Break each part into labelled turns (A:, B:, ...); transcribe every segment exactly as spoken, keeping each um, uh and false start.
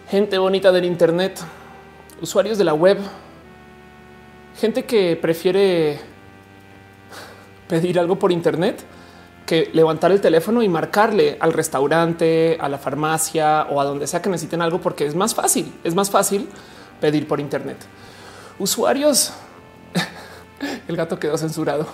A: gente bonita del Internet, usuarios de la web, gente que prefiere pedir algo por Internet que levantar el teléfono y marcarle al restaurante, a la farmacia o a donde sea que necesiten algo, porque es más fácil, es más fácil pedir por Internet. Usuarios, el gato quedó censurado.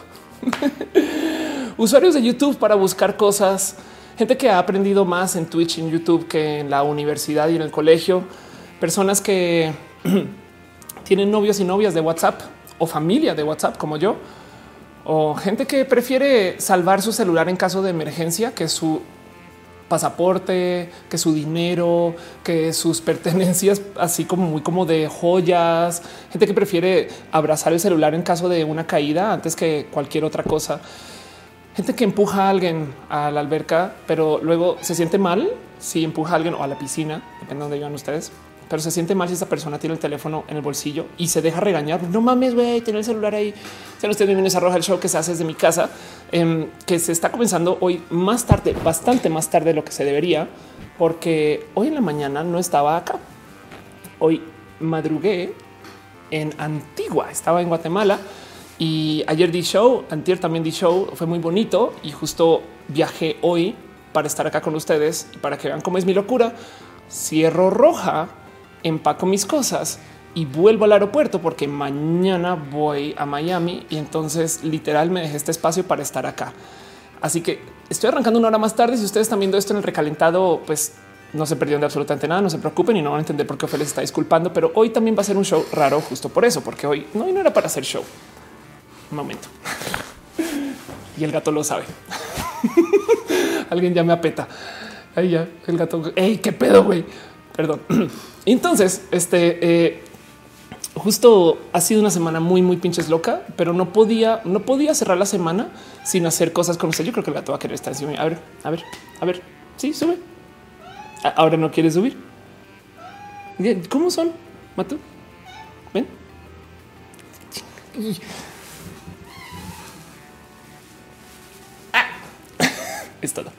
A: Usuarios de YouTube para buscar cosas, gente que ha aprendido más en Twitch y en YouTube que en la universidad y en el colegio, personas que tienen novios y novias de WhatsApp o familia de WhatsApp como yo, o gente que prefiere salvar su celular en caso de emergencia, que su pasaporte, que su dinero, que sus pertenencias, así como muy como de joyas, gente que prefiere abrazar el celular en caso de una caída antes que cualquier otra cosa. Gente que empuja a alguien a la alberca, pero luego se siente mal si empuja a alguien o a la piscina, depende de dónde vivan ustedes, pero se siente mal si esa persona tiene el teléfono en el bolsillo y se deja regañar. No mames, güey, tiene el celular ahí. Sean ustedes bienvenidos a Roja, el show que se hace desde mi casa, eh, que se está comenzando hoy más tarde, bastante más tarde de lo que se debería, porque hoy en la mañana no estaba acá. Hoy madrugué en Antigua, estaba en Guatemala. Y ayer di show, antier también di show, fue muy bonito y justo viajé hoy para estar acá con ustedes y para que vean cómo es mi locura. Cierro Roja, empaco mis cosas y vuelvo al aeropuerto porque mañana voy a Miami y entonces literal me dejé este espacio para estar acá. Así que estoy arrancando una hora más tarde. Si ustedes están viendo esto en el recalentado, pues no se perdieron de absolutamente nada, no se preocupen y no van a entender por qué Ophelia se está disculpando, pero hoy también va a ser un show raro justo por eso, porque hoy no, hoy no era para hacer show. Un momento. Y el gato lo sabe. Alguien ya me apeta. Ahí ya el gato. Ey, qué pedo, güey. Perdón. Entonces, este eh, justo ha sido una semana muy, muy pinches loca, pero no podía, no podía cerrar la semana sin hacer cosas con usted. Yo creo que el gato va a querer estar encima. A ver, a ver, a ver. Sí, sube. Ahora no quiere subir. ¿Cómo son, Matu? Ven. Es todo.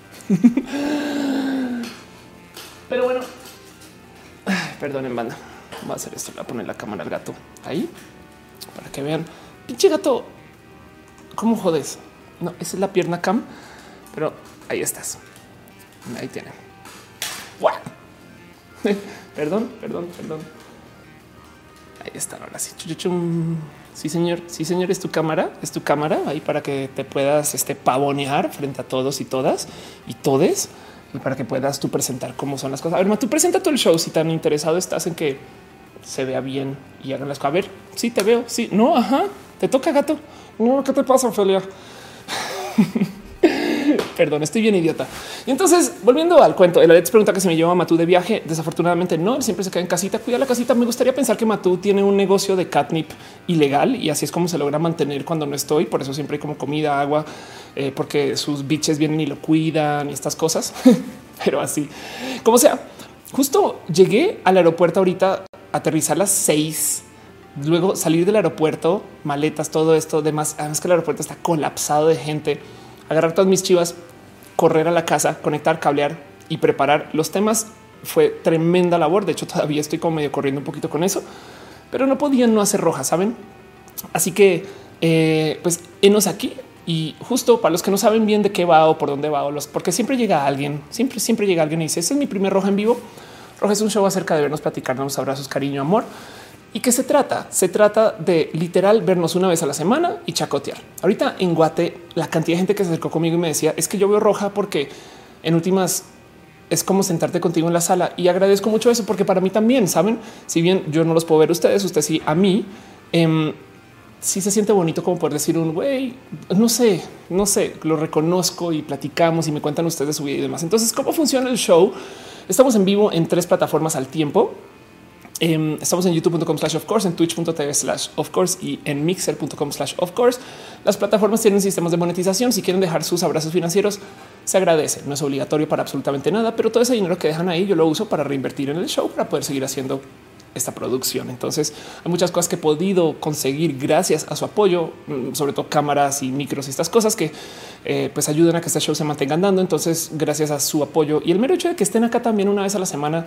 A: Pero bueno, perdonen, banda. Voy a hacer esto. Voy a poner la cámara al gato ahí para que vean. Pinche gato, ¿cómo jodes? No, esa es la pierna cam, pero ahí estás. Ahí tienen. Perdón, perdón, perdón. Ahí están. Ahora sí. Chuchuchum. Sí, señor. Sí, señor. Es tu cámara. Es tu cámara ahí para que te puedas este, pavonear frente a todos y todas y todes y para que puedas tú presentar cómo son las cosas. A ver, tú presenta todo el show si tan interesado estás en que se vea bien y hagan las cosas. A ver, sí, te veo. Sí, no, ajá. Te toca, gato. No, ¿qué te pasa, Ophelia? Perdón, estoy bien idiota. Y entonces, volviendo al cuento, el Alex pregunta que si me lleva a Matú de viaje. Desafortunadamente no, él siempre se queda en casita, cuida la casita. Me gustaría pensar que Matú tiene un negocio de catnip ilegal y así es como se logra mantener cuando no estoy. Por eso siempre hay como comida, agua, eh, porque sus biches vienen y lo cuidan y estas cosas. Pero así, como sea, justo llegué al aeropuerto ahorita, aterrizar a las seis, luego salir del aeropuerto, maletas, todo esto, demás. Además que el aeropuerto está colapsado de gente. Agarrar todas mis chivas, correr a la casa, conectar, cablear y preparar los temas. Fue tremenda labor. De hecho, todavía estoy como medio corriendo un poquito con eso, pero no podían no hacer Roja, saben? Así que eh, pues enos aquí. Y justo para los que no saben bien de qué va o por dónde va, o los, porque siempre llega alguien, siempre, siempre llega alguien y dice: ese es mi primer Roja en vivo. Roja es un show acerca de vernos, platicarnos, abrazos, cariño, amor. ¿Y qué se trata? Se trata de literal vernos una vez a la semana y chacotear. Ahorita en Guate, la cantidad de gente que se acercó conmigo y me decía: es que yo veo Roja porque en últimas es como sentarte contigo en la sala. Y agradezco mucho eso porque para mí también, saben, si bien yo no los puedo ver a ustedes, usted sí a mí, eh, sí se siente bonito como poder decir un güey, no sé, no sé, lo reconozco y platicamos y me cuentan ustedes de su vida y demás. Entonces, ¿cómo funciona el show? Estamos en vivo en tres plataformas al tiempo. Um, estamos en youtube punto com slash of course, en twitch punto tv slash of course y en mixer punto com slash of course. Las plataformas tienen sistemas de monetización. Si quieren dejar sus abrazos financieros, se agradece. No es obligatorio para absolutamente nada, pero todo ese dinero que dejan ahí yo lo uso para reinvertir en el show para poder seguir haciendo esta producción. Entonces hay muchas cosas que he podido conseguir gracias a su apoyo, sobre todo cámaras y micros y estas cosas que eh, pues ayudan a que este show se mantenga andando. Entonces, gracias a su apoyo y el mero hecho de que estén acá también una vez a la semana,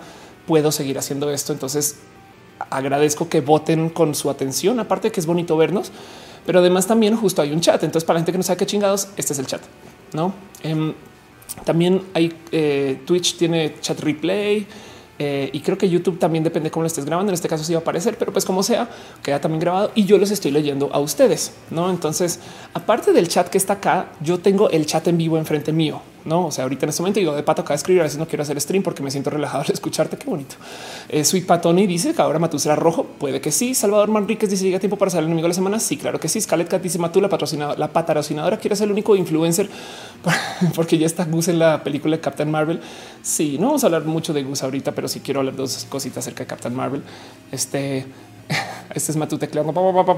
A: puedo seguir haciendo esto. Entonces agradezco que voten con su atención, aparte de que es bonito vernos, pero además también justo hay un chat. Entonces para la gente que no sabe qué chingados, este es el chat, ¿no? Eh, también hay eh, Twitch tiene chat replay. Eh, y creo que YouTube también depende cómo lo estés grabando. En este caso sí va a aparecer, pero pues como sea, queda también grabado y yo los estoy leyendo a ustedes, ¿no? Entonces, aparte del chat que está acá, yo tengo el chat en vivo enfrente mío, ¿no? O sea, ahorita en este momento digo de pato acá a escribir, a veces no quiero hacer stream porque me siento relajado al escucharte. Qué bonito. Eh, soy Patoni dice que ahora Matú será rojo. Puede que sí. Salvador Manríquez dice llega tiempo para ser el enemigo de la semana. Sí, claro que sí. Scarlett Cat dice Matú, la patrocinadora, la patrocinadora quiere ser el único influencer porque ya está Gus en la película de Captain Marvel. Sí, no vamos a hablar mucho de Gus ahorita, pero sí quiero hablar dos cositas acerca de Captain Marvel. Este, este es Matú tecleando.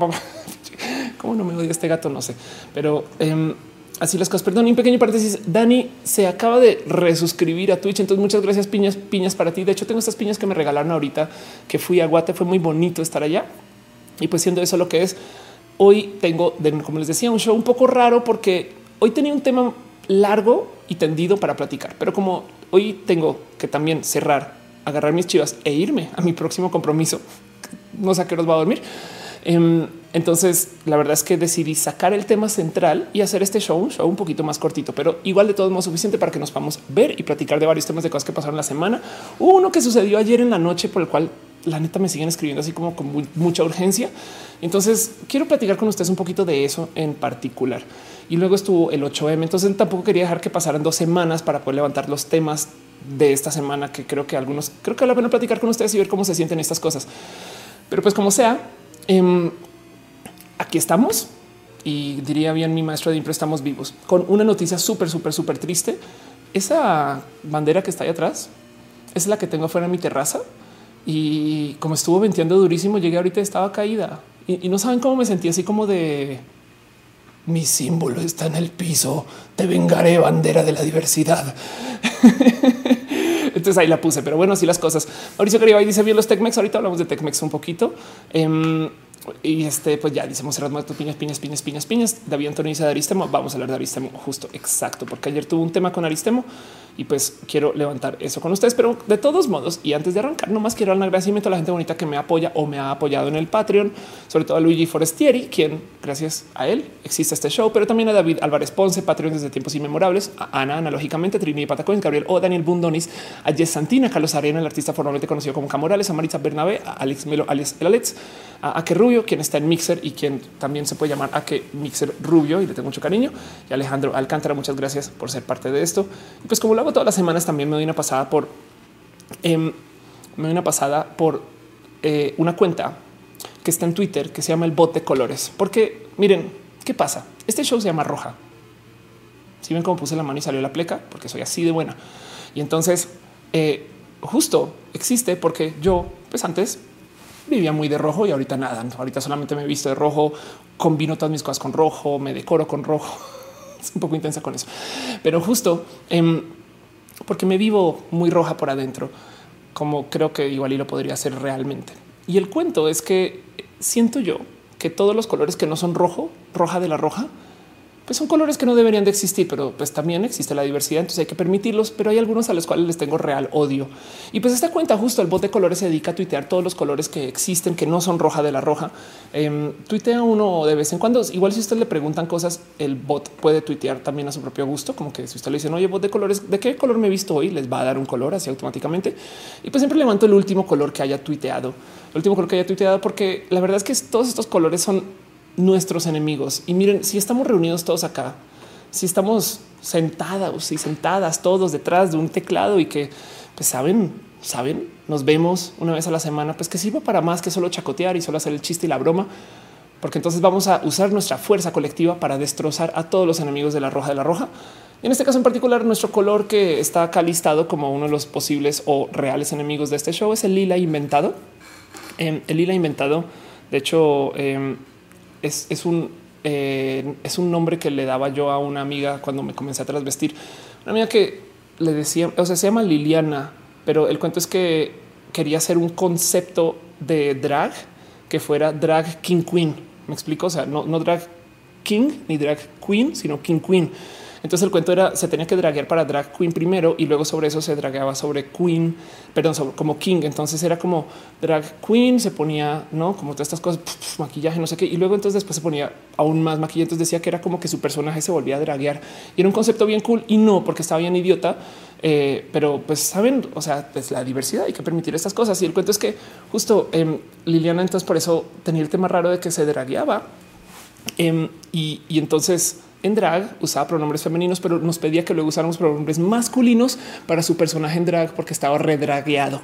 A: ¿Cómo no me odia este gato? No sé, pero um, así las cosas. Perdón, un pequeño paréntesis. Dani se acaba de resuscribir a Twitch. Entonces, muchas gracias, piñas, piñas para ti. De hecho, tengo estas piñas que me regalaron ahorita que fui a Guate. Fue muy bonito estar allá. Y pues, siendo eso lo que es, hoy tengo, como les decía, un show un poco raro porque hoy tenía un tema largo y tendido para platicar, pero como hoy tengo que también cerrar, agarrar mis chivas e irme a mi próximo compromiso, no sé a qué horas va a dormir. Entonces, la verdad es que decidí sacar el tema central y hacer este show, un show un poquito más cortito, pero igual de todos modos suficiente para que nos podamos ver y platicar de varios temas de cosas que pasaron la semana. Hubo uno que sucedió ayer en la noche por el cual la neta me siguen escribiendo así como con muy, mucha urgencia. Entonces quiero platicar con ustedes un poquito de eso en particular. Y luego estuvo el ocho eme. Entonces tampoco quería dejar que pasaran dos semanas para poder levantar los temas de esta semana, que creo que algunos creo que vale la pena platicar con ustedes y ver cómo se sienten estas cosas. Pero pues como sea, eh, aquí estamos y diría bien mi maestro de impro, estamos vivos con una noticia súper, súper, súper triste. Esa bandera que está ahí atrás es la que tengo afuera en mi terraza y como estuvo venteando durísimo, llegué ahorita, estaba caída y, y no saben cómo me sentí, así como de mi símbolo está en el piso. Te vengaré, bandera de la diversidad. Entonces ahí la puse, pero bueno, así las cosas. Mauricio Garibay dice bien los Tecmex. Ahorita hablamos de Tecmex un poquito. Um, y este, pues ya dice Monserrat Muerto, piñas, piñas, piñas, piñas, piñas. David Antonio dice de Aristemo. Vamos a hablar de Aristemo, justo exacto, porque ayer tuve un tema con Aristemo y pues quiero levantar eso con ustedes. Pero de todos modos, y antes de arrancar, nomás quiero dar un agradecimiento a la gente bonita que me apoya o me ha apoyado en el Patreon, sobre todo a Luigi Forestieri, quien gracias a él existe este show, pero también a David Álvarez Ponce, Patreon desde tiempos inmemorables, a Ana, analógicamente, Trini Patacón, Gabriel O, Daniel Bundonis, a Jess Santina, Carlos Arena, el artista formalmente conocido como Camorales, a Maritza Bernabé, a Alex Melo, Alex El Alex, a Ake Rubio, quien está en Mixer y quien también se puede llamar Ake Mixer Rubio y le tengo mucho cariño, y Alejandro Alcántara, muchas gracias por ser parte de esto. Y pues como lo hago todas las semanas, también me doy una pasada por eh, me doy una pasada por eh, una cuenta que está en Twitter que se llama el Bot de Colores, porque miren qué pasa. Este show se llama Roja. Si ven cómo puse la mano y salió la pleca, porque soy así de buena. Y entonces eh, justo existe porque yo pues antes vivía muy de rojo y ahorita nada. Ahorita solamente me he visto de rojo, combino todas mis cosas con rojo, me decoro con rojo. Es un poco intensa con eso, pero justo eh, porque me vivo muy roja por adentro, como creo que igual y lo podría hacer realmente. Y el cuento es que siento yo que todos los colores que no son rojo, roja de la roja, pues son colores que no deberían de existir, pero pues también existe la diversidad, entonces hay que permitirlos, pero hay algunos a los cuales les tengo real odio. Y pues esta cuenta, justo el Bot de Colores, se dedica a tuitear todos los colores que existen, que no son roja de la roja. Eh, tuitea uno de vez en cuando. Igual si usted le preguntan cosas, el bot puede tuitear también a su propio gusto, como que si usted le dicen, oye, Bot de Colores, ¿de qué color me he visto hoy? Les va a dar un color así automáticamente. Y pues siempre levanto el último color que haya tuiteado, el último color que haya tuiteado, porque la verdad es que todos estos colores son nuestros enemigos. Y miren, si estamos reunidos todos acá, si estamos sentados y sentadas todos detrás de un teclado y que pues saben, saben, nos vemos una vez a la semana, pues que sirva para más que solo chacotear y solo hacer el chiste y la broma, porque entonces vamos a usar nuestra fuerza colectiva para destrozar a todos los enemigos de la roja de la roja. Y en este caso en particular, nuestro color que está acá listado como uno de los posibles o reales enemigos de este show es el lila inventado. Eh, el lila inventado, de hecho, eh, Es, es un eh, es un nombre que le daba yo a una amiga cuando me comencé a trasvestir. Una amiga que le decía, o sea, se llama Liliana, pero el cuento es que quería hacer un concepto de drag que fuera drag king queen. Me explico. O sea, no, no drag king ni drag queen, sino king queen. Entonces el cuento era se tenía que draguear para drag queen primero y luego sobre eso se dragueaba sobre queen, perdón, sobre, como king. Entonces era como drag queen, se ponía, no como todas estas cosas, pf, pf, maquillaje, no sé qué. Y luego entonces después se ponía aún más maquillaje. Entonces decía que era como que su personaje se volvía a draguear y era un concepto bien cool y no porque estaba bien idiota. Eh, pero pues saben, o sea, pues la diversidad hay que permitir estas cosas. Y el cuento es que justo eh, Liliana, entonces por eso tenía el tema raro de que se dragueaba eh, y, y entonces en drag usaba pronombres femeninos, pero nos pedía que luego usáramos pronombres masculinos para su personaje en drag porque estaba redragueado.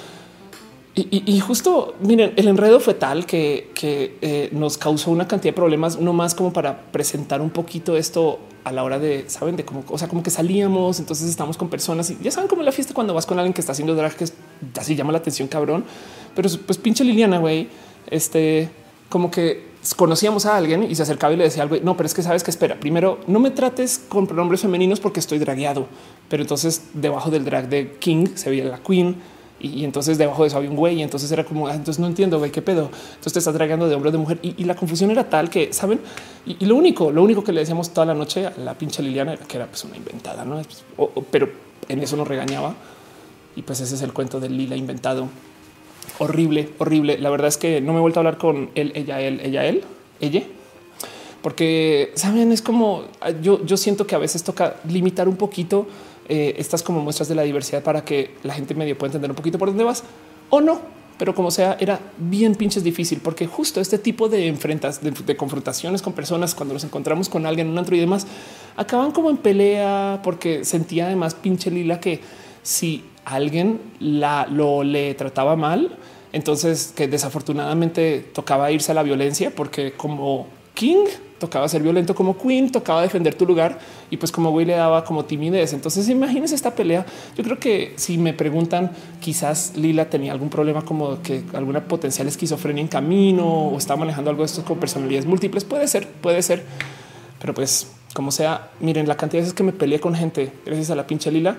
A: Y, y, y justo miren, el enredo fue tal que, que eh, nos causó una cantidad de problemas, no más como para presentar un poquito esto a la hora de saben de cómo, o sea, como que salíamos. Entonces estamos con personas y ya saben cómo es la fiesta cuando vas con alguien que está haciendo drag, que es, así llama la atención, cabrón. Pero pues pinche Liliana, güey, este como que conocíamos a alguien y se acercaba y le decía algo. No, pero es que sabes que espera, primero no me trates con pronombres femeninos porque estoy dragueado. Pero entonces debajo del drag de King se veía la queen. Y entonces debajo de eso había un güey. Y entonces era como, ah, entonces no entiendo, güey, qué pedo. Entonces te estás dragando de hombre o de mujer. Y, y la confusión era tal que saben. Y, y lo único, lo único que le decíamos toda la noche a la pinche Liliana era que era pues una inventada, no? O, o, pero en eso nos regañaba. Y pues ese es el cuento del Lila inventado. Horrible, horrible. La verdad es que no me he vuelto a hablar con él, ella, él, ella, él, ella, porque saben, es como yo, yo siento que a veces toca limitar un poquito eh, estas como muestras de la diversidad para que la gente medio pueda entender un poquito por dónde vas o no. Pero como sea, era bien pinches difícil porque justo este tipo de enfrentas, de, de confrontaciones con personas, cuando nos encontramos con alguien en un antro y demás, acaban como en pelea porque sentía además pinche Lila que si alguien la lo le trataba mal, entonces que desafortunadamente tocaba irse a la violencia porque como King tocaba ser violento, como Queen tocaba defender tu lugar y pues como güey le daba como timidez. Entonces imagínense esta pelea. Yo creo que si me preguntan, quizás Lila tenía algún problema como que alguna potencial esquizofrenia en camino o estaba manejando algo de esto con personalidades múltiples. Puede ser, puede ser, pero pues como sea, miren la cantidad de veces que me peleé con gente gracias a la pinche Lila.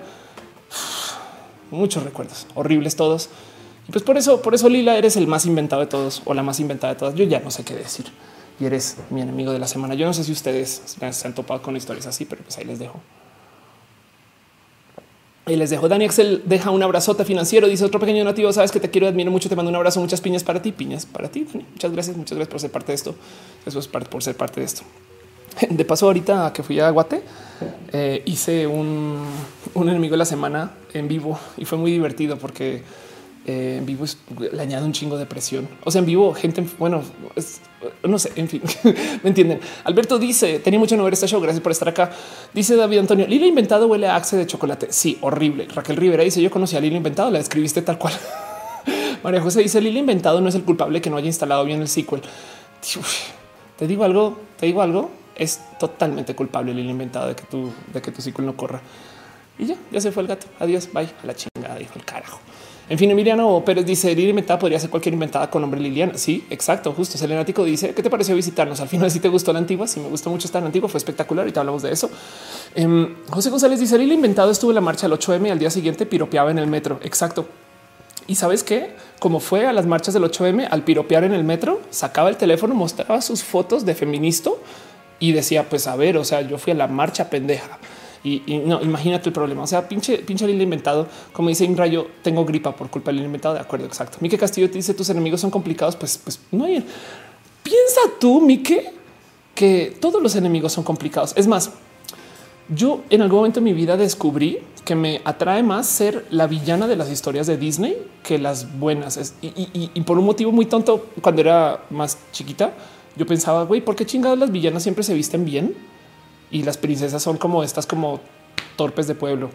A: Muchos recuerdos horribles todos. Y pues por eso, por eso Lila eres el más inventado de todos o la más inventada de todas. Yo ya no sé qué decir y eres mi enemigo de la semana. Yo no sé si ustedes se han topado con historias así, pero pues ahí les dejo. Y les dejo. Dani Axel deja un abrazote financiero. Dice otro pequeño nativo. Sabes que te quiero, admiro mucho. Te mando un abrazo. Muchas piñas para ti. Piñas para ti. Dani. Muchas gracias. Muchas gracias por ser parte de esto. Eso es parte por ser parte de esto. De paso, ahorita que fui a Guate, eh, hice un, un enemigo de la semana en vivo y fue muy divertido porque eh, en vivo es, le añade un chingo de presión. O sea, en vivo, gente, bueno, es, no sé, en fin, me entienden. Alberto dice: tenía mucho no ver este show. Gracias por estar acá. Dice David Antonio: Lila inventado huele a Axe de chocolate. Sí, horrible. Raquel Rivera dice: yo conocí a Lila inventado, la describiste tal cual. María José dice: Lila inventado no es el culpable que no haya instalado bien el sequel. Uf, te digo algo, te digo algo. Es totalmente culpable el inventado de que tu, de que tu ciclo no corra. Y ya, ya se fue el gato. Adiós, bye. A la chingada, dijo el carajo. En fin, Emiliano Pérez dice: Lila inventada podría ser cualquier inventada con nombre Liliana. Sí, exacto, justo. Selenático dice: ¿qué te pareció visitarnos? Al final, si te gustó la antigua, si me gustó mucho estar en la antigua, fue espectacular. Y te hablamos de eso. Eh, José González dice: Lila inventado estuvo en la marcha del ocho eme, al día siguiente piropeaba en el metro. Exacto. Y sabes qué? Como fue a las marchas del ocho eme, al piropear en el metro, sacaba el teléfono, mostraba sus fotos de feminista y decía, pues a ver, o sea, yo fui a la marcha pendeja. Y, y no, imagínate el problema. O sea, pinche, pinche Lila inventado. Como dice Inrayo, tengo gripa por culpa del Lila inventado. De acuerdo, exacto. Mike Castillo te dice: tus enemigos son complicados. Pues, pues no hay. Piensa tú, Mike, que todos los enemigos son complicados. Es más, yo en algún momento de mi vida descubrí que me atrae más ser la villana de las historias de Disney que las buenas. Es, y, y, y por un motivo muy tonto, cuando era más chiquita, yo pensaba, güey, ¿por qué chingados las villanas siempre se visten bien y las princesas son como estas, como torpes de pueblo?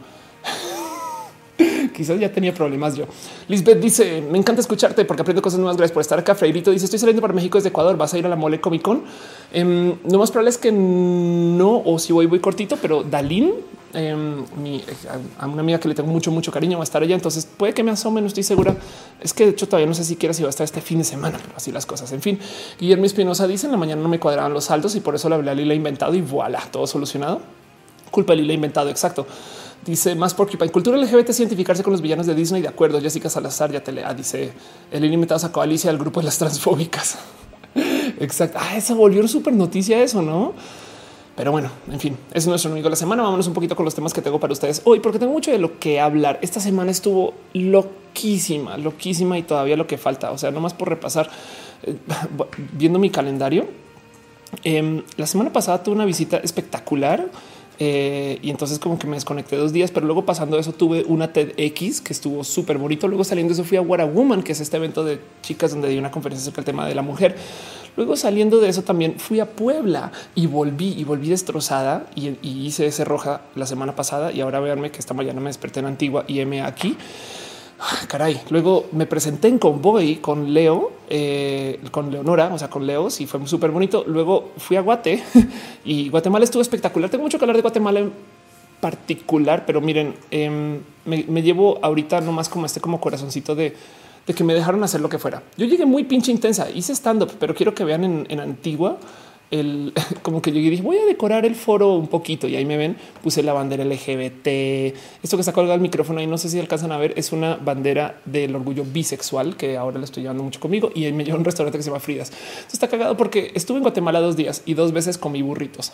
A: Quizás ya tenía problemas yo. Lisbeth dice: me encanta escucharte porque aprendo cosas nuevas. Gracias por estar acá. Freirito dice: estoy saliendo para México desde Ecuador. ¿Vas a ir a la Mole Comic Con? Um, lo más probable es que no, o si voy, voy cortito, pero Dalín, um, mi, a una amiga que le tengo mucho, mucho cariño, va a estar allá. Entonces puede que me asome, no estoy segura. Es que de hecho todavía no sé siquiera si va a estar este fin de semana, pero así las cosas. En fin, Guillermo Espinosa dice: en la mañana no me cuadraban los saldos y por eso la hablé a Lila inventado y voilà, todo solucionado. Culpa de Lila inventado. Exacto. Dice más porque en cultura L G B T identificarse con los villanos de Disney. De acuerdo. Jessica Salazar ya te lea. Dice: el inventado sacó a Alicia del grupo de las transfóbicas. Exacto. Ah, esa volvió súper noticia eso, ¿no? Pero bueno, en fin, es nuestro amigo de la semana. Vámonos un poquito con los temas que tengo para ustedes hoy, porque tengo mucho de lo que hablar. Esta semana estuvo loquísima, loquísima y todavía lo que falta. O sea, nomás por repasar, eh, viendo mi calendario. Eh, la semana pasada tuve una visita espectacular. Eh, y entonces como que me desconecté dos días, pero luego pasando eso tuve una TEDx que estuvo súper bonito. Luego saliendo de eso fui a What a Woman, que es este evento de chicas donde di una conferencia acerca del tema de la mujer. Luego saliendo de eso también fui a Puebla y volví y volví destrozada y, y hice ese roja la semana pasada y ahora véanme que esta mañana me desperté en Antigua y M aquí. Caray, luego me presenté en Convoy con Leo, eh, con Leonora, o sea, con Leo, y fue súper bonito. Luego fui a Guate y Guatemala estuvo espectacular. Tengo mucho que hablar de Guatemala en particular, pero miren, eh, me, me llevo ahorita nomás como este como corazoncito de, de que me dejaron hacer lo que fuera. Yo llegué muy pinche intensa, hice stand up, pero quiero que vean en, en Antigua. El, como que yo dije voy a decorar el foro un poquito y ahí me ven, puse la bandera L G B T. Esto que está colgado el micrófono y no sé si alcanzan a ver, es una bandera del orgullo bisexual que ahora lo estoy llevando mucho conmigo y me lleva a un restaurante que se llama Fridas. Esto está cagado porque estuve en Guatemala dos días y dos veces comí burritos,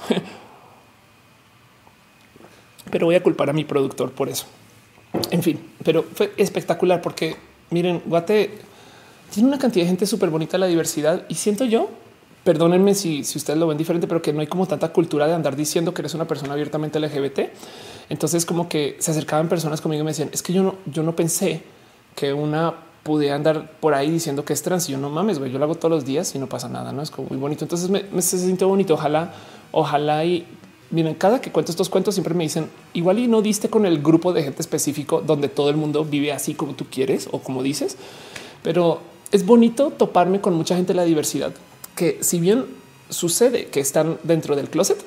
A: pero voy a culpar a mi productor por eso. En fin, pero fue espectacular porque miren, Guate tiene una cantidad de gente súper bonita, la diversidad, y siento yo, perdónenme si, si ustedes lo ven diferente, pero que no hay como tanta cultura de andar diciendo que eres una persona abiertamente L G B T. Entonces como que se acercaban personas conmigo y me decían, es que yo no, yo no pensé que una pudiera andar por ahí diciendo que es trans. Y yo no mames, güey, yo lo hago todos los días y no pasa nada, ¿no? Es como muy bonito. Entonces me, me se sintió bonito. Ojalá, ojalá y miren, cada que cuento estos cuentos siempre me dicen igual y no diste con el grupo de gente específico donde todo el mundo vive así como tú quieres o como dices, pero es bonito toparme con mucha gente de la diversidad que si bien sucede que están dentro del closet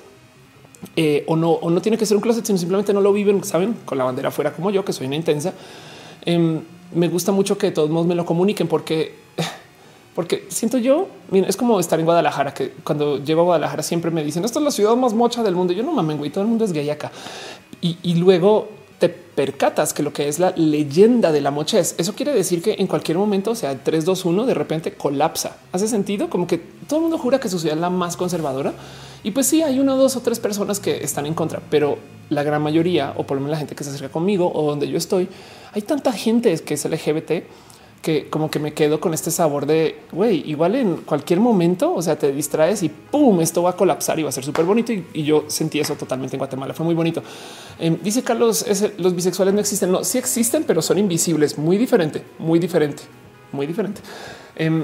A: eh, o no, o no tiene que ser un closet, sino simplemente no lo viven, saben, con la bandera afuera como yo, que soy una intensa. Eh, me gusta mucho que de todos modos me lo comuniquen porque, porque siento yo, mira, es como estar en Guadalajara, que cuando llego a Guadalajara siempre me dicen esto es la ciudad más mocha del mundo. Yo no mames, güey, todo el mundo es gay acá. Y, y luego te percatas que lo que es la leyenda de la mochez, eso quiere decir que en cualquier momento, o sea, tres, dos, uno, de repente colapsa. ¿Hace sentido? Como que todo el mundo jura que su ciudad es la más conservadora. Y pues sí, hay uno, dos o tres personas que están en contra, pero la gran mayoría, o por lo menos la gente que se acerca conmigo o donde yo estoy, hay tanta gente que es L G B T que como que me quedo con este sabor de güey, igual en cualquier momento, o sea, te distraes y pum, esto va a colapsar y va a ser súper bonito. Y, y yo sentí eso totalmente en Guatemala. Fue muy bonito. Eh, dice Carlos, es el, los bisexuales no existen. No, sí existen, pero son invisibles. Muy diferente, muy diferente, muy diferente. Eh,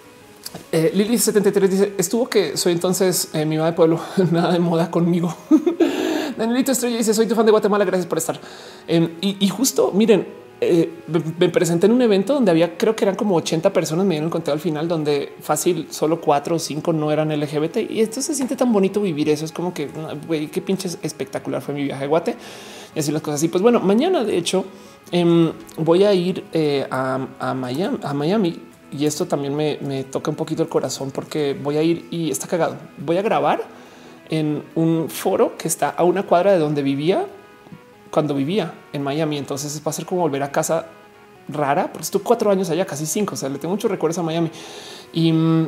A: eh, Lili setenta y tres dice estuvo que soy entonces eh, mi mamá de pueblo, nada de moda conmigo. Danielito Estrella dice soy tu fan de Guatemala. Gracias por estar. Eh, y, y justo miren, Eh, me presenté en un evento donde había, creo que eran como ochenta personas, me dieron el conteo al final, donde fácil solo cuatro o cinco no eran L G B T. Y esto se siente tan bonito vivir eso. Es como que güey, qué pinches espectacular fue mi viaje a Guate y así las cosas. Y pues bueno, mañana de hecho eh, voy a ir eh, a, a Miami, a Miami. Y esto también me, me toca un poquito el corazón porque voy a ir y está cagado. Voy a grabar en un foro que está a una cuadra de donde vivía cuando vivía en Miami. Entonces va a ser como volver a casa rara, porque estuve cuatro años allá, casi cinco. O sea, le tengo muchos recuerdos a Miami y,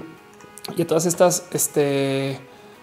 A: y a todas estas. Este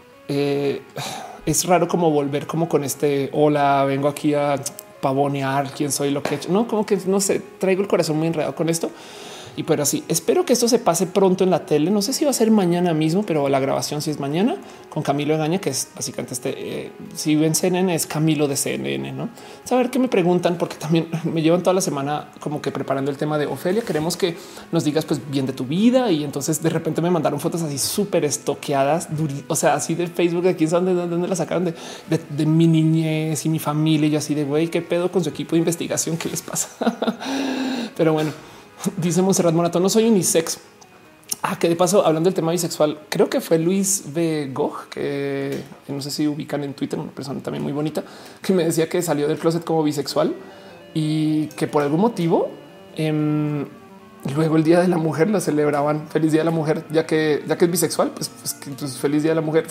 A: eh, es raro como volver como con este hola, vengo aquí a pavonear quién soy, lo que he hecho. No, como que no sé, traigo el corazón muy enredado con esto. Y pero así espero que esto se pase pronto en la tele. No sé si va a ser mañana mismo, pero la grabación sí es mañana con Camilo Egaña, que es básicamente este. Eh, si ven C N N, es Camilo de C N N. No saber qué me preguntan, porque también me llevan toda la semana como que preparando el tema de Ofelia. Queremos que nos digas pues bien de tu vida. Y entonces de repente me mandaron fotos así súper estoqueadas, o sea, así de Facebook. Aquí son de dónde la sacaron de, de, de mi niñez y mi familia. Y yo así de güey, qué pedo con su equipo de investigación, qué les pasa. Pero bueno. Dice Monserrat Morato, no soy unisex. Ah, que de paso, hablando del tema bisexual, creo que fue Luis V. Gog, que no sé si ubican en Twitter, una persona también muy bonita, que me decía que salió del closet como bisexual y que por algún motivo eh, luego el Día de la Mujer lo celebraban. Feliz Día de la Mujer, ya que ya que es bisexual, pues, pues, pues feliz Día de la Mujer.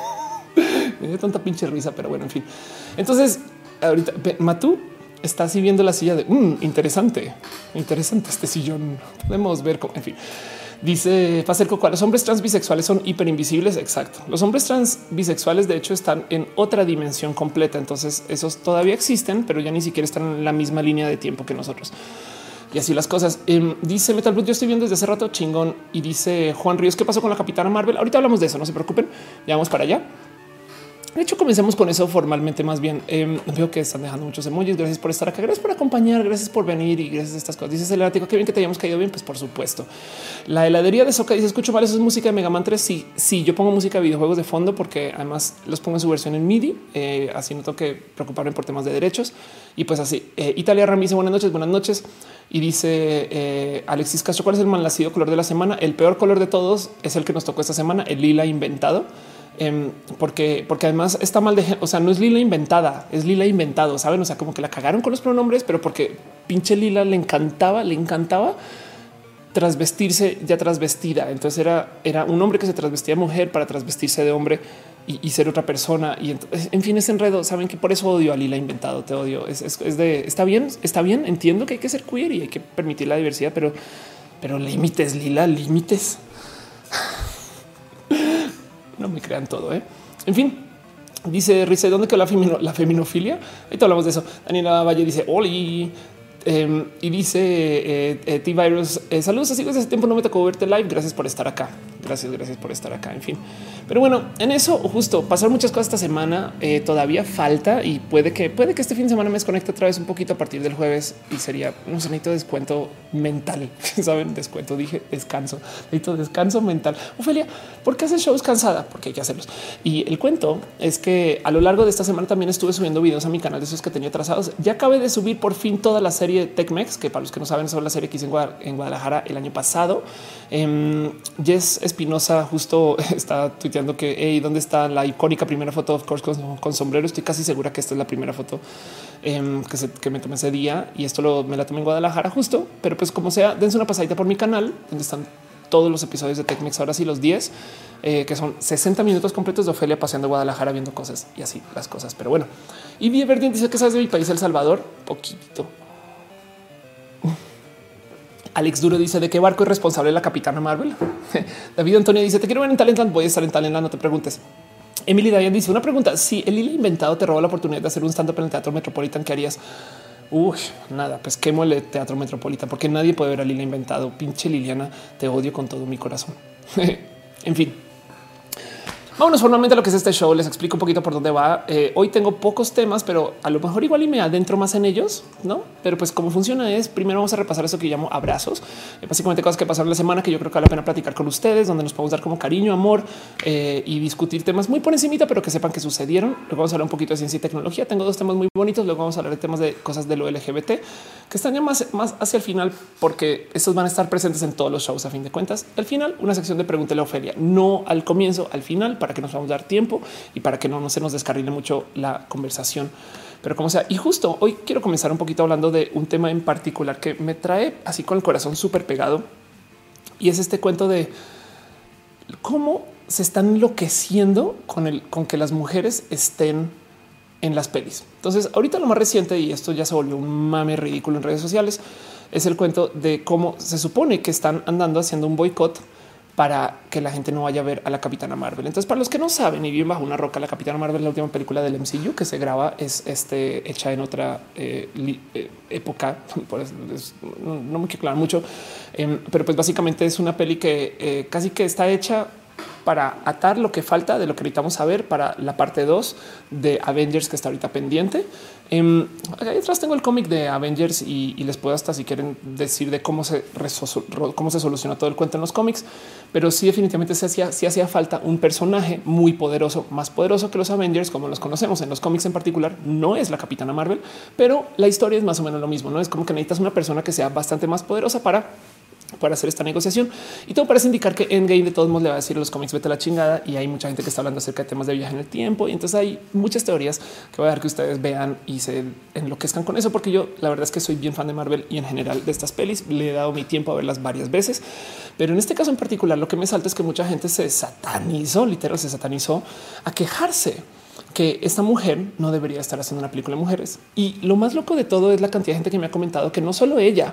A: Me dio tanta pinche risa, pero bueno, en fin. Entonces, ahorita Matú está así viendo la silla de mmm, interesante, interesante este sillón. Podemos ver cómo, en fin. Dice Pastel Coco, los hombres trans bisexuales son hiper invisibles. Exacto. Los hombres trans bisexuales, de hecho, están en otra dimensión completa. Entonces, esos todavía existen, pero ya ni siquiera están en la misma línea de tiempo que nosotros. Y así las cosas. Eh, dice Metal Blue, yo estoy viendo desde hace rato, chingón. Y dice Juan Ríos, ¿qué pasó con la Capitana Marvel? Ahorita hablamos de eso, no se preocupen. Ya vamos para allá. De hecho, comencemos con eso formalmente más bien. Eh, veo que están dejando muchos emojis. Gracias por estar acá. Gracias por acompañar. Gracias por venir y gracias a estas cosas. Dice Celático, qué bien que te hayamos caído bien. Pues por supuesto. La heladería de Soca dice, escucho mal, eso es música de Mega Man tres. Sí, sí, yo pongo música de videojuegos de fondo porque además los pongo en su versión en MIDI. Eh, así no tengo que preocuparme por temas de derechos. Y pues así. Eh, Italia Ram dice buenas noches, buenas noches. Y dice eh, Alexis Castro, ¿cuál es el malnacido color de la semana? El peor color de todos es el que nos tocó esta semana, el lila inventado. Um, porque, porque además está mal de, o sea, no es lila inventada, es lila inventado, saben? O sea, como que la cagaron con los pronombres, pero porque pinche lila le encantaba, le encantaba trasvestirse ya trasvestida. Entonces era, era un hombre que se trasvestía de mujer para trasvestirse de hombre y, y ser otra persona. Y entonces, en fin, ese enredo. Saben que por eso odio a lila inventado. Te odio. Es, es, es de está bien, está bien. Entiendo que hay que ser queer y hay que permitir la diversidad, pero, pero límites, lila, límites. No me crean todo. ¿eh? En fin, dice Rice, ¿dónde quedó la, femino, la feminofilia? Ahorita hablamos de eso. Daniela Valle dice Oli. Eh, y dice eh, eh, T-Virus, eh, saludos, así que hace tiempo no me tocó verte live. Gracias por estar acá. Gracias, gracias por estar acá. En fin, pero bueno, en eso justo pasaron muchas cosas esta semana. Eh, todavía falta y puede que puede que este fin de semana me desconecte otra vez un poquito a partir del jueves y sería un no sé, necesito descuento mental. Saben, descuento. Dije descanso, necesito descanso mental. Ofelia, ¿por qué haces shows cansada? Porque hay que hacerlos. Y el cuento es que a lo largo de esta semana también estuve subiendo videos a mi canal de esos que tenía trazados. Ya acabé de subir por fin toda la serie Tecmex, que para los que no saben, son la serie que hice en Guadalajara el año pasado. Eh, Jess Espinosa justo está tuiteando que hey, ¿dónde está la icónica primera foto of course con, con sombrero? Estoy casi segura que esta es la primera foto eh, que, se, que me tomé ese día y esto lo, me la tomé en Guadalajara justo. Pero pues como sea, dense una pasadita por mi canal donde están todos los episodios de Tecmex. Ahora sí, los diez eh, que son sesenta minutos completos de Ofelia paseando Guadalajara viendo cosas y así las cosas. Pero bueno, y Verdín dice que sabes de mi país, El Salvador. Poquito. Alex Duro dice de qué barco es responsable la Capitana Marvel. David Antonio dice te quiero ver en Talentland. Voy a estar en Talentland, no te preguntes. Emily Dayan dice una pregunta. Si el hilo inventado te roba la oportunidad de hacer un stand up en el Teatro Metropolitan, ¿qué harías? Uy, nada, pues quemo el Teatro Metropolitan porque nadie puede ver al hilo inventado. Pinche Liliana, te odio con todo mi corazón. En fin. Vámonos formalmente a lo que es este show. Les explico un poquito por dónde va. Eh, hoy tengo pocos temas, pero a lo mejor igual y me adentro más en ellos, ¿no? Pero pues cómo funciona es, primero vamos a repasar eso que llamo abrazos. Eh, básicamente cosas que pasaron la semana que yo creo que vale la pena platicar con ustedes, donde nos podemos dar como cariño, amor eh, y discutir temas muy por encimita, pero que sepan que sucedieron. Luego vamos a hablar un poquito de ciencia y tecnología. Tengo dos temas muy bonitos. Luego vamos a hablar de temas de cosas de lo L G B T, que están ya más, más hacia el final, porque estos van a estar presentes en todos los shows a fin de cuentas. Al final, una sección de Pregúntale a Ofelia, no al comienzo, al final, para que nos vamos a dar tiempo y para que no, no se nos descarrile mucho la conversación. Pero como sea, y justo hoy quiero comenzar un poquito hablando de un tema en particular que me trae así con el corazón súper pegado, y es este cuento de cómo se están enloqueciendo con el con que las mujeres estén en las pelis. Entonces, ahorita lo más reciente, y esto ya se volvió un mame ridículo en redes sociales, es el cuento de cómo se supone que están andando haciendo un boicot para que la gente no vaya a ver a la Capitana Marvel. Entonces, para los que no saben y viven bajo una roca, la Capitana Marvel, la última película del M C U que se graba, es este, hecha en otra eh, li, eh, época. Por eso, es, no, no me quiero aclarar mucho, eh, pero pues básicamente es una peli que eh, casi que está hecha para atar lo que falta de lo que necesitamos saber para la parte dos de Avengers que está ahorita pendiente. Eh, acá detrás tengo el cómic de Avengers y, y les puedo hasta si quieren decir de cómo se cómo se soluciona todo el cuento en los cómics, pero sí definitivamente se hacía, sí hacía falta un personaje muy poderoso, más poderoso que los Avengers como los conocemos en los cómics en particular. No es la Capitana Marvel, pero la historia es más o menos lo mismo. No es como que necesitas una persona que sea bastante más poderosa para para hacer esta negociación, y todo parece indicar que Endgame de todos modos le va a decir a los cómics vete a la chingada, y hay mucha gente que está hablando acerca de temas de viaje en el tiempo, y entonces hay muchas teorías que voy a dar que ustedes vean y se enloquezcan con eso, porque yo la verdad es que soy bien fan de Marvel y en general de estas pelis le he dado mi tiempo a verlas varias veces, pero en este caso en particular lo que me salta es que mucha gente se satanizó, literal se satanizó a quejarse que esta mujer no debería estar haciendo una película de mujeres. Y lo más loco de todo es la cantidad de gente que me ha comentado que no solo ella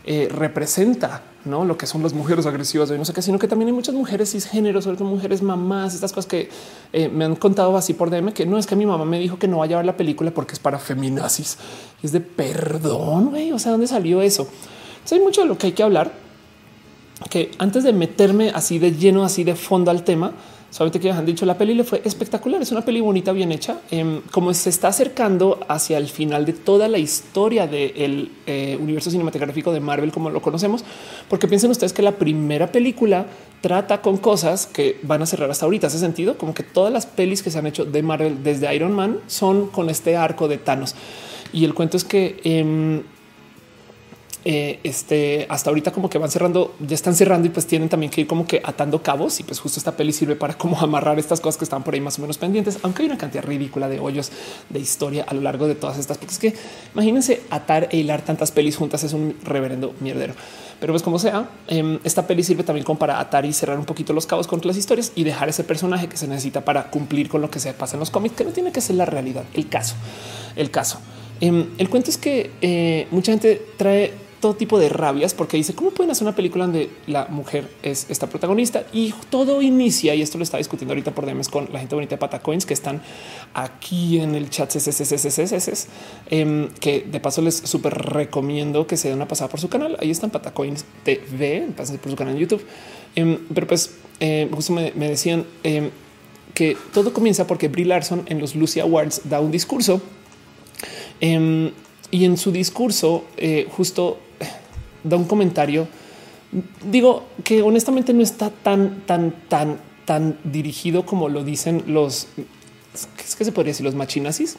A: eh, representa, ¿no? Lo que son las mujeres agresivas y no sé qué, sino que también hay muchas mujeres cisgénero, sobre todo mujeres mamás, estas cosas que eh, me han contado así por D M, que no es que mi mamá me dijo que no vaya a ver la película porque es para feminazis. Y es de perdón, güey, o sea, ¿dónde salió eso? Entonces, hay mucho de lo que hay que hablar, que antes de meterme así de lleno, así de fondo al tema, solamente que han dicho la peli le fue espectacular. Es una peli bonita, bien hecha, eh, como se está acercando hacia el final de toda la historia del eh, universo cinematográfico de Marvel como lo conocemos, porque piensen ustedes que la primera película trata con cosas que van a cerrar hasta ahorita. Hace sentido como que todas las pelis que se han hecho de Marvel desde Iron Man son con este arco de Thanos. Y el cuento es que eh, Eh, este hasta ahorita como que van cerrando, ya están cerrando y pues tienen también que ir como que atando cabos y pues justo esta peli sirve para como amarrar estas cosas que están por ahí más o menos pendientes, aunque hay una cantidad ridícula de hoyos de historia a lo largo de todas estas, porque es que imagínense atar e hilar tantas pelis juntas es un reverendo mierdero. Pero pues como sea, eh, esta peli sirve también como para atar y cerrar un poquito los cabos con las historias y dejar ese personaje que se necesita para cumplir con lo que se pasa en los cómics, que no tiene que ser la realidad. El caso, el caso. Eh, el cuento es que eh, mucha gente trae todo tipo de rabias porque dice cómo pueden hacer una película donde la mujer es esta protagonista, y todo inicia, y esto lo estaba discutiendo ahorita por D Ms con la gente bonita de Patacoins que están aquí en el chat, eh, que de paso les súper recomiendo que se den una pasada por su canal. Ahí están Patacoins T V, pasen por su canal en YouTube. Eh, pero pues eh, justo me, me decían eh, que todo comienza porque Brie Larson en los Lucy Awards da un discurso eh, y en su discurso eh, justo da un comentario, digo que honestamente no está tan, tan, tan, tan dirigido como lo dicen los, es que se podría decir los machinazis,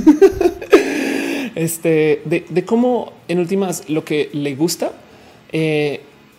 A: este, de, de cómo en últimas lo que le gusta eh,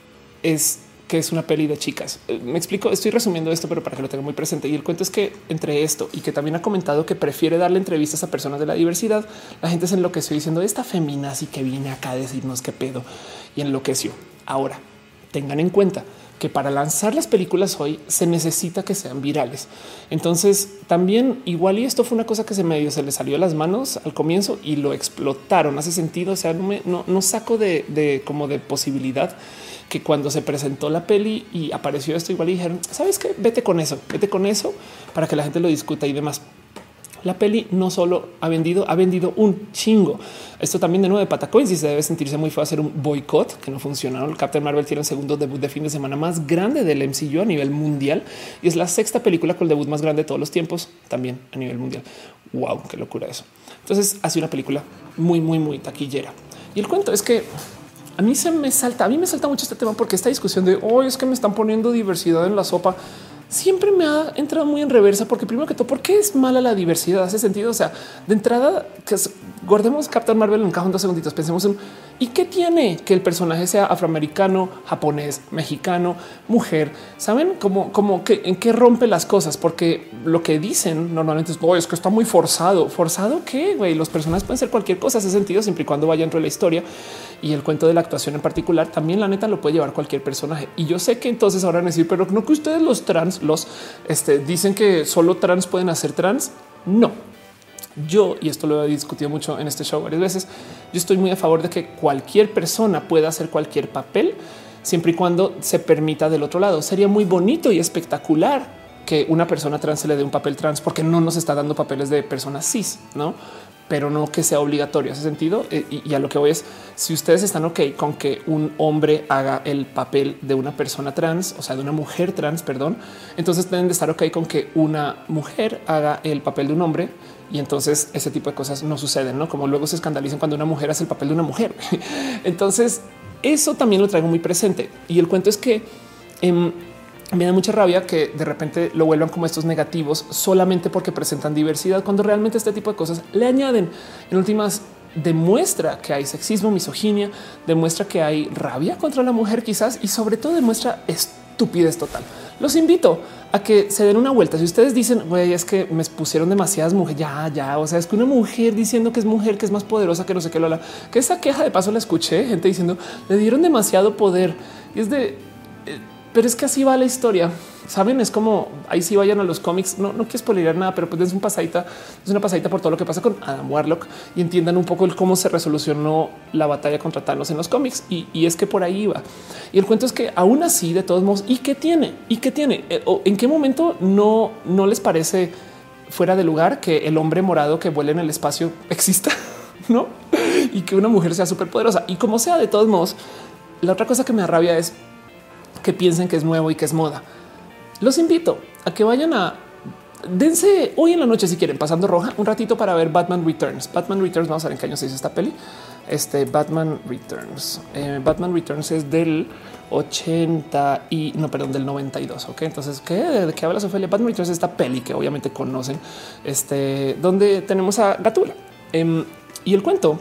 A: es que es una peli de chicas. Me explico, estoy resumiendo esto, pero para que lo tenga muy presente. Y el cuento es que entre esto y que también ha comentado que prefiere darle entrevistas a personas de la diversidad, la gente se enloqueció diciendo esta feminazi que viene acá a decirnos qué pedo, y enloqueció. Ahora tengan en cuenta que para lanzar las películas hoy se necesita que sean virales. Entonces también igual y esto fue una cosa que se medio se le salió a las manos al comienzo y lo explotaron. Hace sentido. O sea, no, me, no, no saco de, de como de posibilidad que cuando se presentó la peli y apareció esto, igual y dijeron, sabes qué, vete con eso, vete con eso para que la gente lo discuta y demás. La peli no solo ha vendido, ha vendido un chingo. Esto también de nuevo de Patacoins y se debe sentirse muy feo hacer un boicot que no funcionaron. El Captain Marvel tiene el segundo debut de fin de semana más grande del M C U a nivel mundial y es la sexta película con el debut más grande de todos los tiempos también a nivel mundial. Wow, qué locura eso. Entonces ha sido una película muy, muy, muy taquillera. Y el cuento es que a mí se me salta, a mí me salta mucho este tema porque esta discusión de hoy es que me están poniendo diversidad en la sopa siempre me ha entrado muy en reversa, porque primero que todo, ¿por qué es mala la diversidad? Hace sentido. O sea, de entrada, que guardemos Captain Marvel en un cajón dos segunditos. Pensemos en ¿y qué tiene que el personaje sea afroamericano, japonés, mexicano, mujer? Saben cómo, cómo que en qué rompe las cosas, porque lo que dicen normalmente es oh, es que está muy forzado. ¿Forzado qué? Güey, los personajes pueden ser cualquier cosa. Hace sentido siempre y cuando vaya dentro de la historia, y el cuento de la actuación en particular también. La neta lo puede llevar cualquier personaje. Y yo sé que entonces ahora van a decir, pero no que ustedes los trans los este, dicen que solo trans pueden hacer trans. No. Yo, y esto lo he discutido mucho en este show varias veces, yo estoy muy a favor de que cualquier persona pueda hacer cualquier papel siempre y cuando se permita del otro lado. Sería muy bonito y espectacular que una persona trans se le dé un papel trans, porque no nos está dando papeles de personas cis, no? Pero no que sea obligatorio. Ese sentido. Y, y a lo que voy es, si ustedes están ok con que un hombre haga el papel de una persona trans, o sea, de una mujer trans, perdón, entonces deben de estar ok con que una mujer haga el papel de un hombre. Y entonces ese tipo de cosas no suceden, ¿no? Como luego se escandalizan cuando una mujer hace el papel de una mujer. Entonces eso también lo traigo muy presente. Y el cuento es que eh, me da mucha rabia que de repente lo vuelvan como estos negativos solamente porque presentan diversidad, cuando realmente este tipo de cosas le añaden. En últimas, demuestra que hay sexismo, misoginia, demuestra que hay rabia contra la mujer quizás, y sobre todo demuestra estupidez total. Los invito a que se den una vuelta. Si ustedes dicen, güey, es que me pusieron demasiadas mujeres, ya, ya, o sea, es que una mujer diciendo que es mujer, que es más poderosa, que no sé qué, lo la que esa queja de paso la escuché, gente diciendo le dieron demasiado poder, y es de... Eh, pero es que así va la historia. Saben, es como ahí sí vayan a los cómics. No, no quiero spoilear nada, pero pues es un pasadita, es una pasadita por todo lo que pasa con Adam Warlock y entiendan un poco el cómo se resolucionó la batalla contra Thanos en los cómics. Y, y es que por ahí va. Y el cuento es que aún así, de todos modos, ¿y qué tiene? ¿Y qué tiene? ¿O en qué momento no, no les parece fuera de lugar que el hombre morado que vuela en el espacio exista? No, y que una mujer sea súper poderosa y como sea, de todos modos, la otra cosa que me da rabia es que piensen que es nuevo y que es moda. Los invito a que vayan a dense hoy en la noche, si quieren, pasando roja un ratito para ver Batman Returns. Batman Returns, vamos a ver en qué año se hizo esta peli. Este Batman Returns, eh, Batman Returns es del ochenta y no, perdón, del noventa y dos. Ok, entonces, ¿qué, ¿de qué habla Sofía? Batman Returns es esta peli que obviamente conocen, este, donde tenemos a Gatúbela. Eh, y el cuento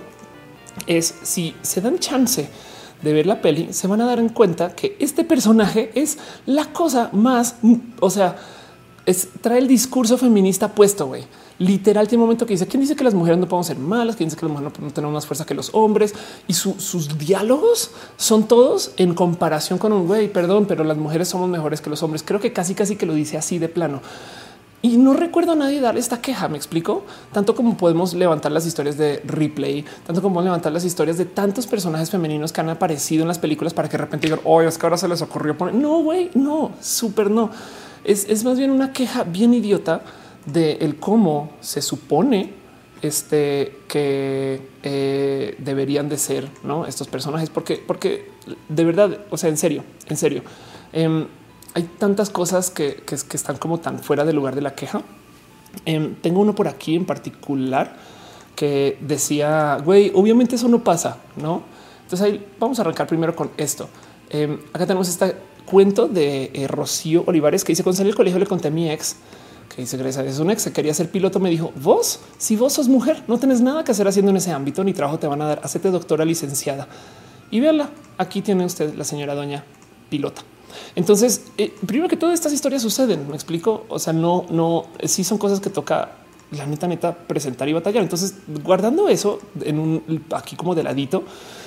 A: es si se dan chance de ver la peli, se van a dar en cuenta que este personaje es la cosa más, o sea, es, trae el discurso feminista puesto, güey. Literal, tiene un momento que dice, ¿quién dice que las mujeres no podemos ser malas? ¿Quién dice que las mujeres no, no tenemos más fuerza que los hombres? Y su, sus diálogos son todos en comparación con un güey, perdón, pero las mujeres somos mejores que los hombres. Creo que casi, casi que lo dice así de plano. Y no recuerdo a nadie dar esta queja. Me explico, tanto como podemos levantar las historias de Ripley, tanto como podemos levantar las historias de tantos personajes femeninos que han aparecido en las películas para que de repente digan, oh, es que ahora se les ocurrió poner. No, güey, no, súper no. Es, es más bien una queja bien idiota de el cómo se supone este que eh, deberían de ser, ¿no? Estos personajes, porque, porque de verdad, o sea, en serio, en serio. Eh, Hay tantas cosas que, que, que están como tan fuera del lugar de la queja. Eh, tengo uno por aquí en particular que decía, güey, obviamente eso no pasa, ¿no? Entonces ahí vamos a arrancar primero con esto. Eh, acá tenemos este cuento de eh, Rocío Olivares que dice, cuando salí del colegio le conté a mi ex, que dice, Gresa, es un ex que quería ser piloto. Me dijo, vos, si vos sos mujer, no tenés nada que hacer haciendo en ese ámbito, ni trabajo te van a dar, hacete doctora licenciada. Y véanla, aquí tiene usted la señora doña pilota. Entonces, eh, primero que todas estas historias suceden, me explico. O sea, no, no, sí son cosas que toca la neta, neta presentar y batallar. Entonces, guardando eso en un aquí como de ladito,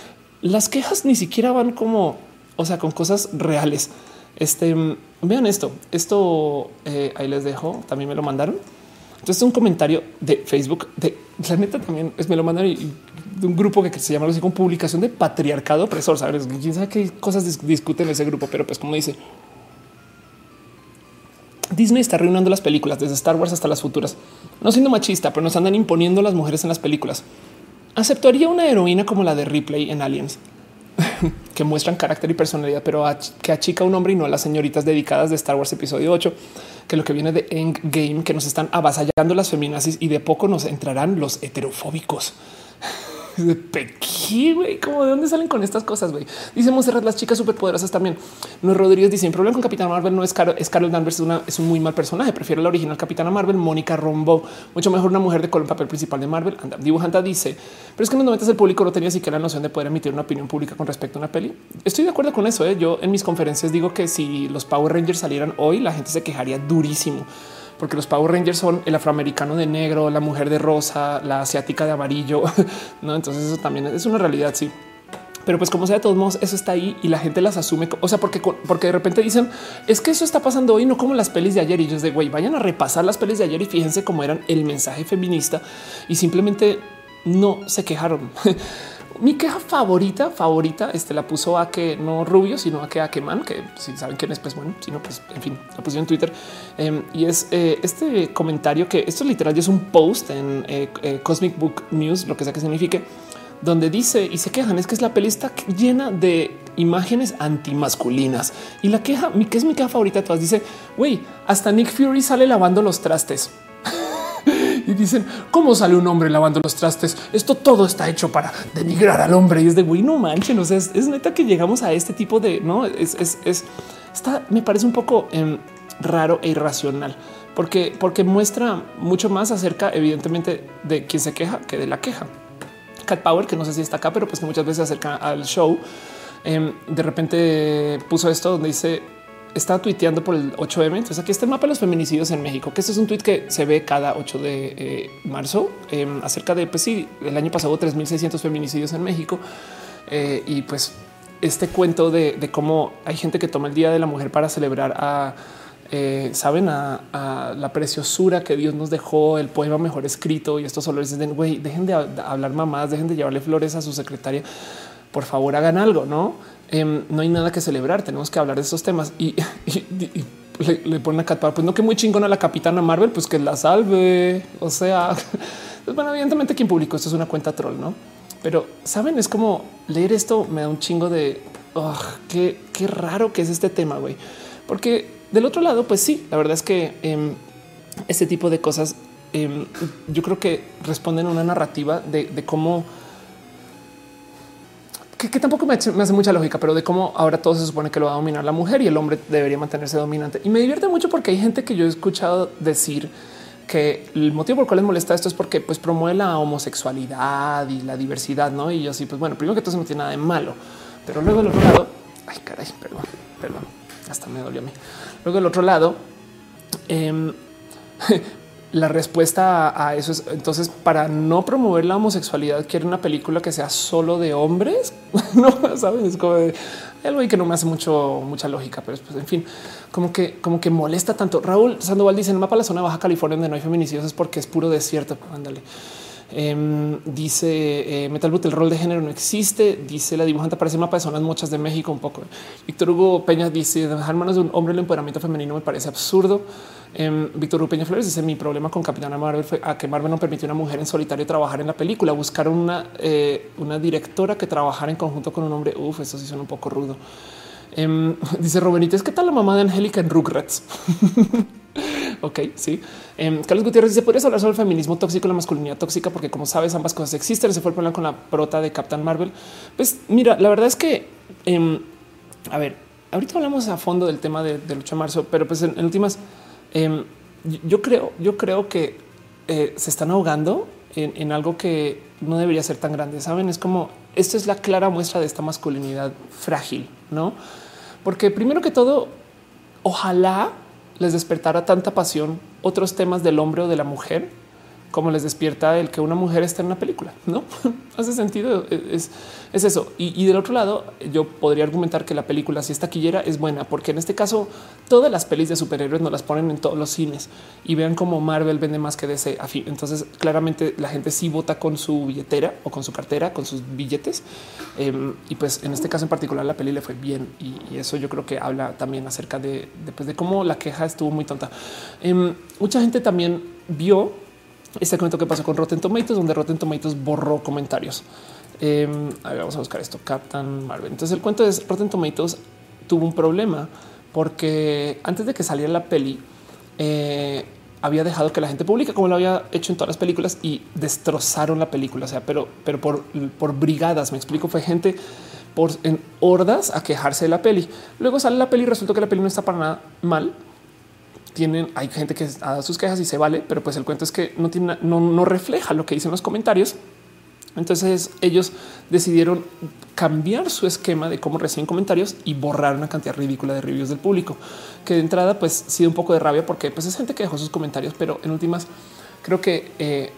A: las quejas ni siquiera van como, o sea, con cosas reales. Este, vean esto, esto eh, ahí les dejo. También me lo mandaron. Entonces, un comentario de Facebook de la neta también es me lo mandaron y, y de un grupo que, que se llama algo así como publicación de patriarcado opresor. Sabes, quién sabe qué cosas dis discuten en ese grupo, pero pues como dice, Disney está arruinando las películas desde Star Wars hasta las futuras, no siendo machista, pero nos andan imponiendo las mujeres en las películas. Aceptaría una heroína como la de Ripley en Aliens, que muestran carácter y personalidad, pero a, que achica a un hombre y no a las señoritas dedicadas de Star Wars episodio ocho, que lo que viene de Endgame, que nos están avasallando las feminazis y de poco nos entrarán los heterofóbicos. De Pequi, güey, como de dónde salen con estas cosas, güey. Dice Monserrat, las chicas superpoderosas también. No Rodríguez dice, el problema con Capitana Marvel no es Carol, es Carol Danvers, es, una, es un muy mal personaje. Prefiero la original Capitana Marvel, Mónica Rambeau. Mucho mejor una mujer de color en papel principal de Marvel. Anda, dibujanta dice, pero es que en los noventas el público no tenía siquiera la noción de poder emitir una opinión pública con respecto a una peli. Estoy de acuerdo con eso. ¿eh? Yo en mis conferencias digo que si los Power Rangers salieran hoy, la gente se quejaría durísimo. Porque los Power Rangers son el afroamericano de negro, la mujer de rosa, la asiática de amarillo. No, entonces eso también es una realidad. Sí, pero pues como sea, de todos modos, eso está ahí y la gente las asume. O sea, porque, porque de repente dicen es que eso está pasando hoy, no como las pelis de ayer. Y yo es de güey, vayan a repasar las pelis de ayer y fíjense cómo eran el mensaje feminista y simplemente no se quejaron. Mi queja favorita, favorita, este la puso a que no Rubio, sino a que a que man, que si saben quién es, pues bueno, si no, pues en fin, la pusieron en Twitter. Eh, y es eh, este comentario que esto literal ya es un post en eh, eh, Cosmic Book News, lo que sea que signifique, donde dice y se quejan. Es que es la peli está llena de imágenes antimasculinas y la queja, mi que es mi queja favorita de todas, dice güey, hasta Nick Fury sale lavando los trastes. Y dicen cómo sale un hombre lavando los trastes. Esto todo está hecho para denigrar al hombre. Y es de güey, no manchen. O sea, es, es neta que llegamos a este tipo de no es, es, es está, me parece un poco eh, raro e irracional porque, porque muestra mucho más acerca, evidentemente, de quién se queja que de la queja. Cat Power, que no sé si está acá, pero pues que muchas veces se acerca al show. Eh, de repente puso esto donde dice, está tuiteando por el ocho eme. Entonces aquí está el mapa de los feminicidios en México, que este es un tuit que se ve cada ocho de eh, marzo eh, acerca de, pues sí, el año pasado hubo tres mil seiscientos feminicidios en México eh, y pues este cuento de, de cómo hay gente que toma el Día de la Mujer para celebrar a, eh, saben, a, a la preciosura que Dios nos dejó, el poema mejor escrito y estos olores de güey, dejen de hablar mamás, dejen de llevarle flores a su secretaria. Por favor, hagan algo, no? Eh, no hay nada que celebrar. Tenemos que hablar de estos temas y, y, y le, le ponen a Cat, pues no, que muy chingona la Capitana Marvel, pues que la salve. O sea, pues bueno, evidentemente quien publicó esto es una cuenta troll, no? Pero saben, es como leer esto me da un chingo de oh, qué, qué raro que es este tema, güey, porque del otro lado, pues sí, la verdad es que eh, este tipo de cosas eh, yo creo que responden a una narrativa de, de cómo que, que tampoco me hace, me hace mucha lógica, pero de cómo ahora todo se supone que lo va a dominar la mujer y el hombre debería mantenerse dominante. Y me divierte mucho porque hay gente que yo he escuchado decir que el motivo por el cual les molesta esto es porque pues promueve la homosexualidad y la diversidad, ¿no? Y yo sí, pues bueno, primero que todo eso no tiene nada de malo, pero luego del otro lado, ay caray, perdón, perdón, hasta me dolió a mí. Luego del otro lado, eh, la respuesta a, a eso es entonces para no promover la homosexualidad quiere una película que sea solo de hombres. No sabes, es como de, hay algo ahí que no me hace mucho, mucha lógica, pero pues, en fin, como que, como que molesta tanto. Raúl Sandoval dice en el mapa de la zona de Baja California donde no hay feminicidios es porque es puro desierto. Ándale. Eh, dice eh, Metal Boot, el rol de género no existe. Dice la dibujante, parece un mapa de zonas muchas de México un poco. Víctor Hugo Peña dice dejar manos de un hombre el empoderamiento femenino me parece absurdo. Eh, Víctor Hugo Peña Flores dice mi problema con Capitana Marvel fue a que Marvel no permitió a una mujer en solitario trabajar en la película. Buscaron una, eh, una directora que trabajara en conjunto con un hombre. Uf, eso sí suena un poco rudo. Eh, dice Robenítez, ¿qué tal la mamá de Angélica en Rugrats? Ok, sí. Eh, Carlos Gutiérrez dice: ¿podrías hablar sobre el feminismo tóxico y la masculinidad tóxica? Porque como sabes, ambas cosas existen. Ese fue el problema con la prota de Captain Marvel. Pues mira, la verdad es que, eh, a ver, ahorita hablamos a fondo del tema de, del ocho de marzo, pero pues en, en últimas, eh, yo creo, yo creo que eh, se están ahogando en, en algo que no debería ser tan grande. Saben, es como esto es la clara muestra de esta masculinidad frágil, no? Porque primero que todo, ojalá les despertara tanta pasión otros temas del hombre o de la mujer como les despierta el que una mujer esté en una película. No hace sentido. Es, es eso. Y, y del otro lado, yo podría argumentar que la película, si es taquillera, es buena, porque en este caso todas las pelis de superhéroes nos las ponen en todos los cines y vean cómo Marvel vende más que D C. Entonces, claramente la gente sí vota con su billetera o con su cartera, con sus billetes. Eh, y pues en este caso en particular, la peli le fue bien. Y, y eso yo creo que habla también acerca de, de, pues, de cómo la queja estuvo muy tonta. Eh, mucha gente también vio este cuento que pasó con Rotten Tomatoes, donde Rotten Tomatoes borró comentarios. Eh, a ver, vamos a buscar esto. Captain Marvel. Entonces el cuento es Rotten Tomatoes tuvo un problema porque antes de que saliera la peli eh, había dejado que la gente publique como lo había hecho en todas las películas y destrozaron la película. O sea, pero, pero por, por brigadas. Me explico. Fue gente por en hordas a quejarse de la peli. Luego sale la peli y resultó que la peli no está para nada mal. Tienen, hay gente que ha dado sus quejas y se vale, pero pues el cuento es que no tiene, no, no refleja lo que dicen los comentarios. Entonces ellos decidieron cambiar su esquema de cómo reciben comentarios y borrar una cantidad ridícula de reviews del público, que de entrada pues sí da un poco de rabia porque pues es gente que dejó sus comentarios, pero en últimas creo que eh,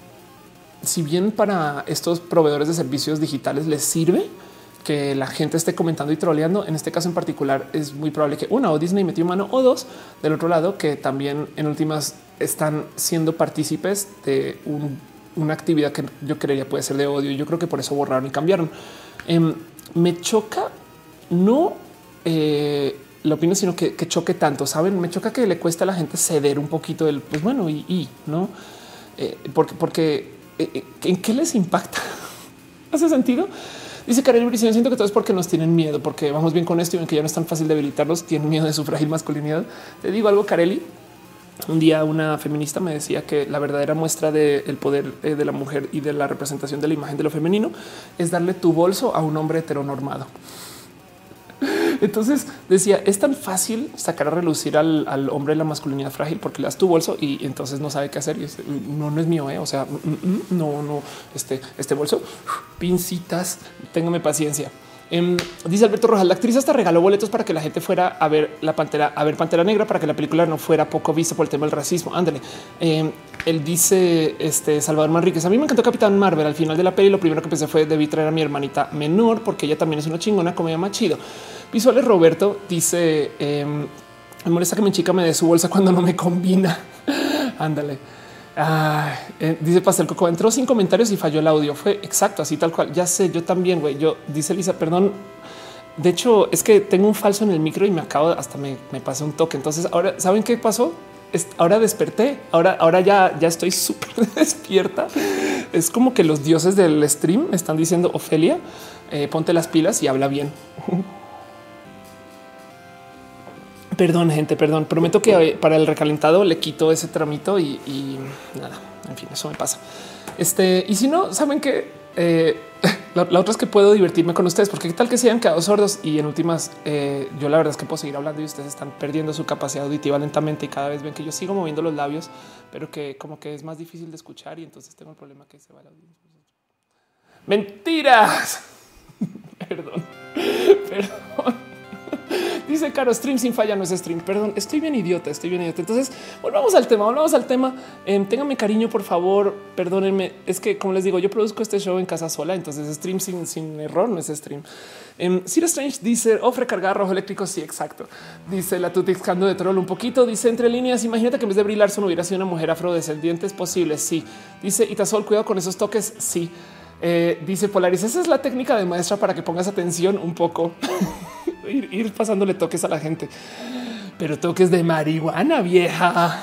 A: si bien para estos proveedores de servicios digitales les sirve que la gente esté comentando y troleando, en este caso en particular es muy probable que una o Disney metió mano o dos del otro lado que también en últimas están siendo partícipes de un, una actividad que yo creería puede ser de odio. Yo creo que por eso borraron y cambiaron. Eh, me choca no eh, la opinión, sino que, que choque tanto. Saben, me choca que le cuesta a la gente ceder un poquito del pues bueno y, y no eh, porque, porque eh, en qué les impacta. ¿Hace sentido? Dice Kareli Briceño, siento que todo es porque nos tienen miedo, porque vamos bien con esto y ven que ya no es tan fácil debilitarlos, tienen miedo de su frágil masculinidad. Te digo algo, Kareli. Un día una feminista me decía que la verdadera muestra del poder eh, de la mujer y de la representación de la imagen de lo femenino es darle tu bolso a un hombre heteronormado. Entonces decía, es tan fácil sacar a relucir al, al hombre de la masculinidad frágil porque le das tu bolso y entonces no sabe qué hacer. Y es, no, no es mío. ¿eh? O sea, mm, mm, no, no, este, este bolso, pincitas, téngame paciencia. Eh, dice Alberto Rojas, la actriz hasta regaló boletos para que la gente fuera a ver la Pantera, a ver Pantera Negra, para que la película no fuera poco vista por el tema del racismo. Ándale. Eh, él dice este Salvador Manríquez. A mí me encantó Capitán Marvel. Al final de la peli, lo primero que pensé fue debí traer a mi hermanita menor porque ella también es una chingona, como llama chido. Visuales Roberto dice eh, me molesta que mi chica me dé su bolsa cuando no me combina. Ándale. Ah, eh, dice Pastel Coco, entró sin comentarios y falló el audio. Fue exacto, así tal cual. Ya sé, yo también, güey. Yo, dice Lisa, perdón. De hecho, es que tengo un falso en el micro y me acabo, hasta me, me pasé un toque. Entonces, ahora, ¿saben qué pasó? Es, ahora desperté, ahora, ahora ya, ya estoy súper despierta. Es como que los dioses del stream me están diciendo, Ofelia, eh, ponte las pilas y habla bien. Perdón, gente, perdón. Prometo que para el recalentado le quito ese tramito y, y nada, en fin, eso me pasa. Este, y si no, saben que eh, la, la otra es que puedo divertirme con ustedes, porque qué tal que se hayan quedado sordos y en últimas, eh, yo la verdad es que puedo seguir hablando y ustedes están perdiendo su capacidad auditiva lentamente y cada vez ven que yo sigo moviendo los labios, pero que como que es más difícil de escuchar y entonces tengo el problema que se va el audio. Mentiras. Perdón, perdón. Dice Caro, stream sin falla no es stream. Perdón, estoy bien idiota, estoy bien idiota. Entonces, volvamos al tema, volvamos al tema. Eh, ténganme cariño, por favor, perdónenme. Es que, como les digo, yo produzco este show en casa sola, entonces stream sin, sin error no es stream. Eh, Ciro Strange dice, ofre cargar rojo eléctrico. Sí, exacto. Dice la tutixcando de troll un poquito. Dice entre líneas, imagínate que en vez de Brie Larson hubiera sido una mujer afrodescendiente. Es posible, sí. Dice Itasol, cuidado con esos toques. Sí. Eh, dice Polaris, esa es la técnica de maestra para que pongas atención un poco. ir, ir pasándole toques a la gente, pero toques de marihuana vieja.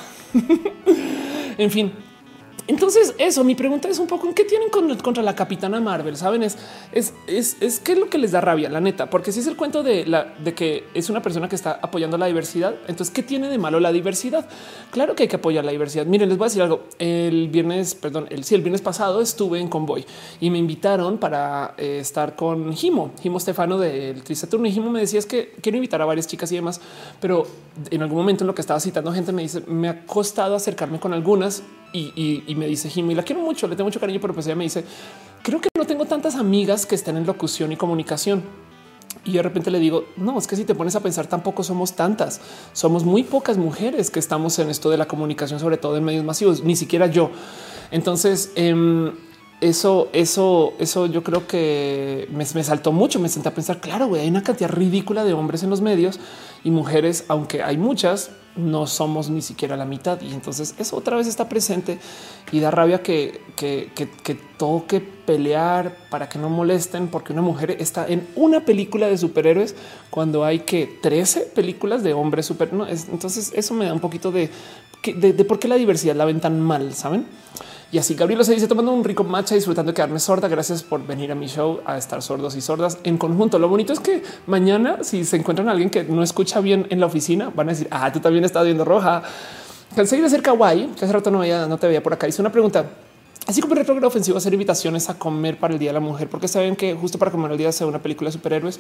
A: En fin. Entonces eso, mi pregunta es un poco en qué tienen con, contra la Capitana Marvel. Saben, es, es, es, es qué es lo que les da rabia, la neta, porque si es el cuento de la de que es una persona que está apoyando la diversidad. Entonces, ¿qué tiene de malo la diversidad? Claro que hay que apoyar la diversidad. Miren, les voy a decir algo. El viernes, perdón, el sí, el viernes pasado estuve en Convoy y me invitaron para eh, estar con Jimo, Jimo Stefano del Triste Turno. Y Jimo me decía es que quiero invitar a varias chicas y demás, pero en algún momento en lo que estaba citando gente me dice me ha costado acercarme con algunas. Y, y, y me dice Jimmy, la quiero mucho, le tengo mucho cariño, pero pues ella me dice, creo que no tengo tantas amigas que estén en locución y comunicación. Y de repente le digo, no, es que si te pones a pensar, tampoco somos tantas. Somos muy pocas mujeres que estamos en esto de la comunicación, sobre todo en medios masivos, ni siquiera yo. Entonces, eh, eso, eso, eso yo creo que me, me saltó mucho. Me senté a pensar, claro, güey, hay una cantidad ridícula de hombres en los medios y mujeres, aunque hay muchas, no somos ni siquiera la mitad. Y entonces eso otra vez está presente y da rabia que, que, que, que toque pelear para que no molesten, porque una mujer está en una película de superhéroes cuando hay que trece películas de hombres super. No, es, entonces eso me da un poquito de, de, de por qué la diversidad la ven tan mal, saben? Y así Gabriela se dice tomando un rico matcha, disfrutando de quedarme sorda. Gracias por venir a mi show a estar sordos y sordas en conjunto. Lo bonito es que mañana, si se encuentran a alguien que no escucha bien en la oficina, van a decir, ah, tú también estás viendo roja. Cansé de ser kawaii, que hace rato no, veía, no te veía por acá. Hice una pregunta. Así como el retrógrado ofensivo, hacer invitaciones a comer para el Día de la Mujer, porque saben que justo para comer el día sea una película de superhéroes.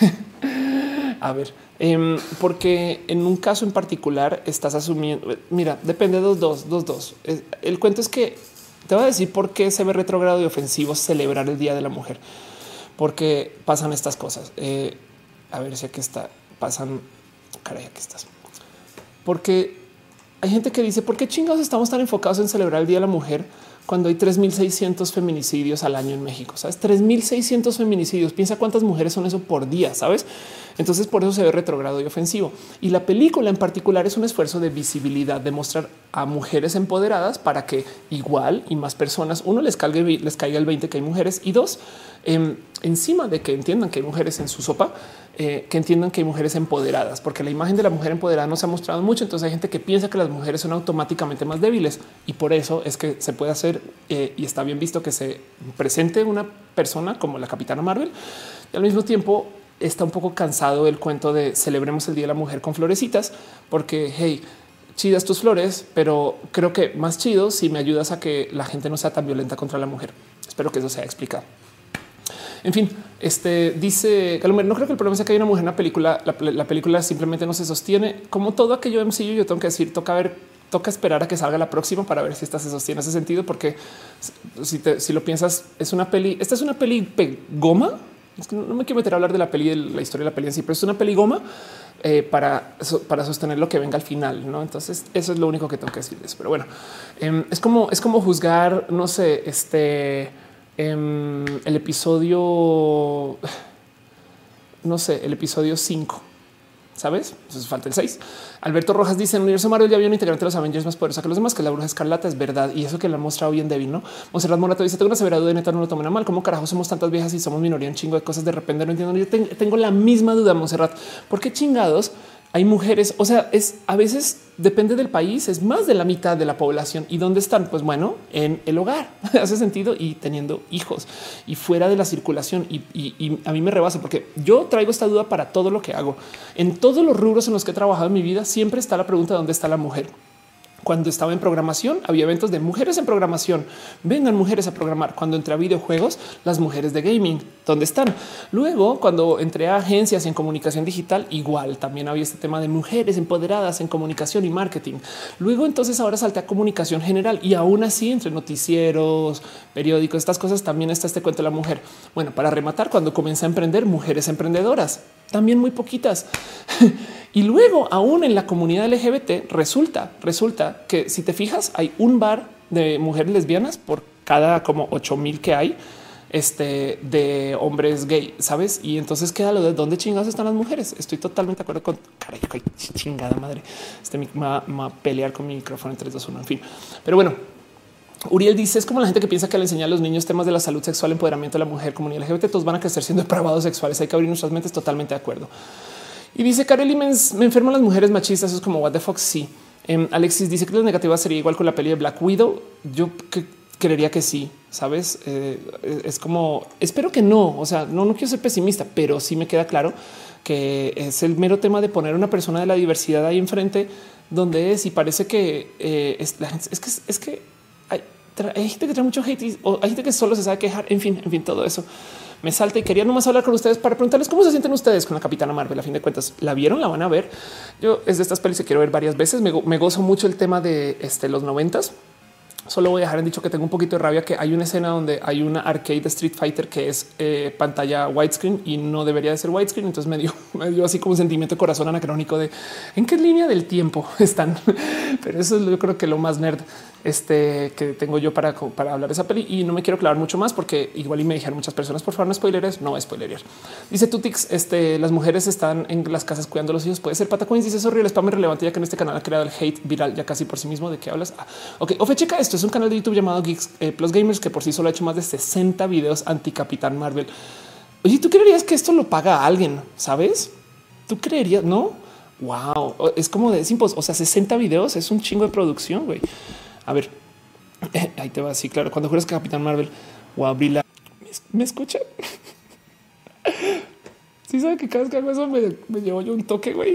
A: A ver, eh, porque en un caso en particular estás asumiendo, mira, depende de dos, dos, dos, dos. El cuento es que te voy a decir por qué se ve retrógrado y ofensivo celebrar el Día de la Mujer, porque pasan estas cosas. Eh, a ver si aquí está, pasan, caray, aquí estás. Porque hay gente que dice, ¿por qué chingados estamos tan enfocados en celebrar el Día de la Mujer cuando hay tres mil seiscientos feminicidios al año en México? Sabes, tres mil seiscientos feminicidios. Piensa cuántas mujeres son eso por día, sabes? Entonces por eso se ve retrógrado y ofensivo. Y la película en particular es un esfuerzo de visibilidad, de mostrar a mujeres empoderadas para que igual y más personas, uno, les caiga, les caiga el veinte que hay mujeres y dos, eh, encima de que entiendan que hay mujeres en su sopa, eh, que entiendan que hay mujeres empoderadas, porque la imagen de la mujer empoderada no se ha mostrado mucho. Entonces hay gente que piensa que las mujeres son automáticamente más débiles y por eso es que se puede hacer eh, y está bien visto que se presente una persona como la Capitana Marvel y al mismo tiempo está un poco cansado del cuento de celebremos el Día de la Mujer con florecitas, porque hey, chidas tus flores, pero creo que más chido si me ayudas a que la gente no sea tan violenta contra la mujer. Espero que eso sea explicado. En fin, este dice Calumber, no creo que el problema sea que hay una mujer en la película. La, la película simplemente no se sostiene. Como todo aquello M C U, yo tengo que decir, toca ver, toca esperar a que salga la próxima para ver si esta se sostiene ese sentido, porque si, te, si lo piensas, es una peli. Esta es una peli goma. es que no me quiero meter a hablar de la peli, de la historia de la peli en sí, pero es una peli goma eh, para, para sostener lo que venga al final, ¿no? Entonces eso es lo único que tengo que decirles. Pero bueno, eh, es como es como juzgar, no sé, este eh, el episodio, no sé, el episodio cinco. ¿Sabes? Entonces falta el seis. Alberto Rojas dice: en el universo Marvel ya había un integrante de los Avengers más poderosa que los demás, que la Bruja Escarlata. Es verdad. Y eso que la ha mostrado bien débil, ¿no? Monserrat Morato dice: tengo una severa duda de neta, no lo tomen a mal. ¿Cómo carajo somos tantas viejas y somos minoría? Un chingo de cosas de repente no entiendo. Yo tengo la misma duda, Monserrat. ¿Por qué chingados hay mujeres? O sea, es a veces depende del país, es más de la mitad de la población. ¿Y dónde están? Pues bueno, en el hogar. Hace sentido, y teniendo hijos y fuera de la circulación. Y, y, y a mí me rebasa porque yo traigo esta duda para todo lo que hago. En todos los rubros en los que he trabajado en mi vida, siempre está la pregunta: ¿dónde está la mujer? Cuando estaba en programación, había eventos de mujeres en programación. Vengan mujeres a programar. Cuando entré a videojuegos, las mujeres de gaming, ¿dónde están? Luego, cuando entré a agencias en comunicación digital, igual también había este tema de mujeres empoderadas en comunicación y marketing. Luego, entonces, ahora salté a comunicación general y aún así, entre noticieros, periódicos, estas cosas, también está este cuento de la mujer. Bueno, para rematar, cuando comencé a emprender, mujeres emprendedoras, también muy poquitas. Y luego, aún en la comunidad L G B T, resulta, resulta que si te fijas, hay un bar de mujeres lesbianas por cada como ocho mil que hay este, de hombres gay, ¿sabes? Y entonces queda lo de dónde chingados están las mujeres. Estoy totalmente de acuerdo con... Caray, chingada madre. Este me va a pelear con mi micrófono en tres, dos, uno, en fin. Pero bueno, Uriel dice: es como la gente que piensa que al enseñar a los niños temas de la salud sexual, empoderamiento de la mujer, comunidad L G B T, todos van a crecer siendo depravados sexuales. Hay que abrir nuestras mentes. Totalmente de acuerdo. Y dice Kareli: me, me enferman las mujeres machistas. Eso es como what the fuck. Sí. Um, Alexis dice que la negativa sería igual con la peli de Black Widow. Yo que, creería que sí. Sabes, eh, es como espero que no. O sea, no, no quiero ser pesimista, pero sí me queda claro que es el mero tema de poner a una persona de la diversidad ahí enfrente donde es y parece que eh, es, la, es que es que hay, hay gente que trae mucho hate y, o hay gente que solo se sabe quejar. En fin, en fin, todo eso me salta y quería nomás hablar con ustedes para preguntarles cómo se sienten ustedes con la Capitana Marvel. A fin de cuentas, ¿la vieron? ¿La van a ver? Yo es de estas pelis que quiero ver varias veces. Me, me gozo mucho el tema de este, los noventas. Solo voy a dejar en dicho que tengo un poquito de rabia que hay una escena donde hay una arcade de Street Fighter que es eh, pantalla widescreen y no debería de ser widescreen. Entonces me dio, me dio así como un sentimiento de corazón anacrónico de en qué línea del tiempo están. Pero eso es yo creo que lo más nerd este que tengo yo para, para hablar de esa peli y no me quiero clavar mucho más porque igual y me dijeron muchas personas: por favor, no spoileres. No spoileres. Dice Tutix: este, las mujeres están en las casas cuidando a los hijos. Puede ser Patacoins. Dice: es horrible, spam es relevante ya que en este canal ha creado el hate viral ya casi por sí mismo. ¿De qué hablas? Ah, ok, Ofe, checa esto. Es un canal de YouTube llamado Geeks eh, Plus Gamers que por sí solo ha hecho más de sesenta videos anti Capitán Marvel. Oye, ¿tú creerías que esto lo paga a alguien? ¿Sabes? ¿Tú creerías? No. Wow, es como de simples. O sea, sesenta videos es un chingo de producción, güey. A ver, eh, ahí te va. Sí, claro. Cuando juegas que Capitán Marvel o abrila, ¿me, me escuchan? Sí, sabe que cada vez que hago eso me, me llevo yo un toque, güey.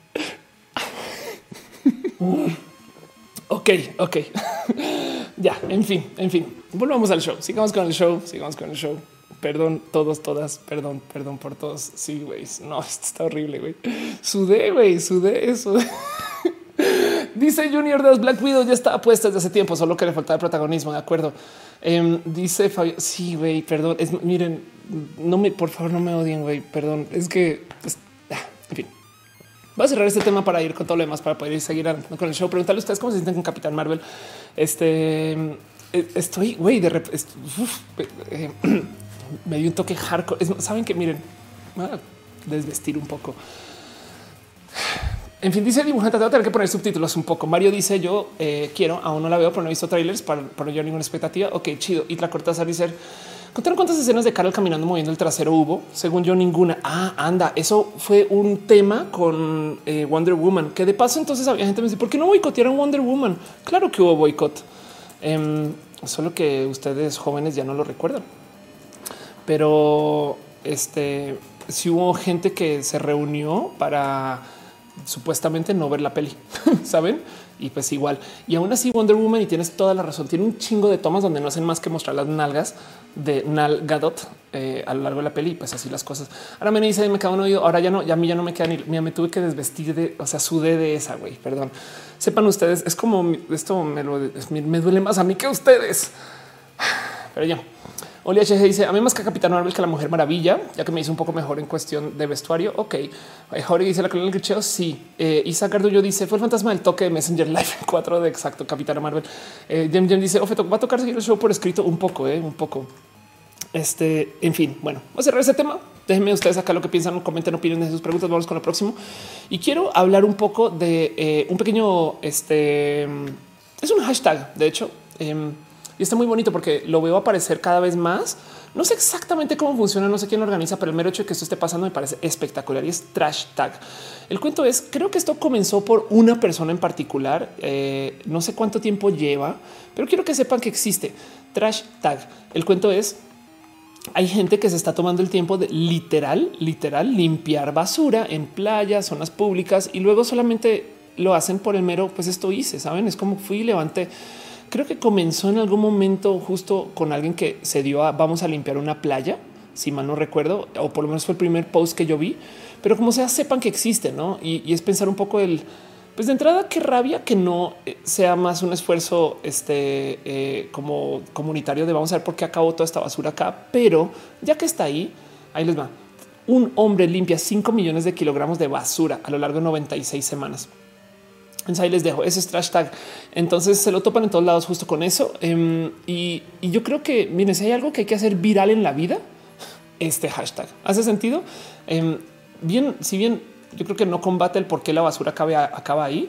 A: Ok, ok. Ya, en fin, en fin. Volvamos al show. Sigamos con el show. Sigamos con el show. Perdón, todos, todas. Perdón, perdón por todos. Sí, güey. No, esto está horrible, güey. Sudé, güey. Sudé, sudé. Dice Junior de Black Widow ya estaba puesta desde hace tiempo, solo que le faltaba protagonismo. De acuerdo. Um, dice Fabio. Sí, güey, perdón. Es, miren, no me, por favor, no me odien, güey. Perdón. Es que, pues, ah, en fin. Voy a cerrar este tema para ir con todo lo demás, para poder seguir con el show. Preguntarle a ustedes cómo se sienten con Capitán Marvel. Este estoy, güey, de repente eh, me dio un toque hardcore. Es, Saben que miren, voy a desvestir un poco. En fin, dice el dibujante: te voy a tener que poner subtítulos un poco. Mario dice: yo eh, quiero, aún no la veo, pero no he visto trailers para, para no llevar ninguna expectativa. Ok, chido. Y la Cortázar dice: ¿contaron cuántas escenas de Carol caminando moviendo el trasero hubo? Según yo, ninguna. Ah, anda, eso fue un tema con eh, Wonder Woman, que de paso entonces había gente que me dice: ¿por qué no boicotearon Wonder Woman? Claro que hubo boicot, eh, solo que ustedes jóvenes ya no lo recuerdan. Pero este, sí hubo gente que se reunió para supuestamente no ver la peli, saben? Y pues igual. Y aún así Wonder Woman, y tienes toda la razón, tiene un chingo de tomas donde no hacen más que mostrar las nalgas de Nal Gadot eh, a lo largo de la peli. Pues así las cosas. Ahora me dice: me queda un oído. Ahora ya no, ya a mí ya no me queda ni. Mira, me tuve que desvestir de, o sea, sudé de esa, güey. Perdón. Sepan ustedes, es como esto me, lo, me duele más a mí que a ustedes. Pero ya. Oli H G dice a mí más que Capitán Marvel que la Mujer Maravilla, ya que me hizo un poco mejor en cuestión de vestuario. Ok. Eh, Jorge dice la colina del glitcheo. Sí. Eh, Isaac Gardullo dice fue el fantasma del toque de Messenger Live en cuatro de exacto. Capitán Marvel. Eh, Jem Jem dice Ofe, va a tocar seguir el show por escrito un poco, eh, un poco. Este, en fin, bueno, voy a cerrar ese tema. Déjenme ustedes acá lo que piensan, comenten, opinen de sus preguntas. Vamos con lo próximo. Y quiero hablar un poco de eh, un pequeño, este, es un hashtag, de hecho, eh, y está muy bonito porque lo veo aparecer cada vez más. No sé exactamente cómo funciona, no sé quién lo organiza, pero el mero hecho de que esto esté pasando me parece espectacular y es trash tag. El cuento es, creo que esto comenzó por una persona en particular. Eh, no sé cuánto tiempo lleva, pero quiero que sepan que existe trash tag. El cuento es, hay gente que se está tomando el tiempo de literal, literal limpiar basura en playas, zonas públicas y luego solamente lo hacen por el mero, pues esto hice, saben, es como fui y levanté. Creo que comenzó en algún momento justo con alguien que se dio a vamos a limpiar una playa, si mal no recuerdo, o por lo menos fue el primer post que yo vi, pero como sea, sepan que existe, ¿no? Y, y es pensar un poco el, pues de entrada, qué rabia que no sea más un esfuerzo este, eh, como comunitario de vamos a ver por qué acabó toda esta basura acá, pero ya que está ahí, ahí les va. Un hombre limpia cinco millones de kilogramos de basura a lo largo de noventa y seis semanas. Entonces ahí les dejo ese es trash tag. Entonces se lo topan en todos lados justo con eso. Um, y, y yo creo que, miren, si hay algo que hay que hacer viral en la vida, este hashtag hace sentido. Um, bien, si bien yo creo que no combate el por qué la basura acaba, acaba ahí.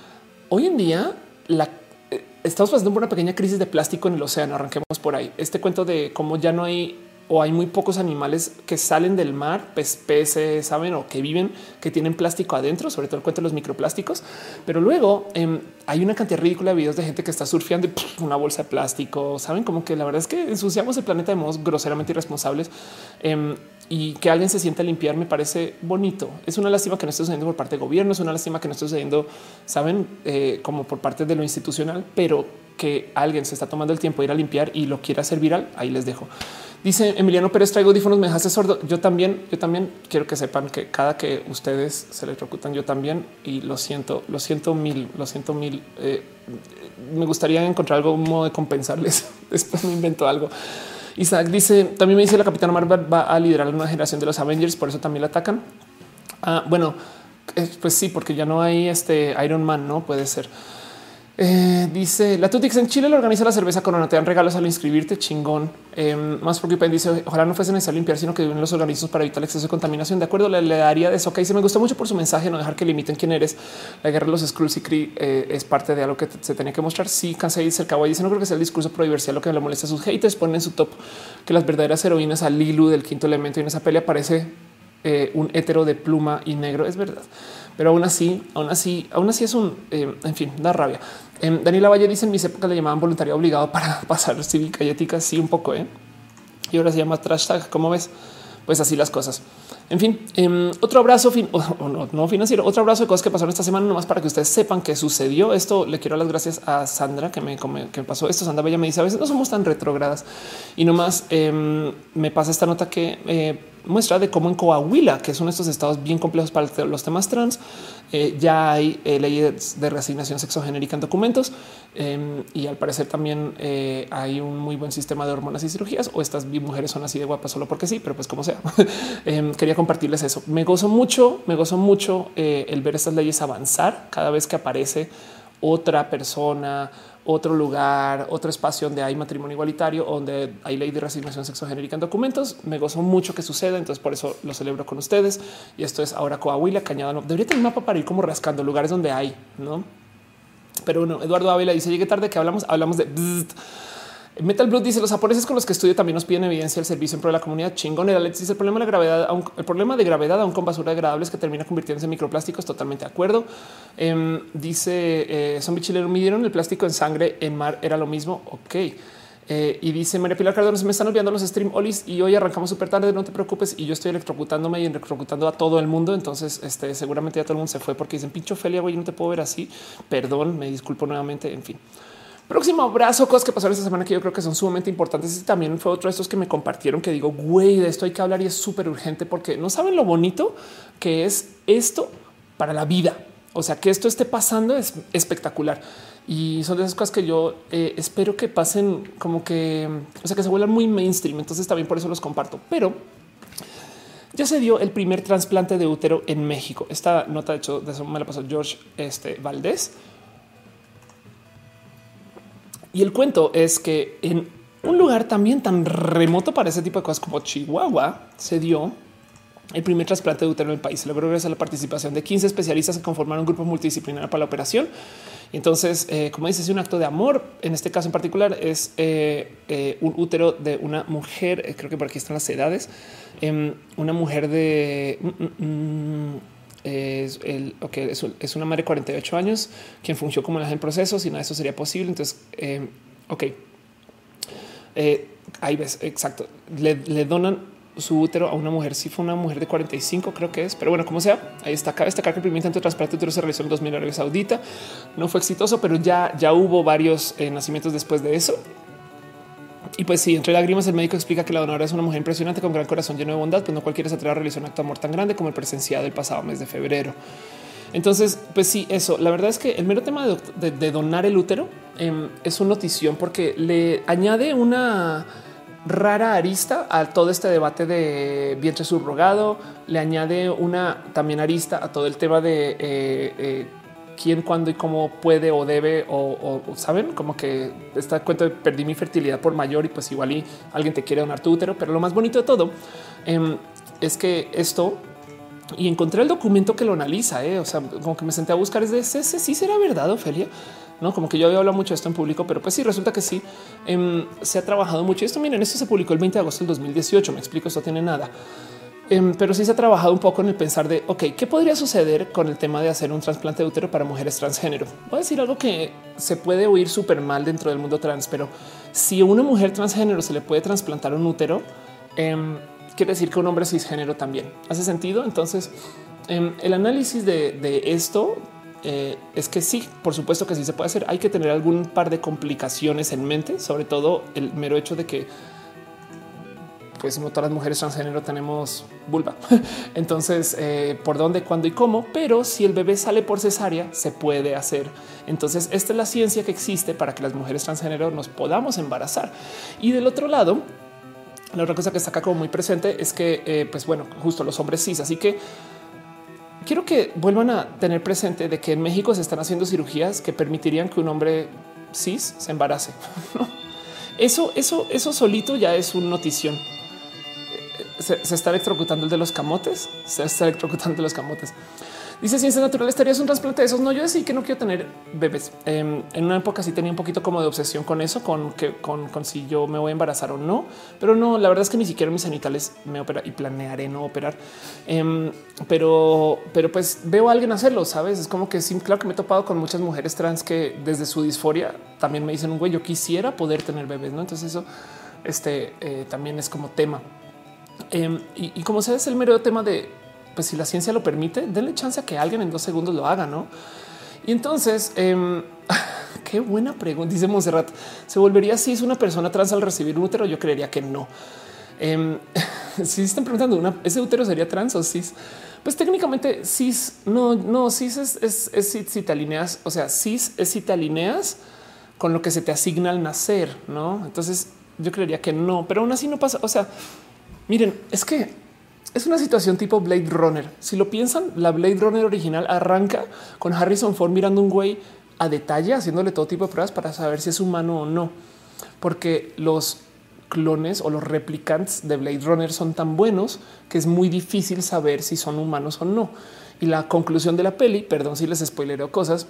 A: Hoy en día la, eh, estamos pasando por una pequeña crisis de plástico en el océano. Arranquemos por ahí. Este cuento de cómo ya no hay o hay muy pocos animales que salen del mar, pez, peces, saben, o que viven, que tienen plástico adentro, sobre todo el cuento de los microplásticos. Pero luego eh, hay una cantidad ridícula de videos de gente que está surfeando y, pff, una bolsa de plástico. Saben, como que la verdad es que ensuciamos el planeta de modos groseramente irresponsables. Eh, y que alguien se sienta a limpiar me parece bonito. Es una lástima que no esté sucediendo por parte del gobierno, es una lástima que no esté sucediendo, saben, eh, como por parte de lo institucional, pero que alguien se está tomando el tiempo de ir a limpiar y lo quiera hacer viral. Ahí les dejo. Dice Emiliano Pérez, traigo audífonos, me dejaste sordo. Yo también, yo también quiero que sepan que cada que ustedes se electrocutan, yo también, y lo siento, lo siento mil, lo siento mil. Eh, me gustaría encontrar algún modo de compensarles. Después me invento algo. Isaac dice, también me dice la Capitana Marvel va a liderar la nueva generación de los Avengers, por eso también la atacan. Ah, bueno, eh, pues sí, porque ya no hay este Iron Man, no puede ser. Eh, dice la Tutix en Chile lo organiza la cerveza Corona, te dan regalos al inscribirte, chingón. Eh, más porque dice ojalá no fuese necesario limpiar, sino que viven los organismos para evitar el exceso de contaminación. De acuerdo, le, le daría de eso. Que dice me gustó mucho por su mensaje, no dejar que limiten quién eres. La guerra de los Skrulls y Kree eh, es parte de algo que se tenía que mostrar. Sí, cansé dice el Kawaii dice no creo que sea el discurso pro diversidad lo que le molesta a sus haters. Ponen en su top que las verdaderas heroínas a Lilu del quinto elemento y en esa pelea aparece eh, un hétero de pluma y negro. Es verdad. Pero aún así, aún así, aún así es un, eh, en fin, da rabia. Eh, Daniela Valle dice en mis épocas le llamaban voluntariado obligado para pasar cívica y ética. Sí, un poco, ¿eh? Y ahora se llama trash tag. ¿Cómo ves? Pues así las cosas. En fin, eh, otro abrazo fin o, o no, no financiero, otro abrazo de cosas que pasaron esta semana, nomás para que ustedes sepan que sucedió esto. Le quiero dar las gracias a Sandra que me, que me pasó esto. Sandra Bella me dice a veces no somos tan retrógradas y nomás eh, me pasa esta nota que eh, muestra de cómo en Coahuila, que son estos estados bien complejos para los temas trans, eh, ya hay eh, leyes de reasignación sexogenérica en documentos eh, y al parecer también eh, hay un muy buen sistema de hormonas y cirugías o estas mujeres son así de guapas solo porque sí, pero pues como sea. eh, quería compartirles eso. Me gozo mucho, me gozo mucho eh, el ver estas leyes avanzar cada vez que aparece otra persona, otro lugar, otro espacio donde hay matrimonio igualitario, donde hay ley de reasignación sexogenérica en documentos. Me gozo mucho que suceda, entonces por eso lo celebro con ustedes. Y esto es ahora Coahuila, Cañada. No, debería tener un mapa para ir como rascando lugares donde hay, ¿no? Pero bueno, Eduardo Ávila dice, llegué tarde que hablamos, hablamos de... Bzzzt. Metal Blood dice los japoneses con los que estudio también nos piden evidencia del servicio en pro de la comunidad. Chingón. El Alex dice el problema de la gravedad, aun, el problema de gravedad aún con basura degradable es que termina convirtiéndose en microplásticos. Totalmente de acuerdo. Eh, dice eh, Zombie Chileno, midieron el plástico en sangre en mar. Era lo mismo. Ok. Eh, y dice María Pilar Cardona, se me están olvidando los stream olis y hoy arrancamos súper tarde. No te preocupes. Y yo estoy electrocutándome y electrocutando a todo el mundo. Entonces, este seguramente ya todo el mundo se fue porque dicen pincho Felia, güey, no te puedo ver así. Perdón, me disculpo nuevamente. En fin. Próximo abrazo, cosas que pasaron esta semana que yo creo que son sumamente importantes. Y también fue otro de estos que me compartieron que digo, güey, de esto hay que hablar y es súper urgente porque no saben lo bonito que es esto para la vida. O sea, que esto esté pasando es espectacular. Y son de esas cosas que yo eh, espero que pasen como que, o sea, que se vuelvan muy mainstream. Entonces también por eso los comparto. Pero ya se dio el primer trasplante de útero en México. Esta nota, de hecho, de eso me la pasó George este, Valdés. Y el cuento es que en un lugar también tan remoto para ese tipo de cosas como Chihuahua se dio el primer trasplante de útero en el país. Se logró gracias a la participación de quince especialistas que conformaron un grupo multidisciplinario para la operación. Y entonces, eh, como dices, es un acto de amor. En este caso en particular es eh, eh, un útero de una mujer. Eh, creo que por aquí están las edades. Eh, una mujer de mm, mm, es, el, okay, es, es una madre de cuarenta y ocho años quien fungió como en proceso. Si nada de eso sería posible. Entonces, eh, ok, eh, ahí ves. Exacto. Le, le donan su útero a una mujer. Si sí fue una mujer de cuarenta y cinco, creo que es, pero bueno, como sea, ahí está. Cabe destacar que el primer intento de trasplante de útero se realizó en dos mil en Arabia Saudita. No fue exitoso, pero ya, ya hubo varios eh, nacimientos después de eso. Y pues sí, entre lágrimas, el médico explica que la donadora es una mujer impresionante con gran corazón lleno de bondad, pues no cualquiera se atreve a realizar un acto de amor tan grande como el presenciado el pasado mes de febrero. Entonces, pues sí, eso. La verdad es que el mero tema de, de, de donar el útero eh, es una notición porque le añade una rara arista a todo este debate de vientre subrogado, le añade una también arista a todo el tema de eh, eh, quién, cuándo y cómo puede o debe o, o saben, como que está cuento de perdí mi fertilidad por mayor y pues igual y alguien te quiere donar tu útero. Pero lo más bonito de todo eh, es que esto, y encontré el documento que lo analiza, eh, o sea, como que me senté a buscar es de ese, ese sí será verdad, Ofelia. No, como que yo había hablado mucho de esto en público, pero pues sí, resulta que sí eh, se ha trabajado mucho. Esto, miren, esto se publicó el veinte de agosto del dos mil dieciocho. Me explico, esto tiene nada, eh, pero sí se ha trabajado un poco en el pensar de ok, ¿qué podría suceder con el tema de hacer un trasplante de útero para mujeres transgénero? Voy a decir algo que se puede oír súper mal dentro del mundo trans, pero si a una mujer transgénero se le puede trasplantar un útero, eh, quiere decir que un hombre cisgénero también hace sentido. Entonces, eh, el análisis de, de esto Eh, es que sí, por supuesto que sí se puede hacer. Hay que tener algún par de complicaciones en mente, sobre todo el mero hecho de que pues no todas las mujeres transgénero tenemos vulva. Entonces, eh, por dónde, cuándo y cómo, pero si el bebé sale por cesárea, se puede hacer. Entonces, esta es la ciencia que existe para que las mujeres transgénero nos podamos embarazar. Y del otro lado, la otra cosa que está acá como muy presente es que, eh, pues bueno, justo los hombres cis. Así que quiero que vuelvan a tener presente de que en México se están haciendo cirugías que permitirían que un hombre cis se embarace. Eso, eso, eso solito ya es una notición. Se, se está electrocutando el de los camotes. Se está electrocutando el de los camotes. Dice Ciencias Naturales, ¿estarías un trasplante de esos? No, yo decidí que no quiero tener bebés. Eh, en una época sí tenía un poquito como de obsesión con eso, con que con, con si yo me voy a embarazar o no, pero no, la verdad es que ni siquiera mis genitales me opera y planearé no operar. Eh, pero, pero pues veo a alguien hacerlo, sabes? Es como que sí, claro que me he topado con muchas mujeres trans que desde su disforia también me dicen, güey, yo quisiera poder tener bebés, no? Entonces eso este, eh, también es como tema. Eh, y, y como sabes, el mero tema de pues si la ciencia lo permite, denle chance a que alguien en dos segundos lo haga, ¿no? Y entonces, eh, qué buena pregunta. Dice Monserrat, ¿se volvería cis una persona trans al recibir un útero? Yo creería que no. Eh, si están preguntando, ¿una, ¿ese útero sería trans o cis? Pues técnicamente cis, no, no, cis es, es, es si te alineas, o sea, cis es si te alineas con lo que se te asigna al nacer, ¿no? Entonces yo creería que no, pero aún así no pasa. O sea, miren, es que es una situación tipo Blade Runner. Si lo piensan, la Blade Runner original arranca con Harrison Ford mirando un güey a detalle, haciéndole todo tipo de pruebas para saber si es humano o no, porque los clones o los replicantes de Blade Runner son tan buenos que es muy difícil saber si son humanos o no. Y la conclusión de la peli, perdón si les spoilereo cosas,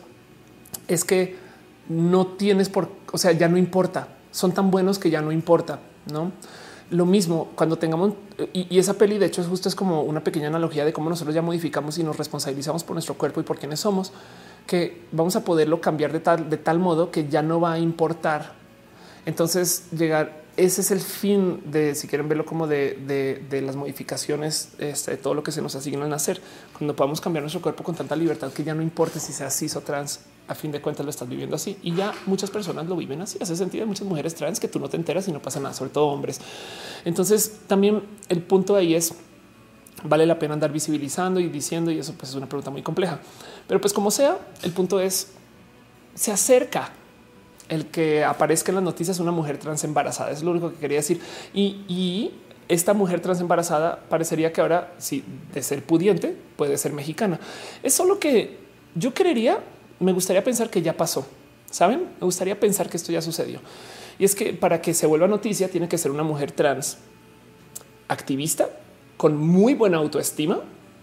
A: es que no tienes por, o sea, ya no importa. Son tan buenos que ya no importa, ¿no? Lo mismo cuando tengamos y, y esa peli, de hecho, es justo es como una pequeña analogía de cómo nosotros ya modificamos y nos responsabilizamos por nuestro cuerpo y por quiénes somos, que vamos a poderlo cambiar de tal, de tal modo que ya no va a importar. Entonces, llegar, ese es el fin de, si quieren verlo como de, de, de las modificaciones, este, de todo lo que se nos asigna al nacer, cuando podamos cambiar nuestro cuerpo con tanta libertad que ya no importa si sea cis o trans. A fin de cuentas lo estás viviendo así y ya muchas personas lo viven así. Hace sentido. Hay muchas mujeres trans que tú no te enteras y no pasa nada, sobre todo hombres. Entonces también el punto ahí es vale la pena andar visibilizando y diciendo, y eso pues es una pregunta muy compleja, pero pues como sea, el punto es se acerca el que aparezca en las noticias una mujer trans embarazada. Es lo único que quería decir. Y, y esta mujer trans embarazada parecería que ahora, sí, de ser pudiente, puede ser mexicana. Es solo que yo creería, me gustaría pensar que ya pasó. Saben, me gustaría pensar que esto ya sucedió. Y es que para que se vuelva noticia, tiene que ser una mujer trans activista con muy buena autoestima,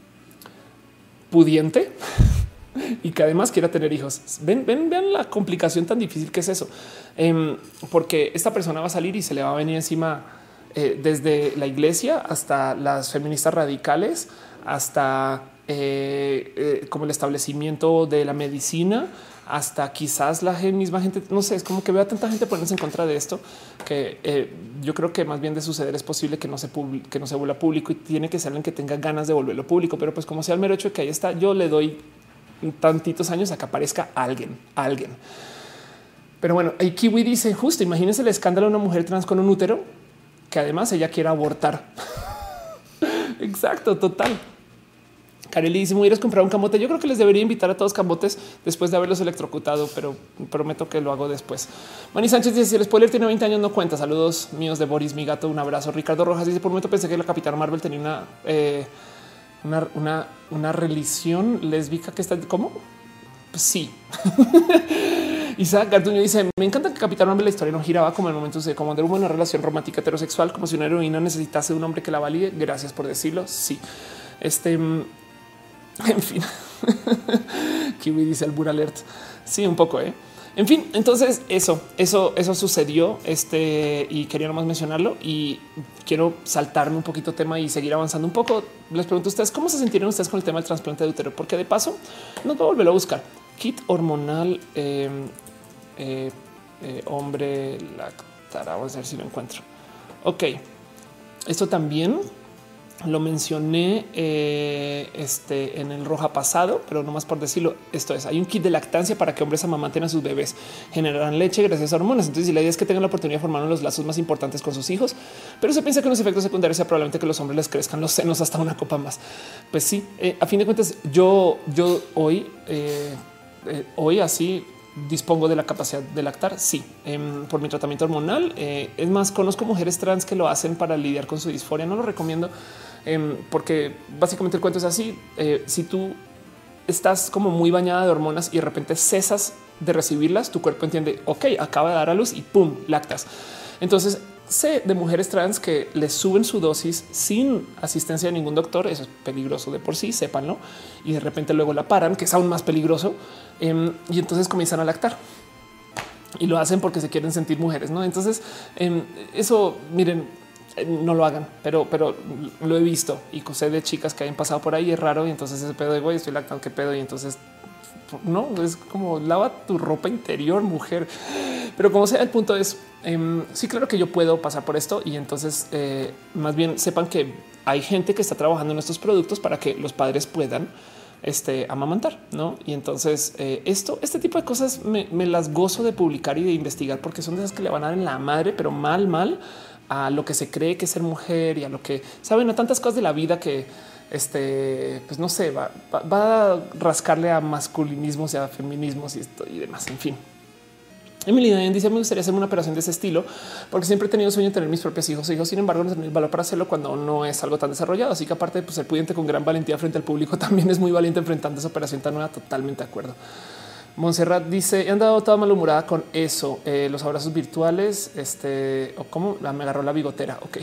A: pudiente y que además quiera tener hijos. Ven, ven, vean la complicación tan difícil que es eso, eh, porque esta persona va a salir y se le va a venir encima eh, desde la iglesia hasta las feministas radicales, hasta eh, eh, como el establecimiento de la medicina, hasta quizás la misma gente. No sé, es como que veo a tanta gente ponerse en contra de esto que eh, yo creo que más bien de suceder es posible que no se que no se vuelva público y tiene que ser alguien que tenga ganas de volverlo público. Pero pues como sea el mero hecho de que ahí está, yo le doy tantitos años a que aparezca alguien, alguien. Pero bueno, y Kiwi dice justo, imagínense el escándalo de una mujer trans con un útero que además ella quiera abortar. Exacto, total. Kareli dice: ¿me hubieras comprado un camote? Yo creo que les debería invitar a todos camotes después de haberlos electrocutado, pero prometo que lo hago después. Manny Sánchez dice: si el spoiler tiene veinte años no cuenta. Saludos míos de Boris, mi gato, un abrazo. Ricardo Rojas dice: por un momento pensé que la Capitana Marvel tenía una, eh, una, una, una religión lésbica que está... ¿Cómo? Pues sí. Isaac Garduño dice: me encanta que Capitán Marvel la historia no giraba como en momentos de como de una relación romántica heterosexual, como si una heroína necesitase de un hombre que la valide. Gracias por decirlo. Sí, este... En fin, Kiwi dice Albur Alert. Sí, un poco. ¿eh? En fin, entonces eso, eso, eso sucedió. Este y quería nomás mencionarlo y quiero saltarme un poquito tema y seguir avanzando un poco. Les pregunto a ustedes cómo se sintieron ustedes con el tema del trasplante de útero, porque de paso nos va a volver a buscar kit hormonal. Eh, eh, eh, hombre lactará. Vamos a ver si lo encuentro. Ok, esto también lo mencioné eh, este, en el Roja pasado, pero no más por decirlo. Esto es: hay un kit de lactancia para que hombres amamanten a sus bebés, generarán leche gracias a hormonas. Entonces, si la idea es que tengan la oportunidad de formar uno de los lazos más importantes con sus hijos, pero se piensa que los efectos secundarios sea probablemente que los hombres les crezcan los senos hasta una copa más. Pues sí, eh, a fin de cuentas, yo, yo hoy, eh, eh, hoy así dispongo de la capacidad de lactar. Sí, eh, por mi tratamiento hormonal. Eh, es más, conozco mujeres trans que lo hacen para lidiar con su disforia. No lo recomiendo. Eh, porque básicamente el cuento es así. Eh, si tú estás como muy bañada de hormonas y de repente cesas de recibirlas, tu cuerpo entiende, ok, acaba de dar a luz y pum, lactas. Entonces sé de mujeres trans que les suben su dosis sin asistencia de ningún doctor. Eso es peligroso de por sí, sépanlo. Y de repente luego la paran, que es aún más peligroso. Eh, y entonces comienzan a lactar. Y lo hacen porque se quieren sentir mujeres, ¿no? Entonces eh, eso, miren, no lo hagan, pero, pero lo he visto y sé de chicas que hayan pasado por ahí. Es raro. Y entonces ese pedo de güey, estoy lactando, qué pedo. Y entonces no es como lava tu ropa interior, mujer. Pero como sea, el punto es eh, sí, claro que yo puedo pasar por esto. Y entonces eh, más bien sepan que hay gente que está trabajando en estos productos para que los padres puedan este amamantar, ¿no? Y entonces eh, esto, este tipo de cosas me, me las gozo de publicar y de investigar, porque son de esas que le van a dar en la madre, pero mal, mal a lo que se cree que es ser mujer y a lo que saben, a tantas cosas de la vida que este, pues no sé, va, va, va a rascarle a masculinismos y a feminismos y esto y demás. En fin, Emily Dayan dice: me gustaría hacer una operación de ese estilo porque siempre he tenido sueño de tener mis propios hijos e hijos. Sin embargo, no tener el valor para hacerlo cuando no es algo tan desarrollado. Así que aparte, pues ser pudiente con gran valentía frente al público también es muy valiente enfrentando esa operación tan nueva. Totalmente de acuerdo. Montserrat dice: he andado toda malhumorada con eso. Eh, los abrazos virtuales, este o cómo me agarró la bigotera. Ok,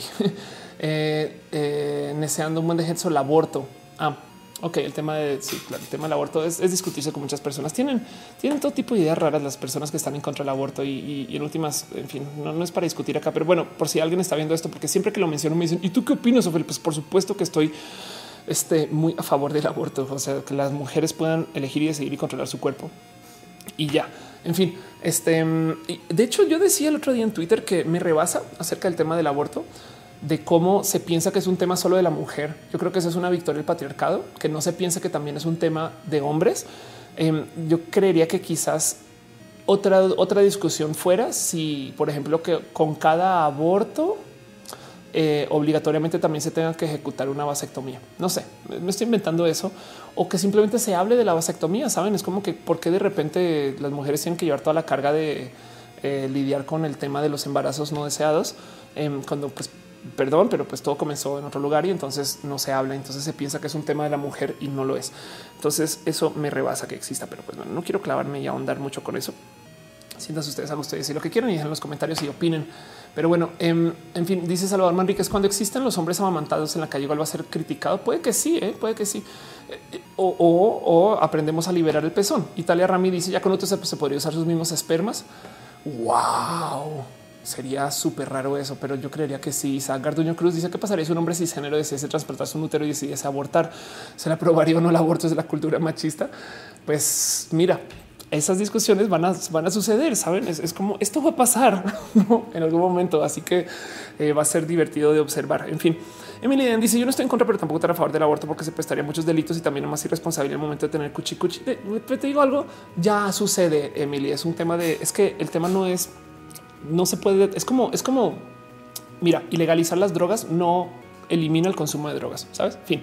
A: eh, eh, deseando un buen de el aborto. Ah, ok. El tema de sí, claro, el tema del aborto es, es discutirse con muchas personas. Tienen, tienen todo tipo de ideas raras las personas que están en contra del aborto y, y, y en últimas, en fin, no, no es para discutir acá, pero bueno, por si alguien está viendo esto, porque siempre que lo menciono me dicen: ¿y tú qué opinas, Ophelia? Pues por supuesto que estoy este, muy a favor del aborto. O sea, que las mujeres puedan elegir y decidir y controlar su cuerpo. Y ya, en fin, este de hecho, yo decía el otro día en Twitter que me rebasa acerca del tema del aborto, de cómo se piensa que es un tema solo de la mujer. Yo creo que eso es una victoria del patriarcado, que no se piensa que también es un tema de hombres. Eh, yo creería que quizás otra, otra discusión fuera si, por ejemplo, que con cada aborto eh, obligatoriamente también se tenga que ejecutar una vasectomía. No sé, me estoy inventando eso, o que simplemente se hable de la vasectomía. Saben, es como que por qué de repente las mujeres tienen que llevar toda la carga de eh, lidiar con el tema de los embarazos no deseados, eh, cuando pues perdón, pero pues todo comenzó en otro lugar y entonces no se habla. Entonces se piensa que es un tema de la mujer y no lo es. Entonces eso me rebasa que exista, pero pues bueno, no quiero clavarme y ahondar mucho con eso. Siéntanse ustedes a gusto y decir lo que quieran y dejen en los comentarios y opinen. Pero bueno, en, en fin, dice Salvador Manríquez, cuando existen los hombres amamantados en la calle, igual va a ser criticado. Puede que sí, ¿eh? puede que sí. Eh, o, o, o aprendemos a liberar el pezón. Italia Rami dice, ya con otros se, se podría usar sus mismos espermas. Wow, sería súper raro eso, pero yo creería que sí. Isaac Garduño Cruz dice, ¿qué pasaría si un hombre cisgénero decidiese transportar su útero y decidiese abortar? ¿Se le aprobaría o no el aborto? ¿Es de la cultura machista? Pues mira, esas discusiones van a, van a suceder, saben? Es, es como esto va a pasar, ¿no? En algún momento. Así que eh, va a ser divertido de observar. En fin, Emily Den dice: Yo no estoy en contra, pero tampoco estaré a favor del aborto porque se prestaría muchos delitos y también es más irresponsable en el momento de tener cuchi cuchi. Te, te digo algo, ya sucede, Emily. Es un tema de es que el tema no es, no se puede. Es como, es como, mira, ilegalizar las drogas no elimina el consumo de drogas, sabes? Fin.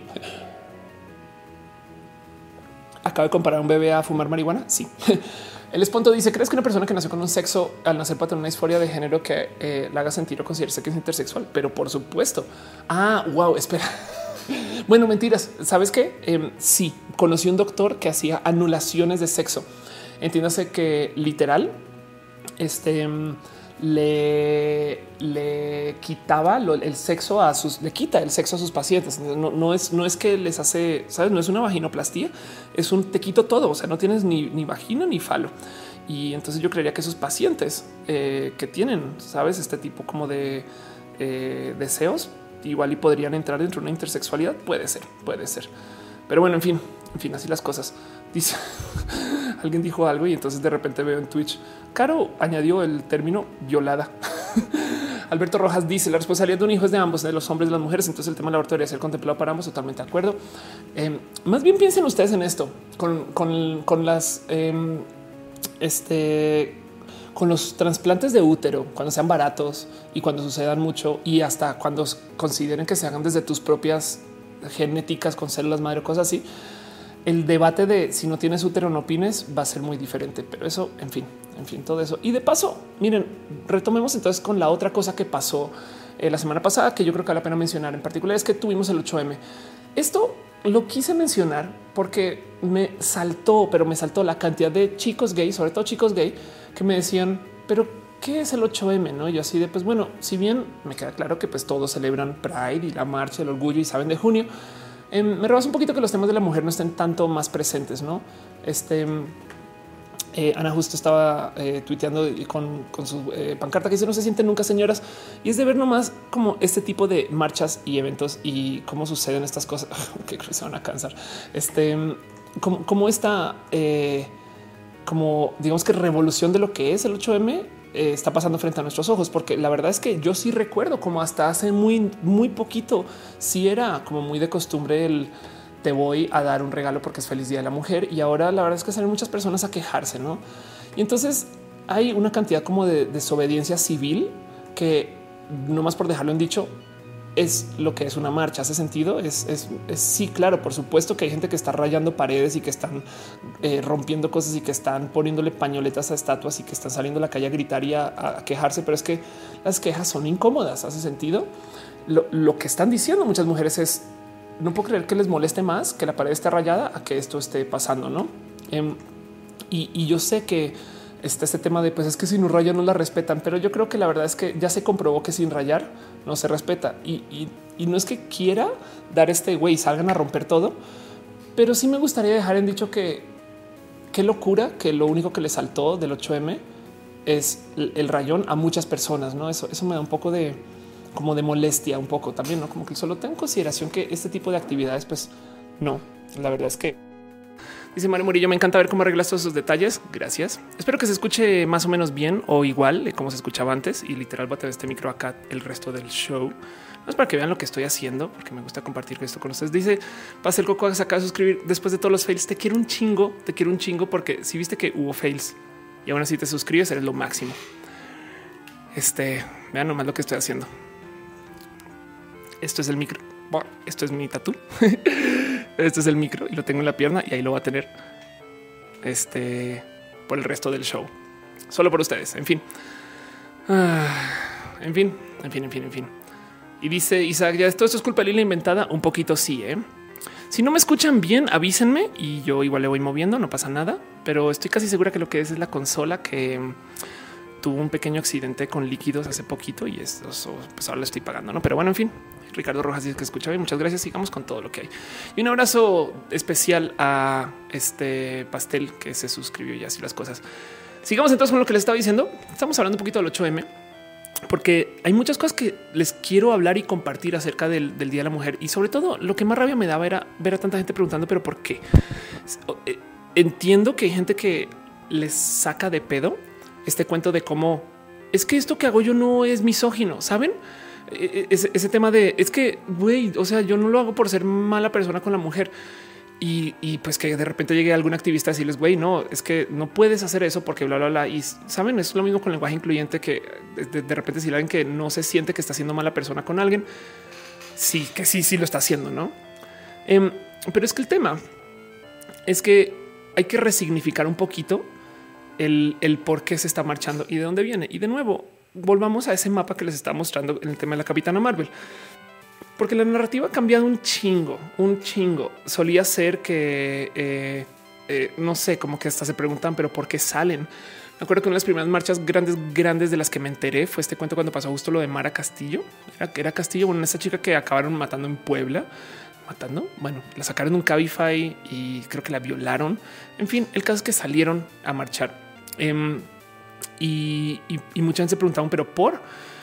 A: Acabo de comparar a un bebé a fumar marihuana. Sí. El Esponto dice: ¿Crees que una persona que nació con un sexo al nacer puede tener una disforia de género que eh, la haga sentir o considerarse que es intersexual? Pero por supuesto. Ah, wow, espera. Bueno, mentiras. ¿Sabes qué? Eh, sí, conocí un doctor que hacía anulaciones de sexo. Entiéndase que literal, este le, le quitaba lo, el sexo a sus, le quita el sexo a sus pacientes. No, no es, no es que les hace, sabes, no es una vaginoplastía, es un te quito todo. O sea, no tienes ni, ni vagina ni falo. Y entonces yo creería que esos pacientes eh, que tienen, sabes, este tipo como de eh, deseos, igual y podrían entrar dentro de una intersexualidad. Puede ser, puede ser. Pero bueno, en fin, en fin, así las cosas. Dice alguien dijo algo y entonces de repente veo en Twitch Caro añadió el término violada. Alberto Rojas dice: la responsabilidad de un hijo es de ambos, de los hombres y de las mujeres. Entonces el tema del aborto debería ser contemplado para ambos. Totalmente de acuerdo. Eh, más bien piensen ustedes en esto con, con, con las eh, este con los trasplantes de útero, cuando sean baratos y cuando sucedan mucho y hasta cuando consideren que se hagan desde tus propias genéticas con células madre o cosas así. El debate de si no tienes útero no opines va a ser muy diferente, pero eso, en fin, en fin, todo eso. Y de paso, miren, retomemos entonces con la otra cosa que pasó eh, la semana pasada, que yo creo que vale la pena mencionar en particular, es que tuvimos el ocho eme. Esto lo quise mencionar porque me saltó, pero me saltó la cantidad de chicos gay, sobre todo chicos gay, que me decían, pero ¿qué es el ocho eme? No, yo así de, pues bueno, si bien me queda claro que pues todos celebran Pride y la marcha, el orgullo y saben de junio, Eh, me rebasa un poquito que los temas de la mujer no estén tanto más presentes, ¿no? Este eh, Ana justo estaba eh, tuiteando con, con su eh, pancarta que dice: no se sienten nunca, señoras. Y es de ver nomás como este tipo de marchas y eventos y cómo suceden estas cosas que creo que se van a cansar. Este como, como esta eh, como digamos que revolución de lo que es el ocho eme eh, está pasando frente a nuestros ojos, porque la verdad es que yo sí recuerdo como hasta hace muy, muy poquito sí era como muy de costumbre el te voy a dar un regalo porque es feliz día de la mujer. Y ahora la verdad es que salen muchas personas a quejarse, ¿no? Y entonces hay una cantidad como de desobediencia civil que no más por dejarlo en dicho es lo que es una marcha. ¿Hace sentido? Es, es, es sí, claro, por supuesto que hay gente que está rayando paredes y que están eh, rompiendo cosas y que están poniéndole pañoletas a estatuas y que están saliendo a la calle a gritar y a, a quejarse, pero es que las quejas son incómodas. ¿Hace sentido? Lo, lo que están diciendo muchas mujeres es: no puedo creer que les moleste más que la pared esté rayada a que esto esté pasando, ¿no? Eh, y, y yo sé que está este tema de pues es que si no rayan no la respetan, pero yo creo que la verdad es que ya se comprobó que sin rayar no se respeta y, y, y no es que quiera dar este güey salgan a romper todo, pero sí me gustaría dejar en dicho que qué locura que lo único que le saltó del ocho eme es el, el rayón a muchas personas, ¿no? Eso, eso me da un poco de como de molestia, un poco también, ¿no? Como que solo tengo en consideración que este tipo de actividades, pues no, la verdad es que dice Mario Murillo: me encanta ver cómo arreglas todos esos detalles. Gracias. Espero que se escuche más o menos bien o igual de como se escuchaba antes. Y literal voy a tener este micro acá el resto del show. No es para que vean lo que estoy haciendo, porque me gusta compartir esto con ustedes. Dice Pase el Coco, se acaba de suscribir después de todos los fails. Te quiero un chingo, te quiero un chingo, porque si viste que hubo fails y aún así te suscribes, eres lo máximo. Este vean nomás lo que estoy haciendo. esto es el micro. Esto es mi tatú. Este es el micro y lo tengo en la pierna y ahí lo va a tener este por el resto del show. Solo por ustedes. En fin. Ah, en fin, en fin, en fin, en fin. Y dice Isaac, ya todo esto es culpa de Lila inventada. Un poquito sí, ¿eh? Si no me escuchan bien, avísenme y yo igual le voy moviendo, no pasa nada. Pero estoy casi segura que lo que es es la consola que tuvo un pequeño accidente con líquidos hace poquito y eso, pues ahora le estoy pagando, ¿no? Pero bueno, en fin. Ricardo Rojas dice que escucha bien. Muchas gracias. Sigamos con todo lo que hay. Y un abrazo especial a este pastel que se suscribió y así las cosas. Sigamos entonces con lo que les estaba diciendo. Estamos hablando un poquito del ocho eme, porque hay muchas cosas que les quiero hablar y compartir acerca del, del Día de la Mujer. Y sobre todo lo que más rabia me daba era ver a tanta gente preguntando, pero ¿por qué? Entiendo que hay gente que les saca de pedo este cuento de cómo es que esto que hago yo no es misógino, ¿saben? Ese, ese tema de es que, güey, o sea, yo no lo hago por ser mala persona con la mujer. Y, y pues que de repente llegue algún activista a decirles, güey, no, es que no puedes hacer eso porque bla, bla, bla. Y saben, es lo mismo con el lenguaje incluyente, que de, de repente si alguien que no se siente que está siendo mala persona con alguien, sí, que sí, sí lo está haciendo, ¿no? Um, pero es que el tema es que hay que resignificar un poquito el, el por qué se está marchando y de dónde viene. Y de nuevo, volvamos a ese mapa que les estaba mostrando en el tema de la Capitana Marvel. Porque la narrativa ha cambiado un chingo, un chingo. Solía ser que, eh, eh, no sé, como que hasta se preguntan, pero ¿por qué salen? Me acuerdo que una de las primeras marchas grandes, grandes de las que me enteré fue este cuento cuando pasó justo lo de Mara Castillo. Era, era Castillo, bueno, esa chica que acabaron matando en Puebla. Matando, bueno, la sacaron de un Cabify y creo que la violaron. En fin, el caso es que salieron a marchar. Eh, y, y, y mucha gente se preguntaban, ¿pero por...?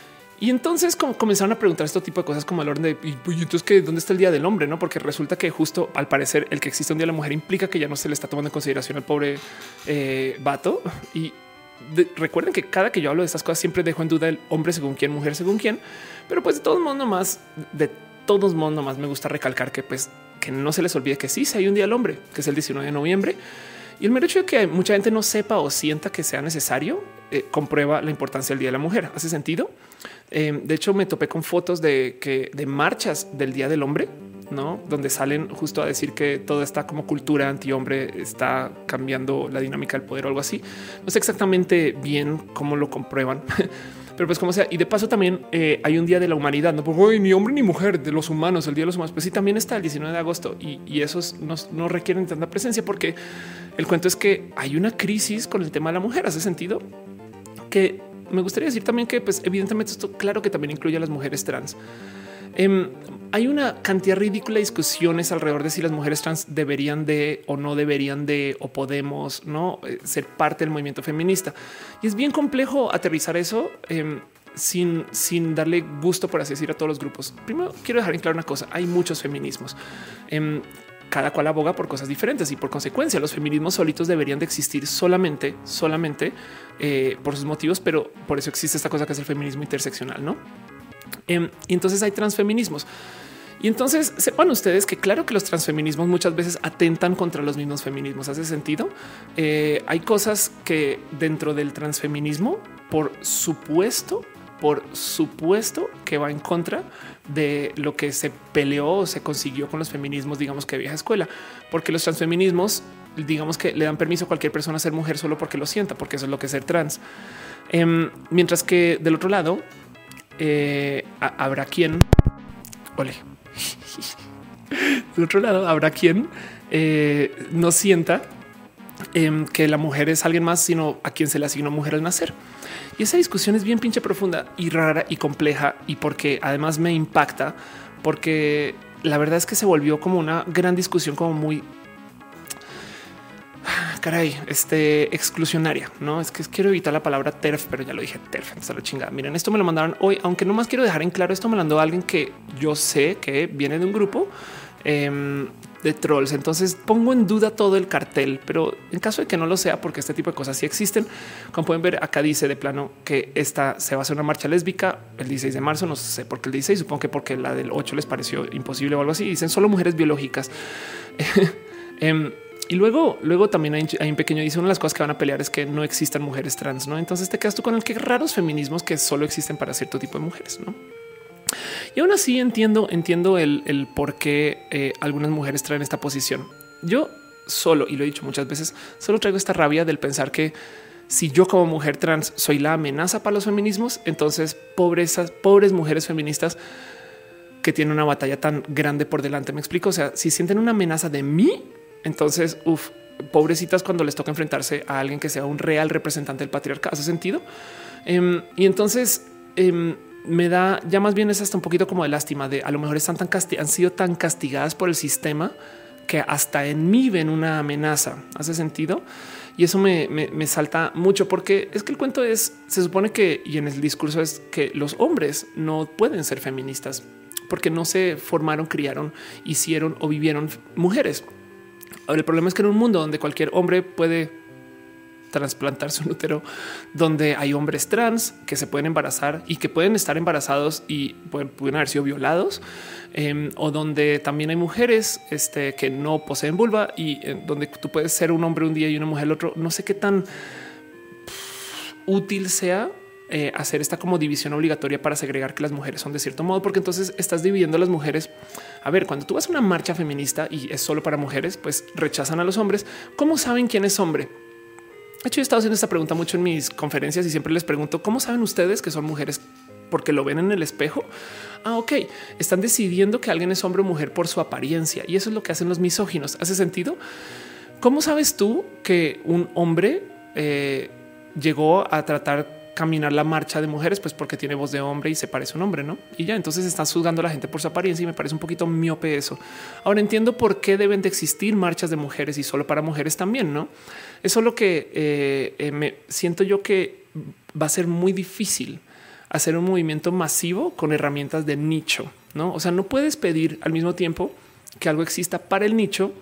A: Y entonces como comenzaron a preguntar este tipo de cosas como el orden de y, y entonces que dónde está el Día del Hombre, no? Porque resulta que justo al parecer el que existe un Día de la Mujer implica que ya no se le está tomando en consideración al pobre eh, vato. Y de, recuerden que cada que yo hablo de estas cosas siempre dejo en duda el hombre según quién, mujer según quién. Pero pues de todos modos nomás, de todos modos nomás me gusta recalcar que pues que no se les olvide que sí, si hay un Día del Hombre, que es el diecinueve de noviembre. Y el mero hecho de que mucha gente no sepa o sienta que sea necesario eh, comprueba la importancia del Día de la Mujer. ¿Hace sentido? Eh, de hecho, me topé con fotos de que de marchas del Día del Hombre, no, donde salen justo a decir que toda esta como cultura antihombre está cambiando la dinámica del poder o algo así. No sé exactamente bien cómo lo comprueban, pero pues como sea. Y de paso también eh, hay un Día de la Humanidad, no porque ni hombre ni mujer, de los humanos, el Día de los Humanos. Pues sí, también está el diecinueve de agosto y, y esos no, no requieren tanta presencia porque el cuento es que hay una crisis con el tema de la mujer. ¿Hace sentido? Que me gustaría decir también que, pues, evidentemente, esto claro que también incluye a las mujeres trans. Eh, hay una cantidad ridícula de discusiones alrededor de si las mujeres trans deberían de o no deberían de o podemos no eh, ser parte del movimiento feminista. Y es bien complejo aterrizar eso eh, sin, sin darle gusto, por así decir, a todos los grupos. Primero, quiero dejar en claro una cosa. Hay muchos feminismos. Eh, cada cual aboga por cosas diferentes y por consecuencia los feminismos solitos deberían de existir solamente, solamente eh, por sus motivos, pero por eso existe esta cosa que es el feminismo interseccional, ¿no? Eh, y entonces hay transfeminismos. Y entonces sepan ustedes que claro que los transfeminismos muchas veces atentan contra los mismos feminismos. ¿Hace sentido? Eh, hay cosas que dentro del transfeminismo, por supuesto, por supuesto que va en contra de lo que se peleó o se consiguió con los feminismos, digamos que de vieja escuela, porque los transfeminismos, digamos que le dan permiso a cualquier persona a ser mujer solo porque lo sienta, porque eso es lo que es ser trans. Eh, mientras que del otro lado eh, habrá quien, ole, del otro lado habrá quien eh, no sienta eh, que la mujer es alguien más, sino a quien se le asignó mujer al nacer. Y esa discusión es bien pinche profunda y rara y compleja, y porque además me impacta, porque la verdad es que se volvió como una gran discusión, como muy caray, este exclusionaria. No es que quiero evitar la palabra TERF, pero ya lo dije TERF. Entonces la chingada. Miren, esto me lo mandaron hoy, aunque no más quiero dejar en claro, esto me lo mandó alguien que yo sé que viene de un grupo eh, de trolls. Entonces pongo en duda todo el cartel, pero en caso de que no lo sea, porque este tipo de cosas sí existen, como pueden ver acá dice de plano que esta se va a hacer una marcha lésbica el dieciséis de marzo. No sé por qué el dieciséis, supongo que porque la del ocho les pareció imposible o algo así. Dicen solo mujeres biológicas. eh, Y luego, luego también hay, hay un pequeño, dice una de las cosas que van a pelear es que no existan mujeres trans, ¿no? Entonces te quedas tú con el que raros feminismos que solo existen para cierto tipo de mujeres, ¿no? Y aún así entiendo, entiendo el, el por qué eh, algunas mujeres traen esta posición. Yo solo, y lo he dicho muchas veces, solo traigo esta rabia del pensar que si yo como mujer trans soy la amenaza para los feminismos, entonces pobres, pobres mujeres feministas que tienen una batalla tan grande por delante. Me explico. O sea, si sienten una amenaza de mí, entonces, uff, pobrecitas cuando les toca enfrentarse a alguien que sea un real representante del patriarcado. ¿Hace sentido? Um, y entonces um, me da ya más bien es hasta un poquito como de lástima de a lo mejor están tan han sido tan castigadas por el sistema que hasta en mí ven una amenaza. ¿Hace sentido? Y eso me, me, me salta mucho porque es que el cuento es, se supone que, y en el discurso es que los hombres no pueden ser feministas porque no se formaron, criaron, hicieron o vivieron mujeres. Ahora, el problema es que en un mundo donde cualquier hombre puede trasplantarse un útero, donde hay hombres trans que se pueden embarazar y que pueden estar embarazados y pueden, pueden haber sido violados, eh, o donde también hay mujeres este, que no poseen vulva y eh, donde tú puedes ser un hombre un día y una mujer el otro. No sé qué tan pff, útil sea eh, hacer esta como división obligatoria para segregar que las mujeres son de cierto modo, porque entonces estás dividiendo a las mujeres. A ver, cuando tú vas a una marcha feminista y es solo para mujeres, pues rechazan a los hombres. ¿Cómo saben quién es hombre? De hecho, he estado haciendo esta pregunta mucho en mis conferencias y siempre les pregunto, ¿cómo saben ustedes que son mujeres? Porque lo ven en el espejo. Ah, ok. Están decidiendo que alguien es hombre o mujer por su apariencia. Y eso es lo que hacen los misóginos. ¿Hace sentido? ¿Cómo sabes tú que un hombre eh, llegó a tratar caminar la marcha de mujeres? Pues porque tiene voz de hombre y se parece a un hombre, ¿no? Y ya entonces está juzgando a la gente por su apariencia y me parece un poquito miope eso. Ahora entiendo por qué deben de existir marchas de mujeres y solo para mujeres también, ¿no? Eso es lo que eh, eh, me siento yo que va a ser muy difícil hacer un movimiento masivo con herramientas de nicho, ¿no? O sea, no puedes pedir al mismo tiempo que algo exista para el nicho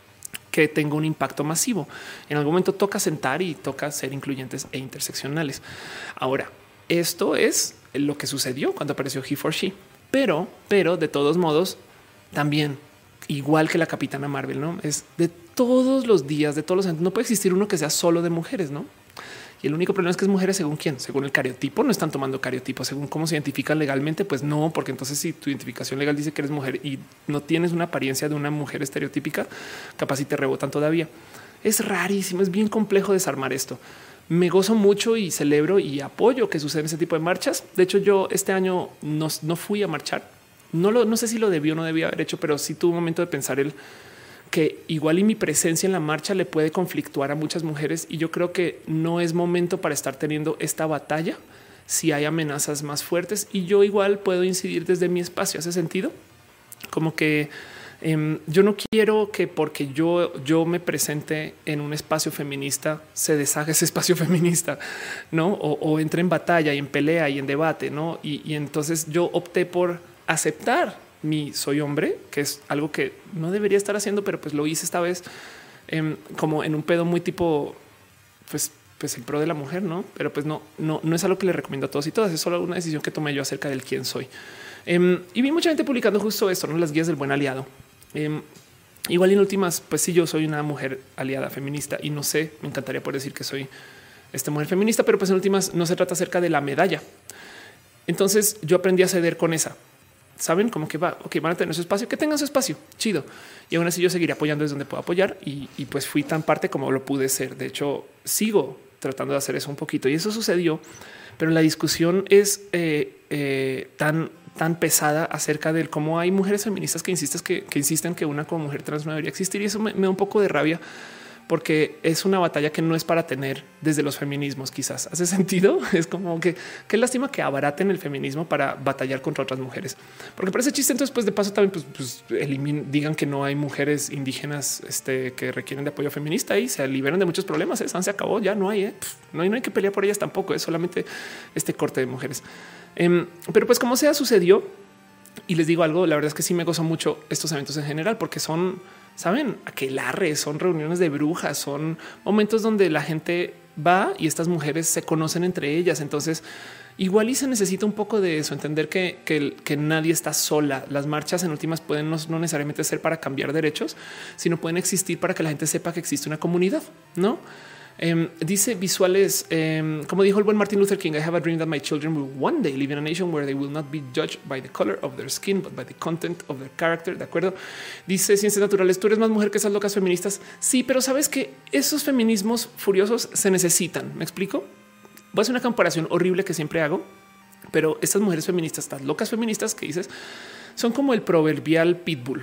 A: que tenga un impacto masivo. En algún momento toca sentar y toca ser incluyentes e interseccionales. Ahora, esto es lo que sucedió cuando apareció He for She, pero, pero de todos modos, también igual que la Capitana Marvel, no es de todos los días, de todos los años. No puede existir uno que sea solo de mujeres, no? Y el único problema es que es mujeres según quién, según el cariotipo. No están tomando cariotipo según cómo se identifican legalmente. Pues no, porque entonces si tu identificación legal dice que eres mujer y no tienes una apariencia de una mujer estereotípica, capaz si te rebotan todavía. Es rarísimo, es bien complejo desarmar esto. Me gozo mucho y celebro y apoyo que suceden ese tipo de marchas. De hecho, yo este año no, no fui a marchar. No, lo, no sé si lo debió o no debía haber hecho, pero sí tuve un momento de pensar el que igual y mi presencia en la marcha le puede conflictuar a muchas mujeres y yo creo que no es momento para estar teniendo esta batalla si hay amenazas más fuertes y yo igual puedo incidir desde mi espacio. ¿Hace sentido? Como que eh, yo no quiero que porque yo, yo me presente en un espacio feminista se deshaga ese espacio feminista, ¿no? O, o entre en batalla y en pelea y en debate, ¿no? Y, y entonces yo opté por aceptar mi soy hombre, que es algo que no debería estar haciendo, pero pues lo hice esta vez eh, como en un pedo muy tipo, pues, pues el pro de la mujer, no? Pero pues no, no, no es algo que le recomiendo a todos y todas. Es solo una decisión que tomé yo acerca del quién soy. Eh, y vi mucha gente publicando justo esto, ¿no? Las guías del buen aliado. Eh, igual en últimas, pues sí, yo soy una mujer aliada feminista y no sé, me encantaría poder decir que soy esta mujer feminista, pero pues en últimas no se trata acerca de la medalla. Entonces yo aprendí a ceder con esa. Saben como que va, ok, van a tener su espacio, que tengan su espacio, chido. Y aún así yo seguiré apoyando desde donde puedo apoyar y, y pues fui tan parte como lo pude ser. De hecho, sigo tratando de hacer eso un poquito y eso sucedió, pero la discusión es eh, eh, tan, tan pesada acerca del cómo hay mujeres feministas que insisten que, que insisten que una como mujer trans no debería existir y eso me, me da un poco de rabia. Porque es una batalla que no es para tener desde los feminismos. Quizás hace sentido. Es como que qué lástima que abaraten el feminismo para batallar contra otras mujeres, porque parece chiste. Entonces, pues de paso también pues, pues elimin, digan que no hay mujeres indígenas este, que requieren de apoyo feminista y se liberan de muchos problemas. ¿Eh? Se acabó, ya no hay, ¿eh? no hay, no hay que pelear por ellas tampoco. Es solamente este corte de mujeres. Um, pero pues como sea sucedió y les digo algo, la verdad es que sí me gozo mucho estos eventos en general porque son, saben, aquelarre, son reuniones de brujas, son momentos donde la gente va y estas mujeres se conocen entre ellas. Entonces, igual y se necesita un poco de eso, entender que, que, que nadie está sola. Las marchas en últimas pueden no, no necesariamente ser para cambiar derechos, sino pueden existir para que la gente sepa que existe una comunidad, ¿no? Um, dice visuales, um, como dijo el buen Martin Luther King, I have a dream that my children will one day live in a nation where they will not be judged by the color of their skin, but by the content of their character. De acuerdo. Dice Ciencias Naturales, tú eres más mujer que esas locas feministas. Sí, pero sabes que esos feminismos furiosos se necesitan. ¿Me explico? Voy a hacer una comparación horrible que siempre hago, pero estas mujeres feministas, estas locas feministas que dices, son como el proverbial pitbull.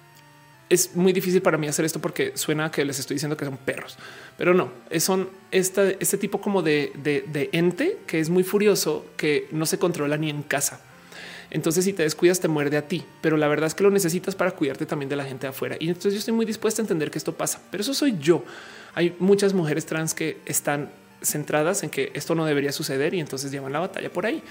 A: Es muy difícil para mí hacer esto porque suena a que les estoy diciendo que son perros, pero no, son esta, este tipo como de, de, de ente que es muy furioso, que no se controla ni en casa. Entonces, si te descuidas, te muerde a ti, pero la verdad es que lo necesitas para cuidarte también de la gente de afuera. Y entonces yo estoy muy dispuesta a entender que esto pasa, pero eso soy yo. Hay muchas mujeres trans que están centradas en que esto no debería suceder y entonces llevan la batalla por ahí.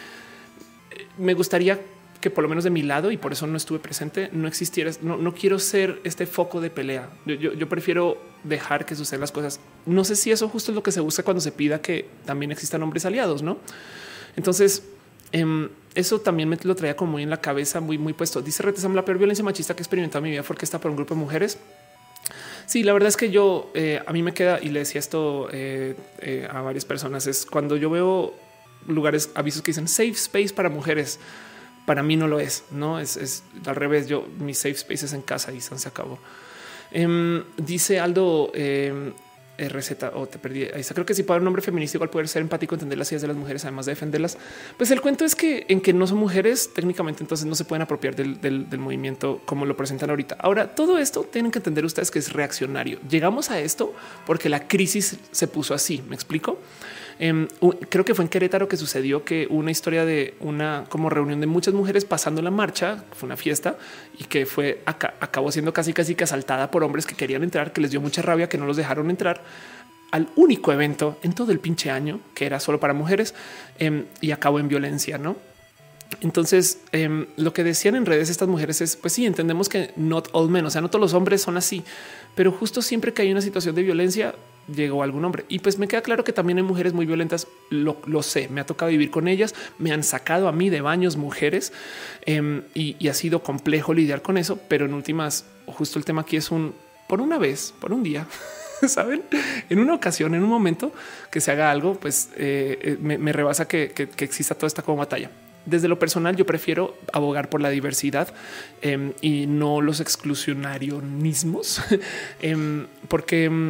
A: Me gustaría que por lo menos de mi lado, y por eso no estuve presente, no existiera. No, no quiero ser este foco de pelea. Yo, yo, yo prefiero dejar que sucedan las cosas. No sé si eso justo es lo que se busca cuando se pida que también existan hombres aliados, ¿no? Entonces, eh, eso también me lo traía como muy en la cabeza, muy, muy puesto. Dice Retesam, la peor violencia machista que he experimentado en mi vida fue que está por un grupo de mujeres. Sí, la verdad es que yo, eh, a mí me queda, y le decía esto eh, eh, a varias personas, es cuando yo veo lugares, avisos que dicen safe space para mujeres. Para mí no lo es, no es, es al revés. Yo, mi safe space es en casa y se acabó. Um, dice Aldo eh, receta o oh, te perdí. Ahí está. Creo que si para un hombre feminista igual poder ser empático, entender las ideas de las mujeres, además de defenderlas. Pues el cuento es que en que no son mujeres, técnicamente entonces no se pueden apropiar del, del, del movimiento como lo presentan ahorita. Ahora, todo esto tienen que entender ustedes que es reaccionario. Llegamos a esto porque la crisis se puso así. ¿Me explico? Um, creo que fue en Querétaro que sucedió que una historia de una como reunión de muchas mujeres pasando la marcha, fue una fiesta y que fue acá, acabó siendo casi casi que asaltada por hombres que querían entrar, que les dio mucha rabia que no los dejaron entrar al único evento en todo el pinche año que era solo para mujeres um, y acabó en violencia, ¿no? Entonces, um, lo que decían en redes estas mujeres es, pues sí, entendemos que not all men, o sea, no todos los hombres son así, pero justo siempre que hay una situación de violencia, llegó algún hombre. Y pues me queda claro que también hay mujeres muy violentas, lo, lo sé, me ha tocado vivir con ellas, me han sacado a mí de baños mujeres um, y, y ha sido complejo lidiar con eso, pero en últimas, justo el tema aquí es un, por una vez, por un día, saben, en una ocasión, en un momento que se haga algo, pues eh, me, me rebasa que, que, que exista toda esta como batalla. Desde lo personal, yo prefiero abogar por la diversidad eh, y no los exclusionarianismos, eh, porque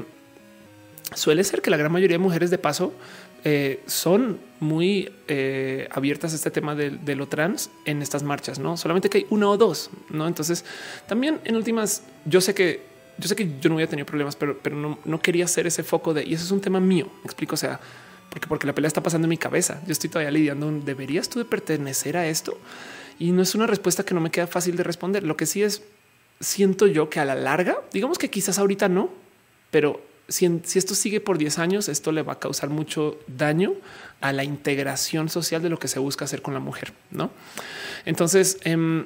A: suele ser que la gran mayoría de mujeres de paso eh, son muy eh, abiertas a este tema de, de lo trans en estas marchas, no solamente que hay una o dos, no? Entonces también en últimas, yo sé que yo sé que yo no voy a tener problemas, pero, pero no, no quería ser ese foco de y eso es un tema mío. Me explico. O sea, porque, porque la pelea está pasando en mi cabeza. Yo estoy todavía lidiando. ¿Deberías tú de pertenecer a esto? Y no es una respuesta que no me queda fácil de responder. Lo que sí es, siento yo que a la larga, digamos que quizás ahorita no, pero si, si esto sigue por diez años, esto le va a causar mucho daño a la integración social de lo que se busca hacer con la mujer, ¿no? Entonces, eh,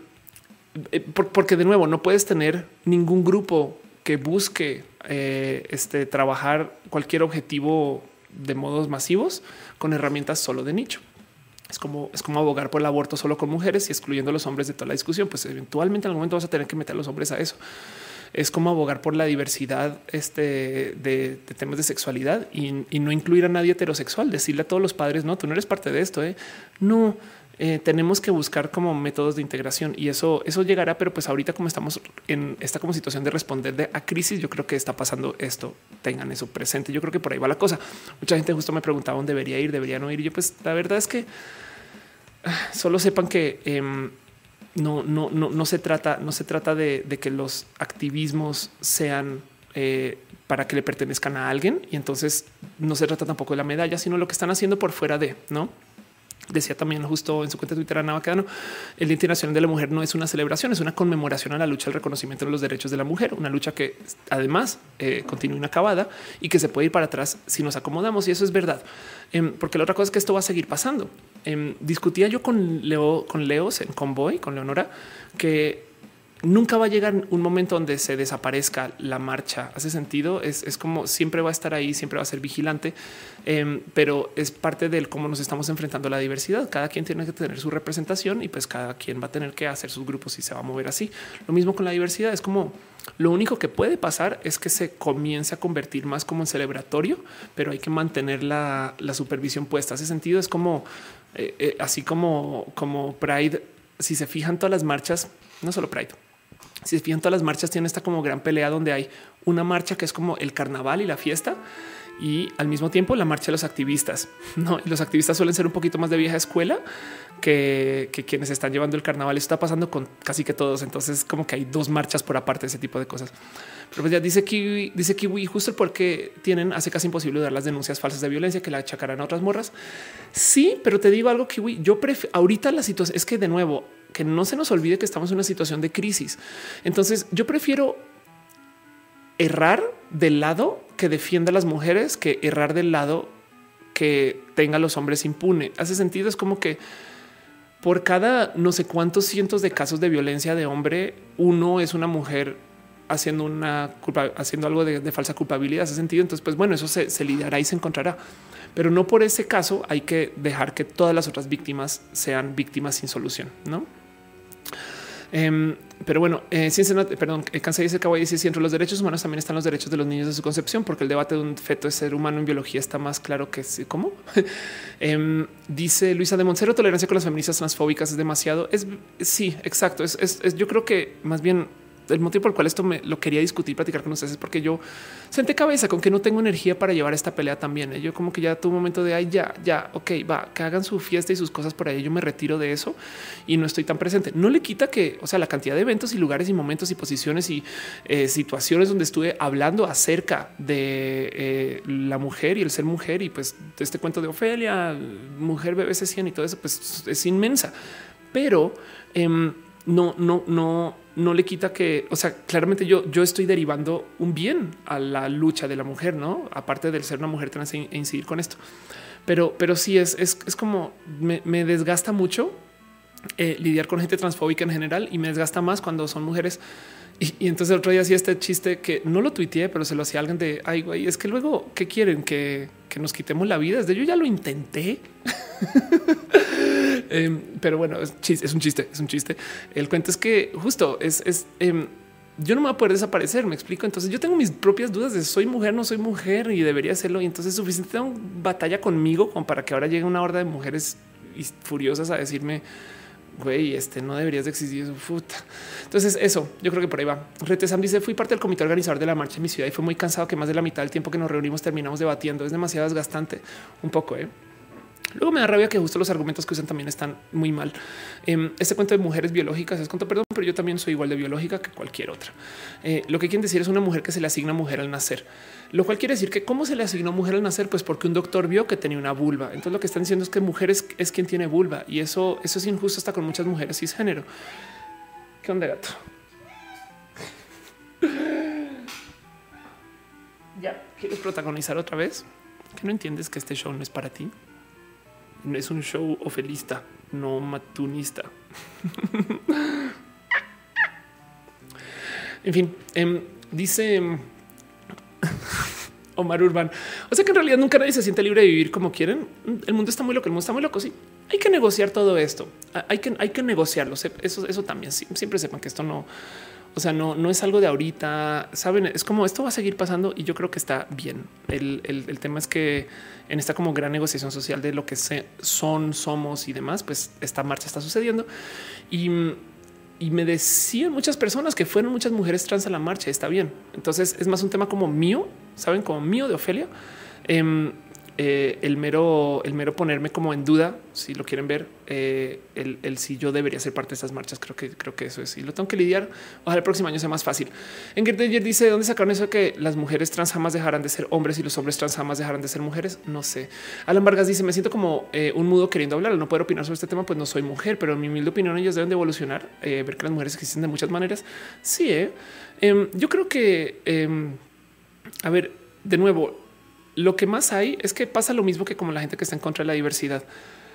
A: porque de nuevo, no puedes tener ningún grupo que busque eh, este, trabajar cualquier objetivo de modos masivos con herramientas solo de nicho. Es como, es como abogar por el aborto solo con mujeres y excluyendo a los hombres de toda la discusión. Pues eventualmente en algún momento vas a tener que meter a los hombres a eso. Es como abogar por la diversidad este, de, de temas de sexualidad y, y no incluir a nadie heterosexual. Decirle a todos los padres, no, tú no eres parte de esto. ¿eh? No, eh, tenemos que buscar como métodos de integración y eso, eso llegará. Pero pues ahorita como estamos en esta como situación de responder de a crisis, yo creo que está pasando esto. Tengan eso presente. Yo creo que por ahí va la cosa. Mucha gente justo me preguntaba dónde debería ir, debería no ir. Y yo pues la verdad es que solo sepan que eh, no, no, no, no se trata, no se trata de, de que los activismos sean eh, para que le pertenezcan a alguien. Y entonces no se trata tampoco de la medalla, sino lo que están haciendo por fuera de, ¿no? Decía también justo en su cuenta de Twitter, Ana Bacano, el Día Internacional de la Mujer no es una celebración, es una conmemoración a la lucha, al reconocimiento de los derechos de la mujer, una lucha que además eh, continúa inacabada y que se puede ir para atrás si nos acomodamos. Y eso es verdad, eh, porque la otra cosa es que esto va a seguir pasando. Eh, discutía yo con Leo, con Leos en Convoy, con Leonora, que nunca va a llegar un momento donde se desaparezca la marcha. Hace sentido. Es, es como siempre va a estar ahí, siempre va a ser vigilante, eh, pero es parte del cómo nos estamos enfrentando a la diversidad. Cada quien tiene que tener su representación y pues cada quien va a tener que hacer sus grupos y se va a mover así. Lo mismo con la diversidad. Es como lo único que puede pasar es que se comience a convertir más como en celebratorio, pero hay que mantener la, la supervisión puesta. Hace sentido. Es como eh, eh, así como, como Pride. Si se fijan todas las marchas, no solo Pride, si se fijan todas las marchas tienen esta como gran pelea donde hay una marcha que es como el carnaval y la fiesta y al mismo tiempo la marcha de los activistas. No, y los activistas suelen ser un poquito más de vieja escuela que, que quienes están llevando el carnaval. Eso está pasando con casi que todos. Entonces como que hay dos marchas por aparte de ese tipo de cosas. Pero pues ya dice Kiwi, dice Kiwi, justo el por qué tienen hace casi imposible dar las denuncias falsas de violencia que la achacarán a otras morras. Sí, pero te digo algo, Kiwi, yo prefiero ahorita la situación es que de nuevo, que no se nos olvide que estamos en una situación de crisis. Entonces yo prefiero errar del lado que defienda a las mujeres que errar del lado que tenga a los hombres impune. Hace sentido. Es como que por cada no sé cuántos cientos de casos de violencia de hombre, uno es una mujer haciendo una culpa, haciendo algo de, de falsa culpabilidad. Hace sentido. Entonces, pues bueno, eso se, se lidiará y se encontrará, pero no por ese caso hay que dejar que todas las otras víctimas sean víctimas sin solución, ¿no? Um, pero bueno, eh, Cincinnati, perdón, eh, Kansai dice que dice si entre los derechos humanos también están los derechos de los niños de su concepción, porque el debate de un feto de ser humano en biología está más claro que sí. ¿Cómo? um, dice Luisa de Montero, tolerancia con las feministas transfóbicas es demasiado. Es sí, exacto. Es, es, es yo creo que más bien el motivo por el cual esto me lo quería discutir, platicar con ustedes es porque yo senté cabeza con que no tengo energía para llevar esta pelea también. ¿eh? Yo como que ya tuve un momento de ay, ya, ya, ok, va, que hagan su fiesta y sus cosas por ahí. Yo me retiro de eso y no estoy tan presente. No le quita que, o sea, la cantidad de eventos y lugares y momentos y posiciones y eh, situaciones donde estuve hablando acerca de eh, la mujer y el ser mujer y pues de este cuento de Ofelia, mujer bebé se cien y todo eso, pues es inmensa, pero eh, no, no, no. no le quita que, o sea, claramente yo, yo estoy derivando un bien a la lucha de la mujer, no aparte del ser una mujer trans e incidir con esto. Pero, pero sí es, es, es como me, me desgasta mucho eh, lidiar con gente transfóbica en general y me desgasta más cuando son mujeres. Y, y entonces el otro día hacía este chiste que no lo tuiteé, pero se lo hacía a alguien de ay, güey, es que luego qué quieren que, que nos quitemos la vida. Desde yo ya lo intenté. eh, pero bueno, es, chiste, es un chiste, es un chiste. El cuento es que justo es, es eh, yo no me voy a poder desaparecer. Me explico. Entonces yo tengo mis propias dudas de soy mujer, no soy mujer y debería hacerlo. Y entonces es suficiente tengo batalla conmigo como para que ahora llegue una horda de mujeres furiosas a decirme güey, este no deberías de existir eso. Puta. Entonces, eso yo creo que por ahí va. Retesam dice: fui parte del comité organizador de la marcha en mi ciudad y fue muy cansado que más de la mitad del tiempo que nos reunimos terminamos debatiendo. Es demasiado desgastante. Un poco, eh. Luego me da rabia que justo los argumentos que usan también están muy mal. Eh, este cuento de mujeres biológicas es cuento, perdón, pero yo también soy igual de biológica que cualquier otra. Eh, lo que quieren decir es una mujer que se le asigna mujer al nacer, lo cual quiere decir que cómo se le asignó mujer al nacer, pues porque un doctor vio que tenía una vulva. Entonces lo que están diciendo es que mujer es, es quien tiene vulva y eso, eso es injusto hasta con muchas mujeres cisgénero. ¿Qué onda, gato? Ya quieres protagonizar otra vez, que no entiendes que este show no es para ti. Es un show ofelista, no matunista. En fin, eh, dice Omar Urban. O sea que en realidad nunca nadie se siente libre de vivir como quieren. El mundo está muy loco, el mundo está muy loco. Sí, hay que negociar todo esto. Hay que, hay que negociarlo. Eso, eso también. Siempre sepan que esto no, o sea, no, no es algo de ahorita. Saben, es como esto va a seguir pasando y yo creo que está bien. El, el, el tema es que en esta como gran negociación social de lo que se, son, somos y demás, pues esta marcha está sucediendo y, y me decían muchas personas que fueron muchas mujeres trans a la marcha. Está bien. Entonces es más un tema como mío, saben, como mío de Ofelia. Eh, Eh, el mero, el mero ponerme como en duda, si lo quieren ver, eh, el, el si yo debería ser parte de estas marchas. Creo que creo que eso es y lo tengo que lidiar. Ojalá el próximo año sea más fácil. En Gerdeyer dice: ¿dónde sacaron eso de que las mujeres trans jamás dejarán de ser hombres y los hombres trans jamás dejarán de ser mujeres? No sé. Alan Vargas dice: me siento como eh, un mudo queriendo hablar. Al no poder opinar sobre este tema, pues no soy mujer, pero en mi humilde opinión ellos deben de evolucionar, eh, ver que las mujeres existen de muchas maneras. Sí, eh. Eh, yo creo que, eh, a ver, de nuevo, lo que más hay es que pasa lo mismo que como la gente que está en contra de la diversidad.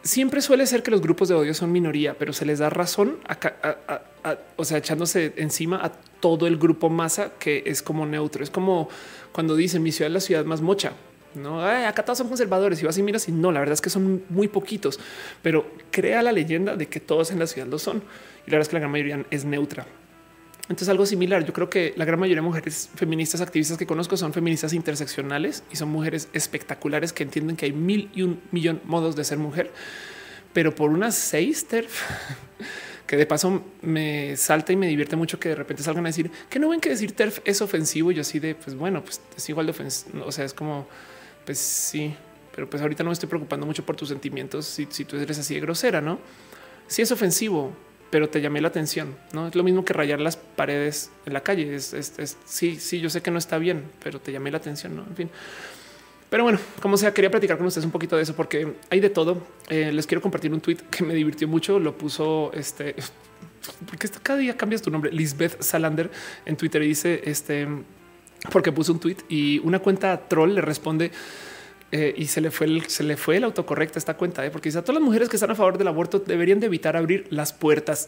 A: siempre suele ser que los grupos de odio son minoría, pero se les da razón, a, a, a, a, o sea, echándose encima a todo el grupo masa que es como neutro. Es como cuando dicen mi ciudad es la ciudad más mocha. No, ay, acá todos son conservadores y vas y miras y no, la verdad es que son muy poquitos, pero crea la leyenda de que todos en la ciudad lo son. Y la verdad es que la gran mayoría es neutra. Entonces algo similar. Yo creo que la gran mayoría de mujeres feministas activistas que conozco son feministas interseccionales y son mujeres espectaculares que entienden que hay mil y un millón modos de ser mujer, pero por unas seis TERF que de paso me salta y me divierte mucho que de repente salgan a decir que no ven que decir TERF es ofensivo. Y yo así de pues bueno, pues es igual de ofensivo. O sea, es como pues sí, pero pues ahorita no me estoy preocupando mucho por tus sentimientos. Si, si tú eres así de grosera, no? Sí es ofensivo, pero te llamé la atención. No es lo mismo que rayar las paredes en la calle. Es, es, es sí, sí, yo sé que no está bien, pero te llamé la atención. No, en fin. Pero bueno, como sea, quería platicar con ustedes un poquito de eso porque hay de todo. Eh, les quiero compartir un tweet que me divirtió mucho. Lo puso este, porque cada día cambias tu nombre. Lisbeth Salander en Twitter y dice este, porque puso un tweet y una cuenta troll le responde. Eh, y se le fue el, se le fue el autocorrecto a esta cuenta, eh, porque dice a todas las mujeres que están a favor del aborto deberían de evitar abrir las puertas.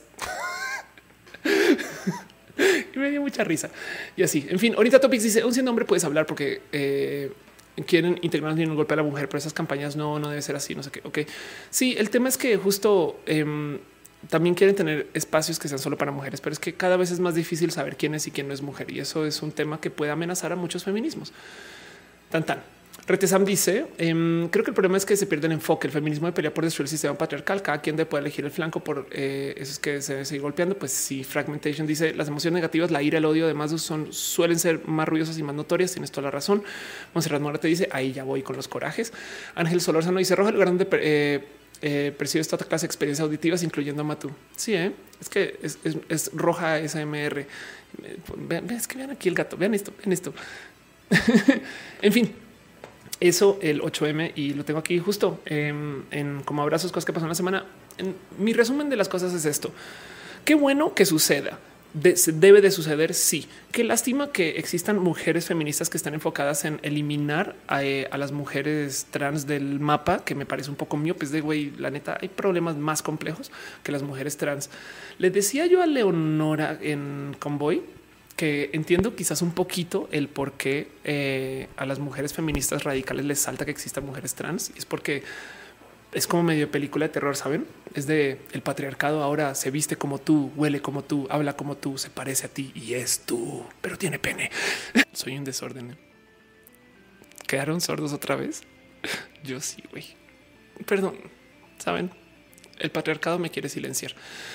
A: Y me dio mucha risa. Y así, en fin, ahorita Topics dice, aún siendo hombre puedes hablar porque eh, quieren integrarnos en un golpe a la mujer, pero esas campañas no, no debe ser así, no sé qué. Ok, sí, el tema es que justo eh, también quieren tener espacios que sean solo para mujeres, pero es que cada vez es más difícil saber quién es y quién no es mujer. Y eso es un tema que puede amenazar a muchos feminismos. Tan tan. Retesam dice, eh, creo que el problema es que se pierde el enfoque. El feminismo de pelea por destruir el sistema patriarcal. Cada quien debe poder elegir el flanco por eh, eso es que se debe seguir golpeando. Pues sí, Fragmentation dice las emociones negativas, la ira, el odio, además son suelen ser más ruidosas y más notorias. Tienes toda la razón. Monserrat Mora te dice ahí ya voy con los corajes. Ángel Solorzano dice roja el lugar donde eh, eh, percibes toda clase de experiencias auditivas, incluyendo a Matú. Sí, ¿eh? Es que es, es, es roja S M R. Vean, es que vean aquí el gato. Vean esto, vean esto. En fin. Eso el ocho eme y lo tengo aquí justo en, en como abrazos, cosas que pasan la semana. En mi resumen de las cosas es esto. Qué bueno que suceda. De, debe de suceder. Sí, qué lástima que existan mujeres feministas que están enfocadas en eliminar a, a las mujeres trans del mapa, que me parece un poco miopes de güey. La neta, hay problemas más complejos que las mujeres trans. Le decía yo a Leonora en Convoy que entiendo quizás un poquito el por qué eh, a las mujeres feministas radicales les salta que existan mujeres trans. Y es porque es como medio película de terror, ¿saben? Es de el patriarcado ahora se viste como tú, huele como tú, habla como tú, se parece a ti y es tú, pero tiene pene. Soy un desorden. ¿Quedaron sordos otra vez? Yo sí, güey. Perdón, ¿saben? El patriarcado me quiere silenciar.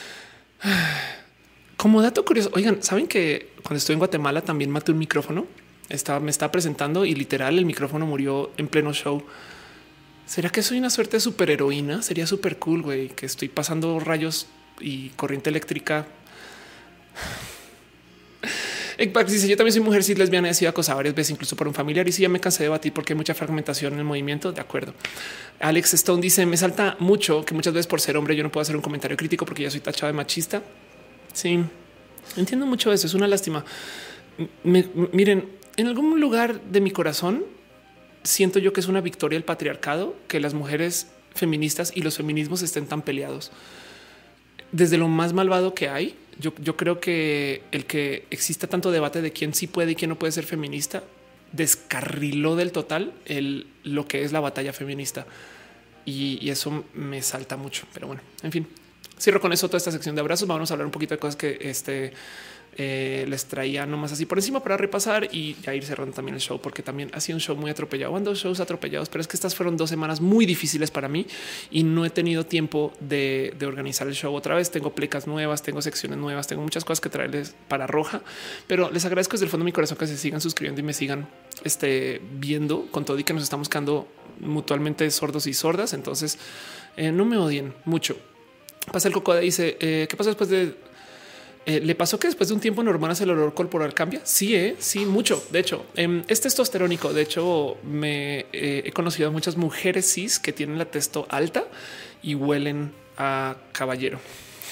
A: Como dato curioso, oigan, ¿saben que cuando estoy en Guatemala también maté un micrófono? Estaba, me estaba presentando y literal el micrófono murió en pleno show. ¿Será que soy una suerte de superheroína? Sería súper cool, güey, que estoy pasando rayos y corriente eléctrica. Ekpax dice, yo también soy mujer cis lesbiana y he sido acosada varias veces, incluso por un familiar. Y sí, ya me cansé de debatir porque hay mucha fragmentación en el movimiento. De acuerdo. Alex Stone dice, me salta mucho que muchas veces por ser hombre yo no puedo hacer un comentario crítico porque ya soy tachado de machista. Sí, entiendo mucho eso. Es una lástima. Me, miren, en algún lugar de mi corazón siento yo que es una victoria el patriarcado que las mujeres feministas y los feminismos estén tan peleados. Desde lo más malvado que hay, yo, yo creo que el que exista tanto debate de quién sí puede y quién no puede ser feminista descarriló del total el, lo que es la batalla feminista. Y, y eso me salta mucho. Pero bueno, en fin. Cierro con eso toda esta sección de abrazos. Vamos a hablar un poquito de cosas que este, eh, les traía nomás así por encima para repasar y ya ir cerrando también el show, porque también ha sido un show muy atropellado. Van dos shows atropellados, pero es que estas fueron dos semanas muy difíciles para mí y no he tenido tiempo de, de organizar el show otra vez. Tengo plecas nuevas, tengo secciones nuevas, tengo muchas cosas que traerles para Roja, pero les agradezco desde el fondo de mi corazón que se sigan suscribiendo y me sigan este, viendo con todo y que nos estamos quedando mutuamente sordos y sordas. Entonces eh, no me odien mucho. Pasa el Cocoda dice eh, ¿qué pasó después de eh, le pasó que después de un tiempo en hormonas el olor corporal cambia? Sí, eh, sí, mucho. De hecho, eh, es testosterónico. De hecho, me eh, he conocido a muchas mujeres cis que tienen la testo alta y huelen a caballero.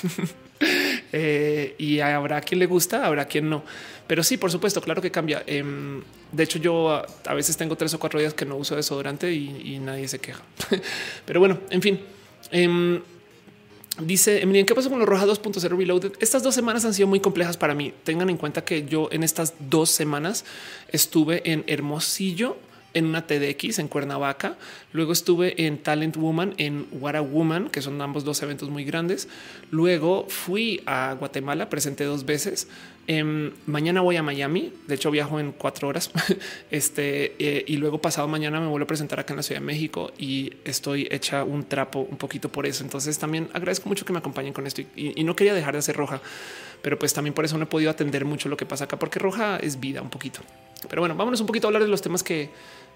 A: eh, y habrá quien le gusta, habrá quien no. Pero sí, por supuesto, claro que cambia. Eh, de hecho, yo a, a veces tengo tres o cuatro días que no uso desodorante y, y nadie se queja. Pero bueno, en fin. Eh, Dice Emily, ¿qué pasó con los Roja dos punto cero Reloaded? Estas dos semanas han sido muy complejas para mí. Tengan en cuenta que yo en estas dos semanas estuve en Hermosillo, en una T D X en Cuernavaca. Luego estuve en Talent Woman, en What a Woman, que son ambos dos eventos muy grandes. Luego fui a Guatemala, presenté dos veces. Eh, mañana voy a Miami. De hecho, viajo en cuatro horas. este eh, y luego pasado mañana me vuelvo a presentar acá en la Ciudad de México y estoy hecha un trapo un poquito por eso. Entonces también agradezco mucho que me acompañen con esto y, y, y no quería dejar de hacer Roja, pero pues también por eso no he podido atender mucho lo que pasa acá, porque Roja es vida un poquito. Pero bueno, vámonos un poquito a hablar de los temas que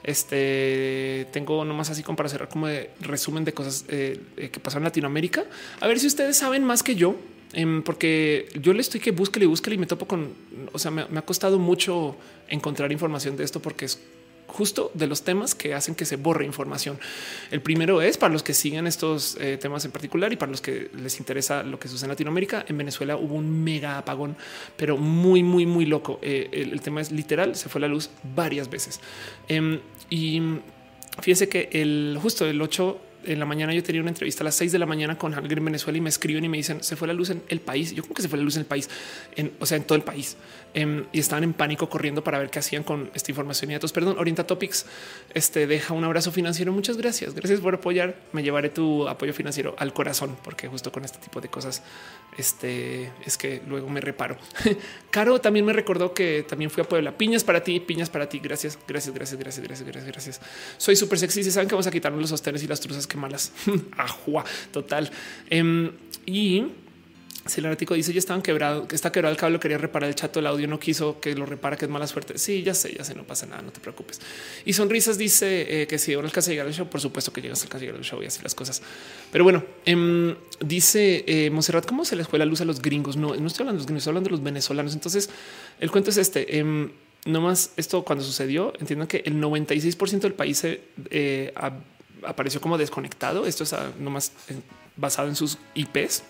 A: este tengo nomás así como para cerrar como de resumen de cosas eh, que pasaron en Latinoamérica. A ver si ustedes saben más que yo. Porque yo le estoy que búsquele y búsquele y me topo con, o sea, me, me ha costado mucho encontrar información de esto porque es justo de los temas que hacen que se borre información. El primero es para los que siguen estos eh, temas en particular y para los que les interesa lo que sucede en Latinoamérica. En Venezuela hubo un mega apagón, pero muy, muy, muy loco. Eh, el, el tema es literal, se fue la luz varias veces. Eh, y fíjese que el justo el ocho en la mañana yo tenía una entrevista a las seis de la mañana con alguien en Venezuela y me escriben y me dicen se fue la luz en el país. Yo como que se fue la luz en el país, en, o sea, en todo el país. Um, y estaban en pánico corriendo para ver qué hacían con esta información y datos. Perdón, Orienta Topics este deja un abrazo financiero. Muchas gracias. Gracias por apoyar. Me llevaré tu apoyo financiero al corazón, porque justo con este tipo de cosas este es que luego me reparo. Caro también me recordó que también fui a Puebla. Piñas para ti, piñas para ti. Gracias, gracias, gracias, gracias, gracias, gracias, gracias. Soy súper sexy. Si saben que vamos a quitarnos los sostenes y las truzas, qué malas. Ajua, total. Um, y Celático dice ya estaban quebrados, que está quebrado el cable, quería reparar el chato, el audio no quiso que lo repara, que es mala suerte. Sí, ya sé, ya sé, no pasa nada, no te preocupes. Y Sonrisas dice eh, que si ahora alcanza a llegar al show, por supuesto que llegas al llegar al show y así las cosas. Pero bueno, eh, dice eh, Monserrat, ¿cómo se les fue la luz a los gringos? No, no estoy hablando de los gringos, estoy hablando de los venezolanos. Entonces el cuento es este. Eh, no más esto cuando sucedió, entiendan que el noventa y seis por ciento del país se eh, a, apareció como desconectado. Esto es a, nomás eh, basado en sus I Ps.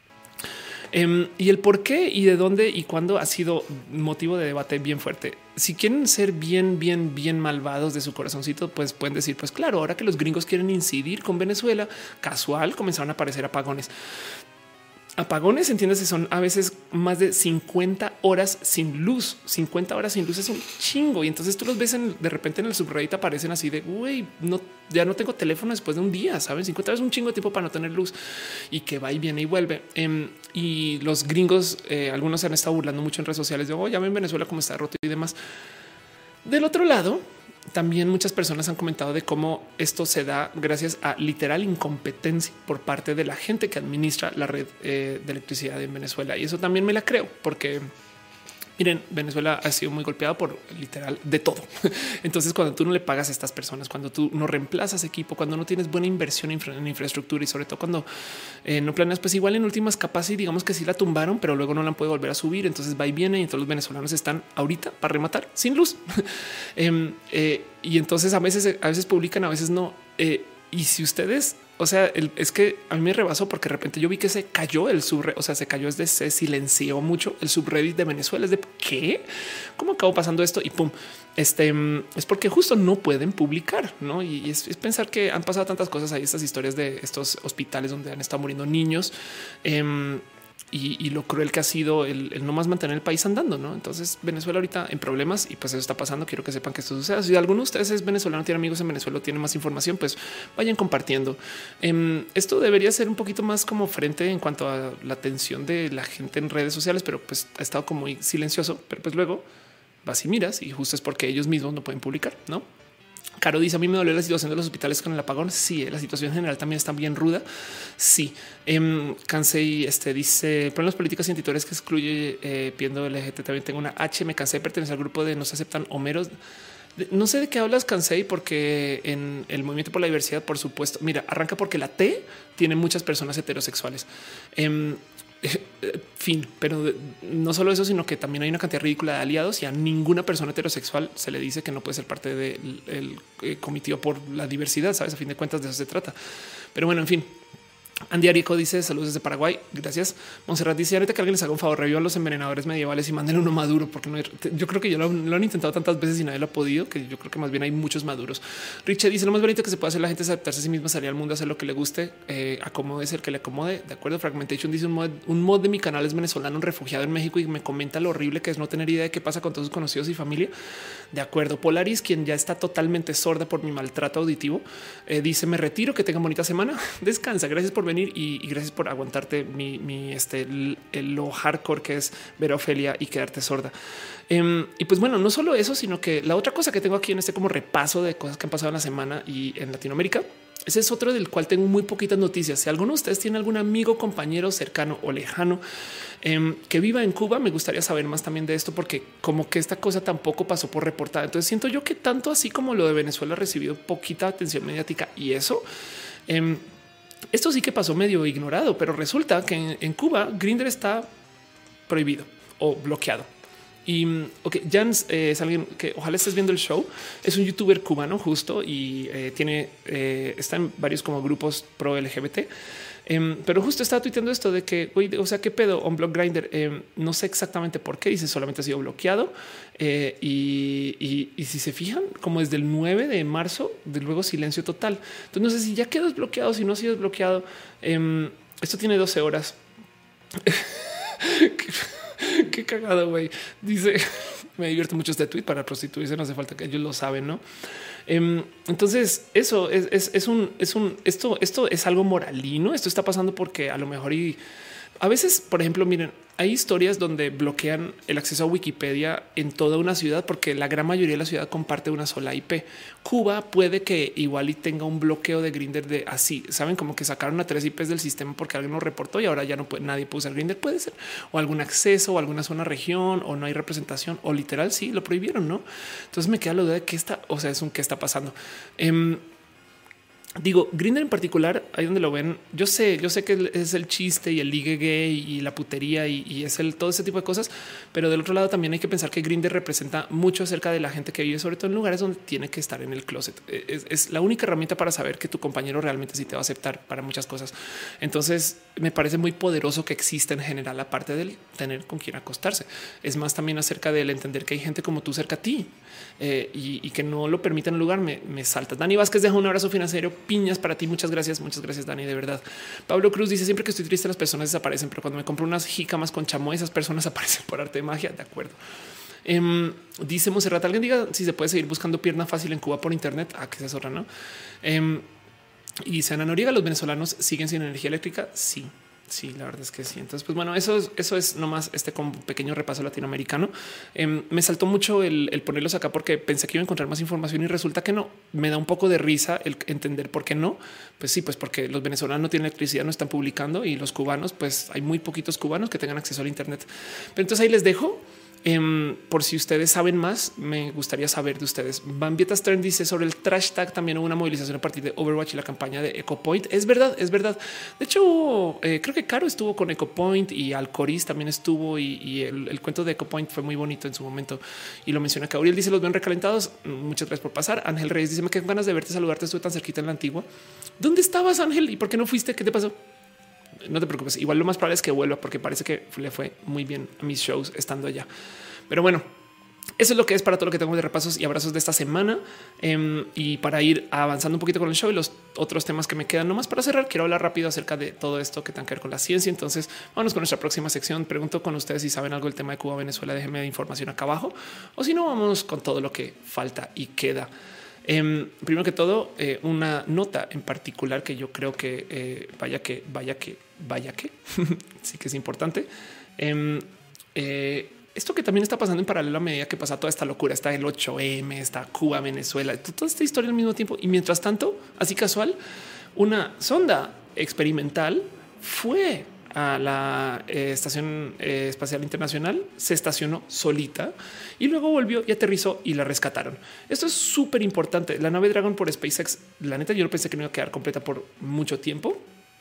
A: Um, y el por qué y de dónde y cuándo ha sido motivo de debate bien fuerte. Si quieren ser bien, bien, bien malvados de su corazoncito, pues pueden decir, pues claro, ahora que los gringos quieren incidir con Venezuela, casual comenzaron a aparecer apagones. Apagones, entiendes, son a veces más de cincuenta horas sin luz. cincuenta horas sin luz es un chingo. Y entonces tú los ves en, de repente en el subreddit aparecen así de güey, no, ya no tengo teléfono después de un día. Saben, cincuenta horas es un chingo de tiempo para no tener luz y que va y viene y vuelve. Um, y los gringos, eh, algunos se han estado burlando mucho en redes sociales de oh, ya ven Venezuela cómo está roto y demás. Del otro lado, también muchas personas han comentado de cómo esto se da gracias a literal incompetencia por parte de la gente que administra la red eh, de electricidad en Venezuela. Y eso también me la creo, porque miren, Venezuela ha sido muy golpeada por literal de todo. Entonces, cuando tú no le pagas a estas personas, cuando tú no reemplazas equipo, cuando no tienes buena inversión en, infra en infraestructura y sobre todo cuando eh, no planeas, pues igual en últimas capas y digamos que sí la tumbaron, pero luego no la puede volver a subir. Entonces va y viene y todos los venezolanos están ahorita para rematar sin luz. eh, eh, y entonces a veces, a veces publican, a veces no. Eh, y si ustedes, o sea, el, es que a mí me rebasó porque de repente yo vi que se cayó el subreddit, o sea, se cayó, es de se silenció mucho el subreddit de Venezuela. Es de qué, cómo acabó pasando esto y pum. Este es porque justo no pueden publicar, no? Y es, es pensar que han pasado tantas cosas ahí, estas historias de estos hospitales donde han estado muriendo niños. Eh, Y, y lo cruel que ha sido el, el no más mantener el país andando. No, entonces Venezuela ahorita en problemas y pues eso está pasando. Quiero que sepan que esto suceda. Si alguno de ustedes es venezolano, tiene amigos en Venezuela, tiene más información, pues vayan compartiendo. Um, esto debería ser un poquito más como frente en cuanto a la atención de la gente en redes sociales, pero pues ha estado como muy silencioso. Pero pues luego vas y miras y justo es porque ellos mismos no pueden publicar, no? Caro dice a mí me dolió la situación de los hospitales con el apagón. Sí, la situación en general también está bien ruda. Sí, eh, cansé y este dice problemas políticos y editores que excluye eh, pidiendo L G T. También tengo una H. Me cansé de pertenecer al grupo de no se aceptan homeros. No sé de qué hablas, cansé, porque en el movimiento por la diversidad, por supuesto, mira, arranca porque la T tiene muchas personas heterosexuales. Eh, fin, pero no solo eso, sino que también hay una cantidad ridícula de aliados y a ninguna persona heterosexual se le dice que no puede ser parte del el, el comitiva por la diversidad. Sabes, a fin de cuentas de eso se trata. Pero bueno, en fin, Andy Arico dice saludos desde Paraguay. Gracias. Monserrat dice ahorita que alguien les haga un favor, revivan los envenenadores medievales y mándenle uno maduro, porque no hay, yo creo que yo lo, lo han intentado tantas veces y nadie lo ha podido, que yo creo que más bien hay muchos maduros. Richard dice lo más bonito que se puede hacer la gente es adaptarse a sí misma, salir al mundo, hacer lo que le guste, eh, acomode el que le acomode. De acuerdo. Fragmentation dice un mod, un mod de mi canal es venezolano, un refugiado en México y me comenta lo horrible que es no tener idea de qué pasa con todos sus conocidos y familia. De acuerdo. Polaris, quien ya está totalmente sorda por mi maltrato auditivo, eh, dice me retiro, que tengan bonita semana. Descansa. Gracias por venir y, y gracias por aguantarte mi, mi este el, el, lo hardcore que es ver a Ofelia y quedarte sorda. Um, y pues bueno, no solo eso, sino que la otra cosa que tengo aquí en este como repaso de cosas que han pasado en la semana y en Latinoamérica, ese es otro del cual tengo muy poquitas noticias. Si alguno de ustedes tiene algún amigo, compañero cercano o lejano um, que viva en Cuba, me gustaría saber más también de esto, porque como que esta cosa tampoco pasó por reportada. Entonces siento yo que tanto así como lo de Venezuela ha recibido poquita atención mediática y eso, um, esto sí que pasó medio ignorado, pero resulta que en, en Cuba Grindr está prohibido o bloqueado. Y ok, Jans eh, es alguien que ojalá estés viendo el show. Es un youtuber cubano justo y eh, tiene eh, está en varios como grupos pro L G B T. Um, pero justo estaba tuiteando esto de que, oye, o sea, qué pedo, on block Grindr. Um, no sé exactamente por qué dice solamente ha sido bloqueado. Eh, y, y, y si se fijan, como desde el nueve de marzo, de luego silencio total. Entonces no sé si ya quedó desbloqueado, si no ha sido desbloqueado. Um, esto tiene doce horas. Qué cagado, güey. Dice me divierte mucho este tweet para prostituirse. No hace falta que ellos lo saben, no? Um, entonces, eso es, es, es un, es un, esto, esto es algo moralino. Esto está pasando porque a lo mejor y a veces, por ejemplo, miren, hay historias donde bloquean el acceso a Wikipedia en toda una ciudad porque la gran mayoría de la ciudad comparte una sola I P. Cuba puede que igual y tenga un bloqueo de Grindr de así, saben, como que sacaron a tres I Ps del sistema porque alguien lo reportó y ahora ya no puede, nadie puede usar Grindr. Puede ser o algún acceso o alguna zona región o no hay representación o literal sí lo prohibieron, no? Entonces me queda la duda de qué está, o sea, es un qué está pasando. Um, Digo, Grindr en particular, ahí donde lo ven, yo sé, yo sé que es el chiste y el ligue gay y la putería y, y es el todo ese tipo de cosas, pero del otro lado también hay que pensar que Grindr representa mucho acerca de la gente que vive, sobre todo en lugares donde tiene que estar en el closet. Es, es la única herramienta para saber que tu compañero realmente sí te va a aceptar para muchas cosas. Entonces me parece muy poderoso que exista en general, aparte del tener con quien acostarse. Es más también acerca del entender que hay gente como tú cerca a ti eh, y, y que no lo permiten en el lugar. Me, me salta. Dani Vázquez deja un abrazo financiero. Piñas para ti. Muchas gracias. Muchas gracias, Dani. De verdad. Pablo Cruz dice siempre que estoy triste, las personas desaparecen, pero cuando me compro unas jícamas con chamoy, esas personas aparecen por arte de magia. De acuerdo. Um, dice Monserrat, alguien diga si se puede seguir buscando pierna fácil en Cuba por Internet. Ah, que es otra, no? Um, y dice Ana Noriega, los venezolanos siguen sin energía eléctrica. Sí. Sí, la verdad es que sí. Entonces, pues bueno, eso es, eso es nomás este como pequeño repaso latinoamericano. Eh, me saltó mucho el, el ponerlos acá porque pensé que iba a encontrar más información y resulta que no. Me da un poco de risa el entender por qué no. Pues sí, pues porque los venezolanos no tienen electricidad, no están publicando y los cubanos, pues hay muy poquitos cubanos que tengan acceso al Internet. Pero entonces ahí les dejo. Um, por si ustedes saben más, me gustaría saber de ustedes. Bambieta Stern dice sobre el trash tag también hubo una movilización a partir de Overwatch y la campaña de EcoPoint. Es verdad, es verdad. De hecho, eh, creo que Caro estuvo con EcoPoint y Alcoriz también estuvo y, y el, el cuento de EcoPoint fue muy bonito en su momento y lo menciona que Gabriel dice los ven recalentados. Muchas gracias por pasar. Ángel Reyes dice me quedan ganas de verte, saludarte. Estuve tan cerquita en la Antigua. ¿Dónde estabas, Ángel? ¿Y por qué no fuiste? ¿Qué te pasó? No te preocupes. Igual lo más probable es que vuelva porque parece que le fue muy bien a mis shows estando allá. Pero bueno, eso es lo que es para todo lo que tengo de repasos y abrazos de esta semana. Um, y para ir avanzando un poquito con el show y los otros temas que me quedan, nomás para cerrar, quiero hablar rápido acerca de todo esto que tenga que ver con la ciencia. Entonces vámonos con nuestra próxima sección. Pregunto con ustedes si saben algo del tema de Cuba, Venezuela. Déjenme de información acá abajo o si no, vamos con todo lo que falta y queda. Um, primero que todo, eh, una nota en particular que yo creo que eh, vaya que vaya que vaya que sí que es importante. Um, eh, Esto que también está pasando en paralelo a medida que pasa toda esta locura, está el ocho eme, está Cuba, Venezuela, toda esta historia al mismo tiempo. Y mientras tanto, así casual, una sonda experimental fue a la eh, Estación eh, Espacial Internacional, se estacionó solita y luego volvió y aterrizó y la rescataron. Esto es súper importante. La nave Dragon por SpaceX, la neta, yo no pensé que no iba a quedar completa por mucho tiempo.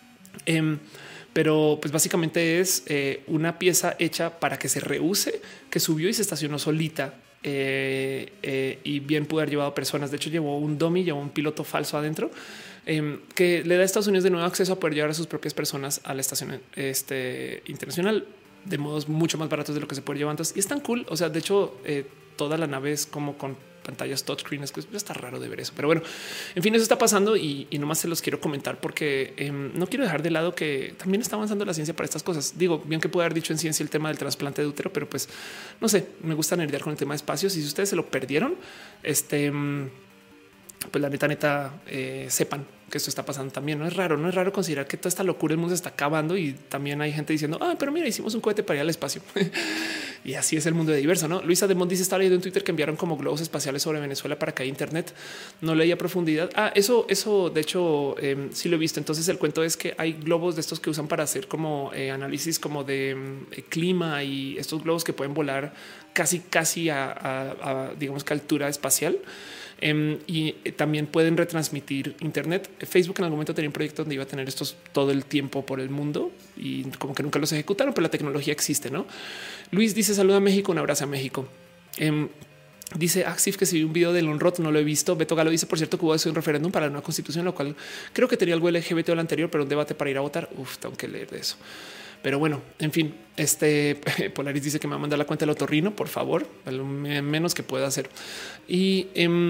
A: Eh, Pero pues básicamente es eh, una pieza hecha para que se reuse, que subió y se estacionó solita eh, eh, y bien pudo haber llevado personas. De hecho, llevó un dummy, llevó un piloto falso adentro eh, que le da a Estados Unidos de nuevo acceso a poder llevar a sus propias personas a la estación este, internacional de modos mucho más baratos de lo que se puede llevar antes. Y es tan cool. O sea, de hecho, eh, toda la nave es como con pantallas touchscreen. Es que está raro de ver eso, pero bueno, en fin, eso está pasando y, y nomás se los quiero comentar porque eh, no quiero dejar de lado que también está avanzando la ciencia para estas cosas. Digo, bien que puede haber dicho en ciencia el tema del trasplante de útero, pero pues no sé, me gusta nerdear con el tema de espacios y si ustedes se lo perdieron, este, pues la neta, neta, eh, sepan que esto está pasando también. No es raro, no es raro considerar que toda esta locura del mundo se está acabando y también hay gente diciendo, ah, pero mira, hicimos un cohete para ir al espacio. Y así es el mundo de diverso, ¿no? Luisa de Mont dice, estaba leyendo en Twitter que enviaron como globos espaciales sobre Venezuela para que haya internet. No leía a profundidad. Ah, eso, eso de hecho eh, sí lo he visto. Entonces el cuento es que hay globos de estos que usan para hacer como eh, análisis como de eh, clima y estos globos que pueden volar casi, casi a, a, a digamos que altura espacial. Um, y también pueden retransmitir internet. Facebook en algún momento tenía un proyecto donde iba a tener estos todo el tiempo por el mundo y como que nunca los ejecutaron, pero la tecnología existe, ¿no? Luis dice saluda a México, un abrazo a México. Um, dice Axif que si vi un video de Lonrot, no lo he visto. Beto Galo dice, por cierto, que hubo un referéndum para la nueva constitución, lo cual creo que tenía algo L G B T o el anterior, pero un debate para ir a votar. Uf, tengo que leer de eso. Pero bueno, en fin, este Polaris dice que me va a mandar la cuenta del otorrino, por favor, lo menos que pueda hacer. Y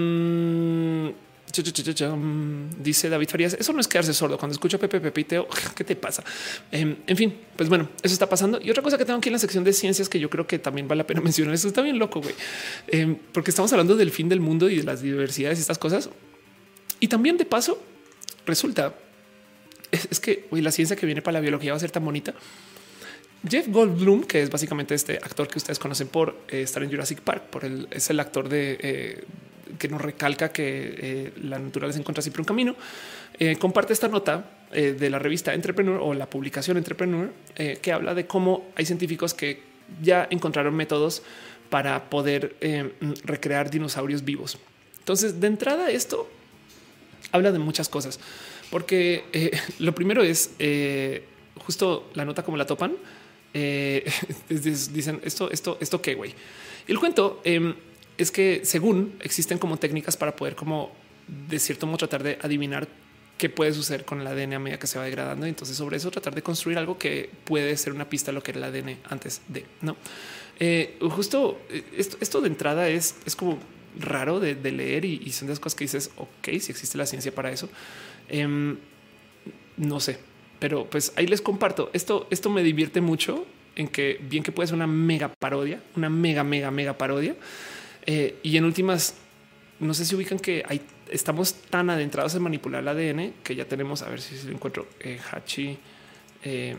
A: um, dice David Farías, eso no es quedarse sordo. Cuando escucho a Pepe Pepiteo, ¿qué te pasa? Um, en fin, pues bueno, eso está pasando. Y otra cosa que tengo aquí en la sección de ciencias que yo creo que también vale la pena mencionar, eso está bien loco, güey, um, porque estamos hablando del fin del mundo y de las diversidades y estas cosas. Y también de paso, resulta es que hoy la ciencia que viene para la biología va a ser tan bonita. Jeff Goldblum, que es básicamente este actor que ustedes conocen por eh, estar en Jurassic Park, por el, es el actor de eh, que nos recalca que eh, la naturaleza encuentra siempre un camino. Eh, comparte esta nota eh, de la revista Entrepreneur o la publicación Entrepreneur eh, que habla de cómo hay científicos que ya encontraron métodos para poder eh, recrear dinosaurios vivos. Entonces, de entrada, esto habla de muchas cosas, porque eh, lo primero es eh, justo la nota como la topan. Eh, dicen esto, esto, esto qué güey. El cuento eh, es que según existen como técnicas para poder como de cierto modo tratar de adivinar qué puede suceder con el A D N a medida que se va degradando. Y entonces sobre eso tratar de construir algo que puede ser una pista de lo que era el A D N antes de no. Eh, justo esto, esto de entrada es, es como raro de, de leer y, y son de las cosas que dices, ok, si existe la ciencia para eso. Eh, no sé, pero pues ahí les comparto. Esto, esto me divierte mucho en que bien que puede ser una mega parodia, una mega, mega, mega parodia. Eh, y en últimas, no sé si ubican que hay, estamos tan adentrados en manipular el A D N que ya tenemos, a ver si lo encuentro, eh, Hachi. Eh,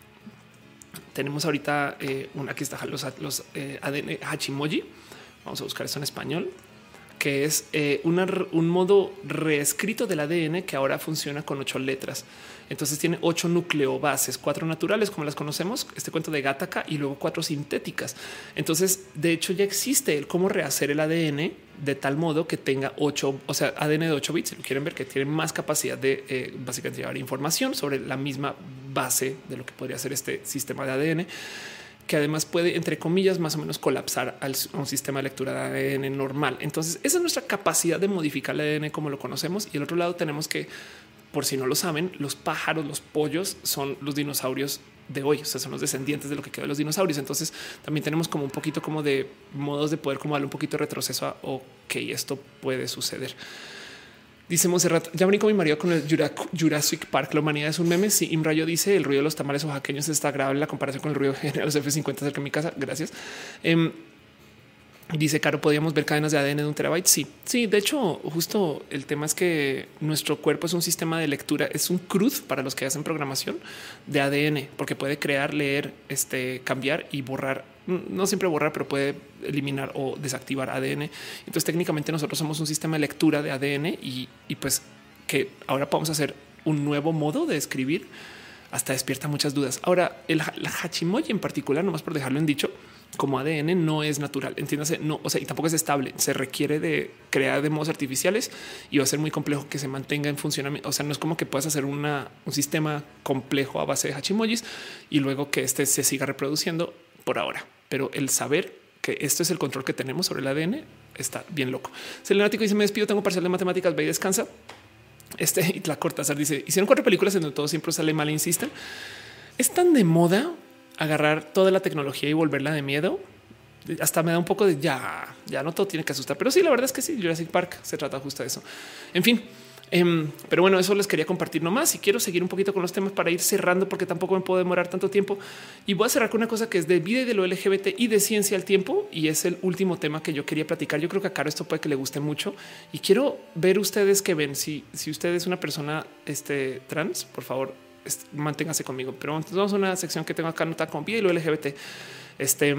A: tenemos ahorita eh, una, aquí está los, los eh, A D N Hachimoji. Vamos a buscar eso en español, que es eh, una, un modo reescrito del A D N que ahora funciona con ocho letras. Entonces tiene ocho nucleobases, cuatro naturales como las conocemos, este cuento de Gattaca, y luego cuatro sintéticas. Entonces, de hecho, ya existe el cómo rehacer el A D N de tal modo que tenga ocho, o sea, A D N de ocho bits. Si lo quieren ver, que tiene más capacidad de eh, básicamente llevar información sobre la misma base de lo que podría ser este sistema de A D N, que además puede, entre comillas, más o menos colapsar al, a un sistema de lectura de A D N normal. Entonces, esa es nuestra capacidad de modificar el A D N como lo conocemos. Y el otro lado tenemos que, por si no lo saben, los pájaros, los pollos son los dinosaurios de hoy, o sea, son los descendientes de lo que quedó de los dinosaurios. Entonces, también tenemos como un poquito como de modos de poder como darle un poquito de retroceso a, ok, esto puede suceder. Dice Monserrat, ya brinco mi marido con el Jurassic Park. La humanidad es un meme. Sí, Imrayo dice el ruido de los tamales oaxaqueños está grave en la comparación con el ruido de los F cincuenta cerca de mi casa. Gracias. Um, dice Caro, podríamos ver cadenas de A D N de un terabyte. Sí, sí. De hecho, justo el tema es que nuestro cuerpo es un sistema de lectura, es un C R U D para los que hacen programación de A D N, porque puede crear, leer, este, cambiar y borrar. No siempre borrar, pero puede eliminar o desactivar A D N. Entonces, técnicamente nosotros somos un sistema de lectura de A D N y, y pues que ahora podemos hacer un nuevo modo de escribir. Hasta despierta muchas dudas. Ahora, el la Hachimoji en particular, nomás por dejarlo en dicho, como A D N no es natural, entiéndase, no, o sea, y tampoco es estable. Se requiere de crear de modos artificiales y va a ser muy complejo que se mantenga en funcionamiento. O sea, no es como que puedas hacer una, un sistema complejo a base de Hachimojis y luego que este se siga reproduciendo por ahora. Pero el saber que esto es el control que tenemos sobre el A D N, está bien loco. Selenático dice: me despido, tengo parcial de matemáticas, ve y descansa. Este y la Cortázar dice: hicieron cuatro películas en donde todo siempre sale mal e insisten. Es tan de moda agarrar toda la tecnología y volverla de miedo. Hasta me da un poco de ya, ya no todo tiene que asustar, pero sí, la verdad es que sí, Jurassic Park se trata justo de eso. En fin, eh, pero bueno, eso les quería compartir nomás y quiero seguir un poquito con los temas para ir cerrando porque tampoco me puedo demorar tanto tiempo. Y voy a cerrar con una cosa que es de vida y de lo L G B T y de ciencia al tiempo. Y es el último tema que yo quería platicar. Yo creo que a Caro esto puede que le guste mucho y quiero ver ustedes que ven. Si, si usted es una persona este, trans, por favor, este, manténgase conmigo. Pero entonces vamos a una sección que tengo acá anotada con vida y lo L G B T. Este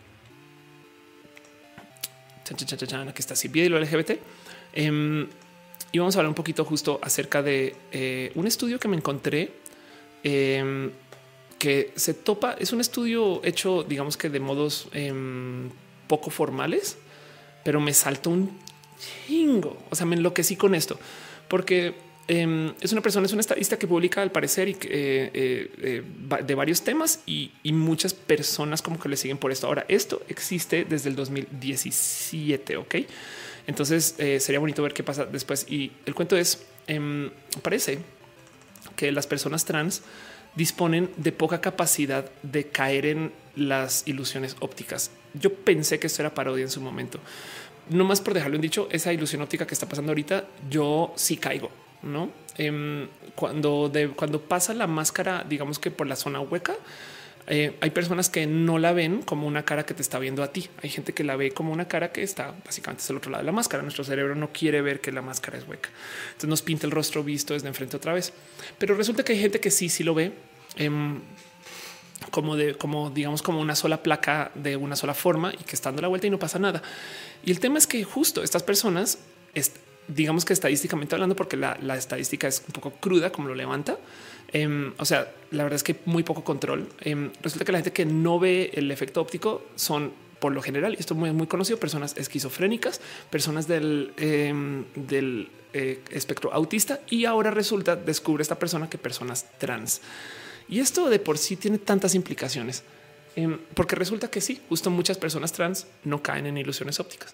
A: Chan, chan, chan, chan, aquí está así, vida y lo L G B T. Eh, y vamos a hablar un poquito justo acerca de eh, un estudio que me encontré eh, que se topa. Es un estudio hecho, digamos que de modos eh, poco formales, pero me saltó un chingo. O sea, me enloquecí con esto porque eh, es una persona, es una estadista que publica al parecer y que, eh, eh, eh, de varios temas y, y muchas personas como que le siguen por esto. Ahora, esto existe desde el dos mil diecisiete. Ok, entonces eh, sería bonito ver qué pasa después. Y el cuento es: eh, parece que las personas trans disponen de poca capacidad de caer en las ilusiones ópticas. Yo pensé que esto era parodia en su momento. No más por dejarlo en dicho, esa ilusión óptica que está pasando ahorita, yo sí caigo. No, eh, cuando, de, cuando pasa la máscara, digamos que por la zona hueca, eh, hay personas que no la ven como una cara que te está viendo a ti. Hay gente que la ve como una cara que está básicamente del otro lado de la máscara. Nuestro cerebro no quiere ver que la máscara es hueca, entonces nos pinta el rostro visto desde enfrente otra vez. Pero resulta que hay gente que sí, sí lo ve eh, como de, como digamos, como una sola placa de una sola forma y que está dando la vuelta y no pasa nada. Y el tema es que justo estas personas est- digamos que estadísticamente hablando, porque la, la estadística es un poco cruda como lo levanta. Eh, o sea, la verdad es que muy poco control. Eh, resulta que la gente que no ve el efecto óptico son, por lo general, y esto es muy, muy conocido, personas esquizofrénicas, personas del, eh, del eh, espectro autista. Y ahora resulta, descubre esta persona que personas trans. Y esto de por sí tiene tantas implicaciones, eh, porque resulta que sí, justo muchas personas trans no caen en ilusiones ópticas.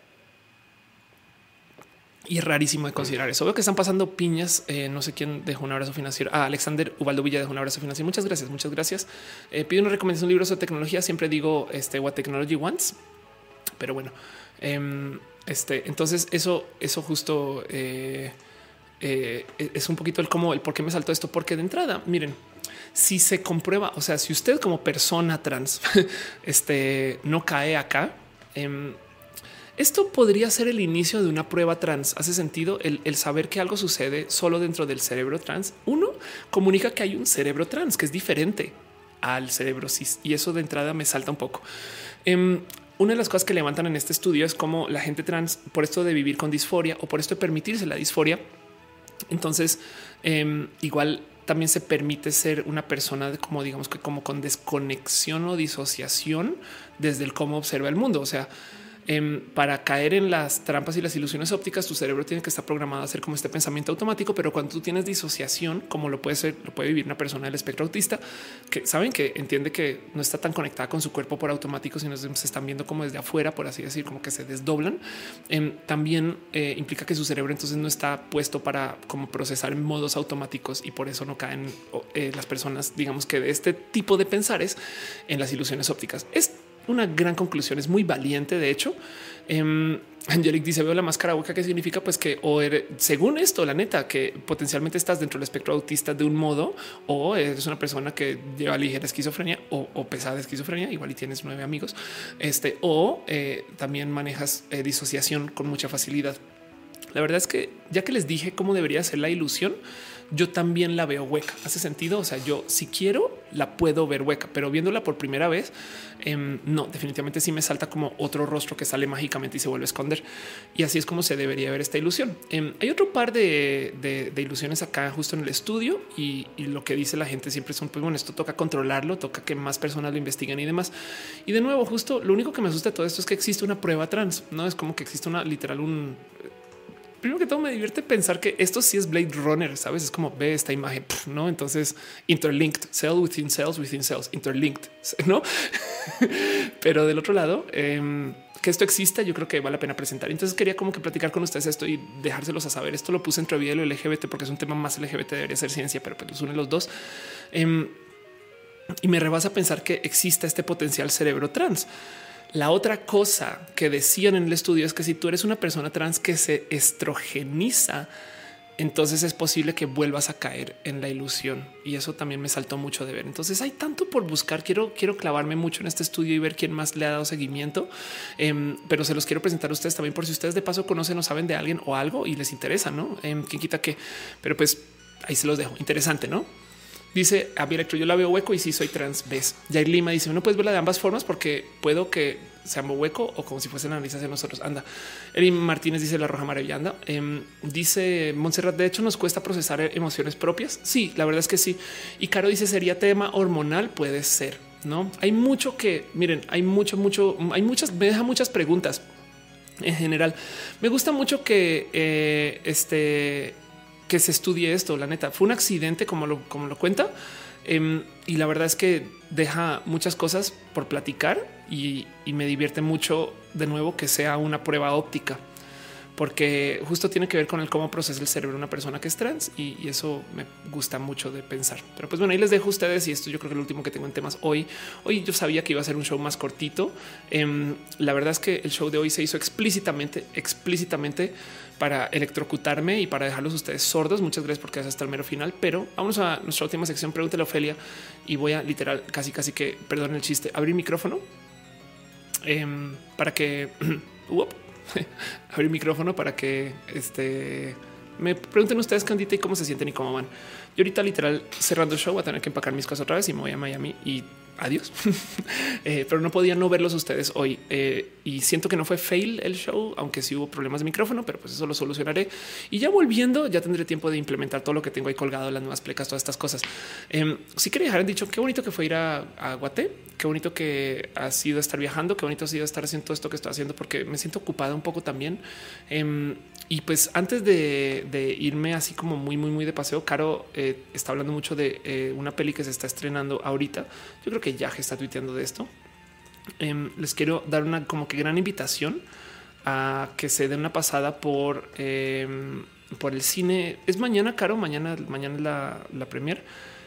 A: Y es rarísimo de considerar eso. Veo que están pasando piñas. Eh, no sé quién dejó un abrazo financiero. Ah, Alexander Ubaldo Villa dejó un abrazo financiero. Muchas gracias. Muchas gracias. Eh, pido una recomendación de libros de tecnología. Siempre digo este what technology wants, pero bueno, eh, este entonces eso, eso justo eh, eh, es un poquito el cómo, el por qué me saltó esto, porque de entrada, miren, si se comprueba, o sea, si usted como persona trans este no cae acá, eh, esto podría ser el inicio de una prueba trans. Hace sentido el, el saber que algo sucede solo dentro del cerebro trans. Uno comunica que hay un cerebro trans que es diferente al cerebro cis, y eso de entrada me salta un poco. Um, una de las cosas que levantan en este estudio es cómo la gente trans, por esto de vivir con disforia o por esto de permitirse la disforia, entonces um, igual también se permite ser una persona de como digamos que como con desconexión o disociación desde el cómo observa el mundo. O sea, Eh, para caer en las trampas y las ilusiones ópticas, tu cerebro tiene que estar programado a hacer como este pensamiento automático. Pero cuando tú tienes disociación, como lo puede ser, lo puede vivir una persona del espectro autista, que saben que entiende que no está tan conectada con su cuerpo por automático, sino se están viendo como desde afuera, por así decir, como que se desdoblan. Eh, también eh, implica que su cerebro entonces no está puesto para como procesar en modos automáticos y por eso no caen eh, las personas, digamos que de este tipo de pensares en las ilusiones ópticas. Es una gran conclusión, es muy valiente. De hecho, eh, Angelic dice: veo la máscara hueca, ¿qué significa? Pues que o eres, según esto, la neta, que potencialmente estás dentro del espectro autista de un modo, o eres una persona que lleva ligera esquizofrenia o, o pesada esquizofrenia, igual y tienes nueve amigos, este, o eh, también manejas eh, disociación con mucha facilidad. La verdad es que ya que les dije cómo debería ser la ilusión, yo también la veo hueca. Hace sentido. O sea, yo si quiero la puedo ver hueca, pero viéndola por primera vez, eh, no, definitivamente sí me salta como otro rostro que sale mágicamente y se vuelve a esconder. Y así es como se debería ver esta ilusión. Eh, hay otro par de, de, de ilusiones acá justo en el estudio y, y lo que dice la gente siempre son, pues bueno, esto toca controlarlo, toca que más personas lo investiguen y demás. Y de nuevo, justo lo único que me asusta de todo esto es que existe una prueba trans. No es como que existe una literal un primero que todo me divierte pensar que esto sí es Blade Runner, sabes? Es como ve esta imagen, no? Entonces interlinked, cell within cells, within cells, interlinked, no? Pero del otro lado, eh, que esto exista, yo creo que vale la pena presentar. Entonces quería como que platicar con ustedes esto y dejárselos a saber. Esto lo puse entre vida y lo L G B T porque es un tema más L G B T, debería ser ciencia, pero pues los une los dos. Eh, y me rebasa pensar que exista este potencial cerebro trans. La otra cosa que decían en el estudio es que si tú eres una persona trans que se estrogeniza, entonces es posible que vuelvas a caer en la ilusión. Y eso también me saltó mucho de ver. Entonces hay tanto por buscar. Quiero, quiero clavarme mucho en este estudio y ver quién más le ha dado seguimiento. Um, pero se los quiero presentar a ustedes también por si ustedes de paso conocen o saben de alguien o algo y les interesa, ¿no? Um, ¿Quién quita qué? Pero pues ahí se los dejo. Interesante, ¿no? Dice a mi Electro, yo la veo hueco y sí soy trans. Ves. Jair Lima dice, no puedes verla de ambas formas porque puedo que sea hueco o como si fuesen analizas hacia nosotros. Anda. Eri Martínez dice la roja maravilla. Anda. Eh, dice Montserrat, de hecho nos cuesta procesar emociones propias. Sí, la verdad es que sí. Y Caro dice, sería tema hormonal. Puede ser, no? Hay mucho que miren, hay mucho, mucho, hay muchas, me deja muchas preguntas en general. Me gusta mucho que eh, este que se estudie esto. La neta fue un accidente, como lo, como lo cuenta. Um, y la verdad es que deja muchas cosas por platicar y, y me divierte mucho de nuevo que sea una prueba óptica, porque justo tiene que ver con el cómo procesa el cerebro de una persona que es trans y, y eso me gusta mucho de pensar. Pero pues bueno, ahí les dejo a ustedes y esto yo creo que es lo último que tengo en temas hoy. Hoy yo sabía que iba a ser un show más cortito. Um, la verdad es que el show de hoy se hizo explícitamente, explícitamente para electrocutarme y para dejarlos ustedes sordos. Muchas gracias por quedarse hasta el mero final, pero vamos a nuestra última sección. Pregúntale a Ofelia y voy a literal casi, casi que perdón el chiste, abrir micrófono eh, para que uh, abrir micrófono para que este me pregunten ustedes, Candita, y cómo se sienten y cómo van. Yo ahorita literal cerrando el show voy a tener que empacar mis cosas otra vez y me voy a Miami y adiós. eh, pero no podía no verlos ustedes hoy eh, y siento que no fue fail el show, aunque sí hubo problemas de micrófono, pero pues eso lo solucionaré y ya volviendo ya tendré tiempo de implementar todo lo que tengo ahí colgado, las nuevas plecas, todas estas cosas. Eh, sí quería dejar en dicho qué bonito que fue ir a, a Guaté, qué bonito que ha sido estar viajando, qué bonito ha sido estar haciendo todo esto que estoy haciendo porque me siento ocupada un poco también. Eh, y pues antes de, de irme así como muy, muy, muy de paseo, Caro eh, está hablando mucho de eh, una peli que se está estrenando ahorita. Yo creo que Yaje está tuiteando de esto. Eh, les quiero dar una como que gran invitación a que se den una pasada por, eh, por el cine. Es mañana, Caro, mañana, mañana es la, la premier.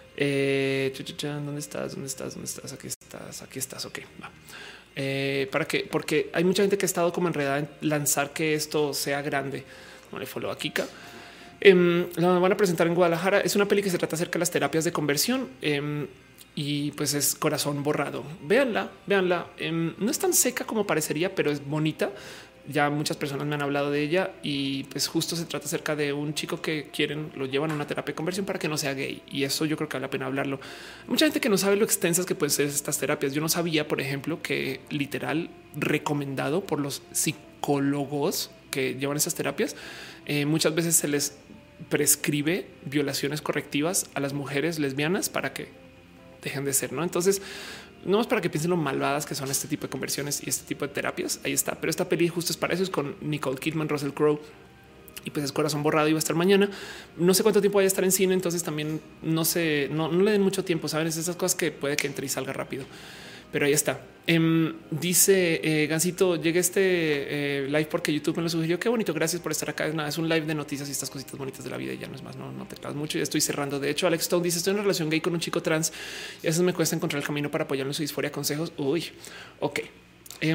A: Eh, ¿Dónde estás? ¿Dónde estás? ¿Dónde estás? Aquí estás, aquí estás. Ok, va. Eh, para que, porque hay mucha gente que ha estado como enredada en lanzar que esto sea grande. No le follow a Kika. Eh, la van a presentar en Guadalajara. Es una peli que se trata acerca de las terapias de conversión. Eh, y pues es Corazón Borrado. Véanla, véanla. Eh, no es tan seca como parecería, pero es bonita. Ya muchas personas me han hablado de ella y pues justo se trata acerca de un chico que quieren, lo llevan a una terapia de conversión para que no sea gay. Y eso yo creo que vale la pena hablarlo. Hay mucha gente que no sabe lo extensas que pueden ser estas terapias. Yo no sabía, por ejemplo, que literal recomendado por los psicólogos que llevan esas terapias, eh, muchas veces se les prescribe violaciones correctivas a las mujeres lesbianas para que dejen de ser, ¿no? Entonces, no es para que piensen lo malvadas que son este tipo de conversiones y este tipo de terapias. Ahí está. Pero esta peli justo es para eso. Es con Nicole Kidman, Russell Crowe y pues es Corazón Borrado y va a estar mañana. No sé cuánto tiempo vaya a estar en cine. Entonces también no sé, no, no le den mucho tiempo. Saben, es esas cosas que puede que entre y salga rápido. Pero ahí está. Eh, dice eh, Gansito, llegué a este eh, live porque YouTube me lo sugirió. Qué bonito. Gracias por estar acá. Es nada, es un live de noticias y estas cositas bonitas de la vida. Y ya no es más, no, no te clavas mucho. Ya estoy cerrando. De hecho, Alex Stone dice: estoy en una relación gay con un chico trans y a veces me cuesta encontrar el camino para apoyarlo en su disforia. Consejos. Uy, ok. Eh,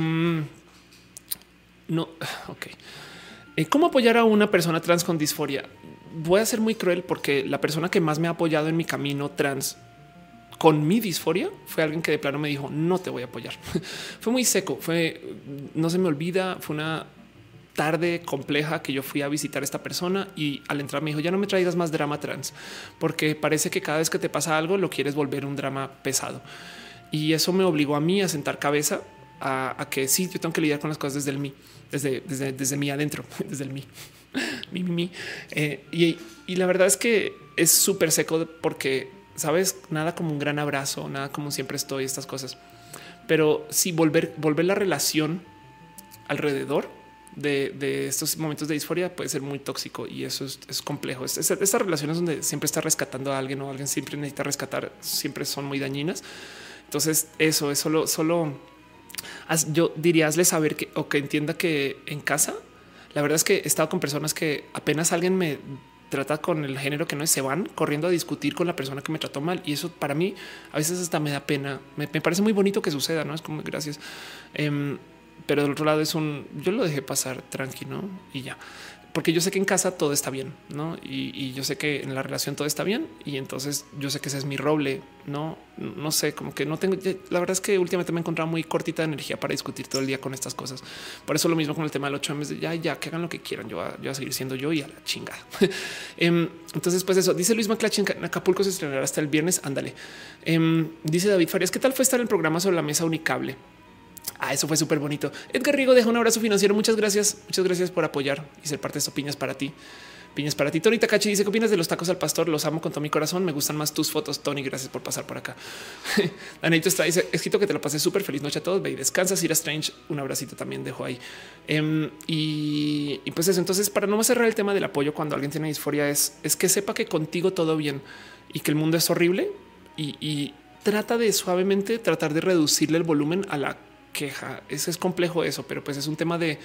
A: no, ok. Eh, ¿Cómo apoyar a una persona trans con disforia? Voy a ser muy cruel porque la persona que más me ha apoyado en mi camino trans con mi disforia fue alguien que de plano me dijo: no te voy a apoyar. Fue muy seco, fue, no se me olvida, fue una tarde compleja que yo fui a visitar a esta persona y al entrar me dijo: ya no me traigas más drama trans, porque parece que cada vez que te pasa algo lo quieres volver un drama pesado. Y eso me obligó a mí a sentar cabeza a, a que sí, yo tengo que lidiar con las cosas desde el mí, desde, desde, desde mí adentro, desde el mí, mi, mi, mi. Eh, y, y la verdad es que es súper seco porque sabes, nada como un gran abrazo, nada como siempre estoy, estas cosas. Pero sí, volver, volver la relación alrededor de, de estos momentos de disforia puede ser muy tóxico y eso es, es complejo. Es, es, estas relaciones donde siempre está rescatando a alguien o alguien siempre necesita rescatar, siempre son muy dañinas. Entonces eso es solo, solo yo diría hazle saber que o que entienda que en casa, la verdad es que he estado con personas que apenas alguien me trata con el género que no es, se van corriendo a discutir con la persona que me trató mal. Y eso para mí a veces hasta me da pena. Me, me parece muy bonito que suceda, no es como gracias. Um, pero del otro lado es un yo lo dejé pasar tranquilo y ya, porque yo sé que en casa todo está bien, no? Y, y yo sé que en la relación todo está bien. Y entonces yo sé que ese es mi roble. No, no sé, como que no tengo. La verdad es que últimamente me he encontrado muy cortita de energía para discutir todo el día con estas cosas. Por eso lo mismo con el tema del ocho M de ya, ya que hagan lo que quieran. Yo voy a, yo voy a seguir siendo yo y a la chingada. Entonces, pues eso dice Luis Maclach en Acapulco se estrenará hasta el viernes. Ándale. Dice David Farias, ¿qué tal fue estar en el programa sobre la mesa Unicable? Ah, eso fue súper bonito. Edgar Rigo deja un abrazo financiero. Muchas gracias. Muchas gracias por apoyar y ser parte de esto. Piñas para ti. Piñas para ti. Tony Takachi dice: ¿qué opinas de los tacos al pastor? Los amo con todo mi corazón. Me gustan más tus fotos, Tony. Gracias por pasar por acá. Danito está dice: escrito que te lo pasé súper feliz noche a todos. Ve y descansa. Sira Strange, un abracito también dejo ahí. Um, y, y pues eso. Entonces, para no cerrar el tema del apoyo cuando alguien tiene disforia, es, es que sepa que contigo todo bien y que el mundo es horrible y, y trata de suavemente tratar de reducirle el volumen a la queja. Eso es complejo eso, pero pues es un tema de,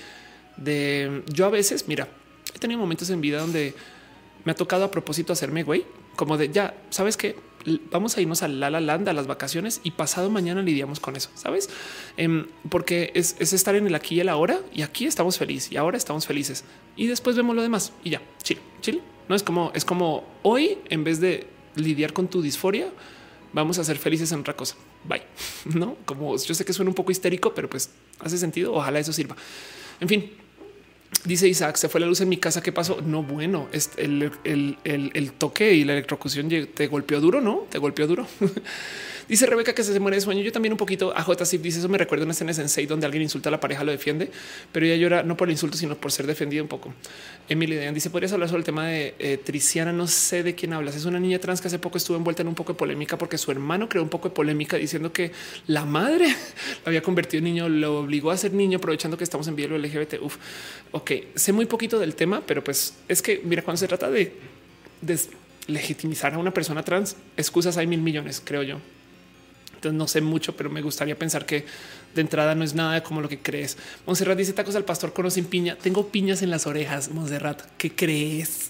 A: de yo a veces, mira, he tenido momentos en vida donde me ha tocado a propósito hacerme güey, como de ya sabes que vamos a irnos a La La Land a las vacaciones y pasado mañana lidiamos con eso, sabes? Um, porque es, es estar en el aquí y el ahora y aquí estamos felices y ahora estamos felices y después vemos lo demás y ya chill, chill. No es como es como hoy en vez de lidiar con tu disforia, vamos a ser felices en otra cosa. Bye. No, como yo sé que suena un poco histérico, pero pues hace sentido. Ojalá eso sirva. En fin, dice Isaac: se fue la luz en mi casa. ¿Qué pasó? No, bueno, es el, el, el, el toque y la electrocución te golpeó duro, no te golpeó duro. Dice Rebeca que se muere de sueño. Yo también un poquito. A J. Sif dice: eso me recuerda una escena de Sensei donde alguien insulta a la pareja, lo defiende, pero ella llora no por el insulto, sino por ser defendida un poco. Emily Dean dice: podrías hablar sobre el tema de eh, Triciana. No sé de quién hablas. Es una niña trans que hace poco estuvo envuelta en un poco de polémica porque su hermano creó un poco de polémica diciendo que la madre lo había convertido en niño, lo obligó a ser niño, aprovechando que estamos en vía L G B T. Uf, ok, sé muy poquito del tema, pero pues es que mira, cuando se trata de deslegitimizar a una persona trans, excusas hay mil millones, creo yo. Entonces no sé mucho, pero me gustaría pensar que de entrada no es nada como lo que crees. Monserrat dice: tacos al pastor con o sin piña. Tengo piñas en las orejas. Monserrat, ¿qué crees?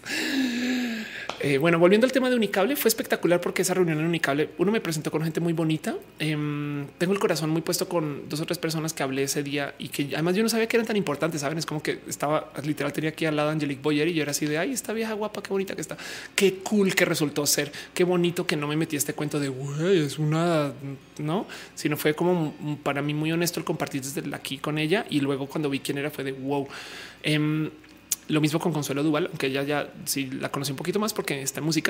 A: Eh, bueno, volviendo al tema de Unicable, fue espectacular porque esa reunión en Unicable, uno me presentó con gente muy bonita. Eh, tengo el corazón muy puesto con dos o tres personas que hablé ese día y que además yo no sabía que eran tan importantes. Saben, es como que estaba literal, tenía aquí al lado a Angelique Boyer y yo era así de ay, esta vieja guapa, qué bonita que está, qué cool que resultó ser, qué bonito que no me metí este cuento de güey, es una no, sino fue como para mí muy honesto el compartir desde aquí con ella. Y luego cuando vi quién era, fue de wow. Eh, Lo mismo con Consuelo Duval, aunque ella ya sí la conocí un poquito más porque está en música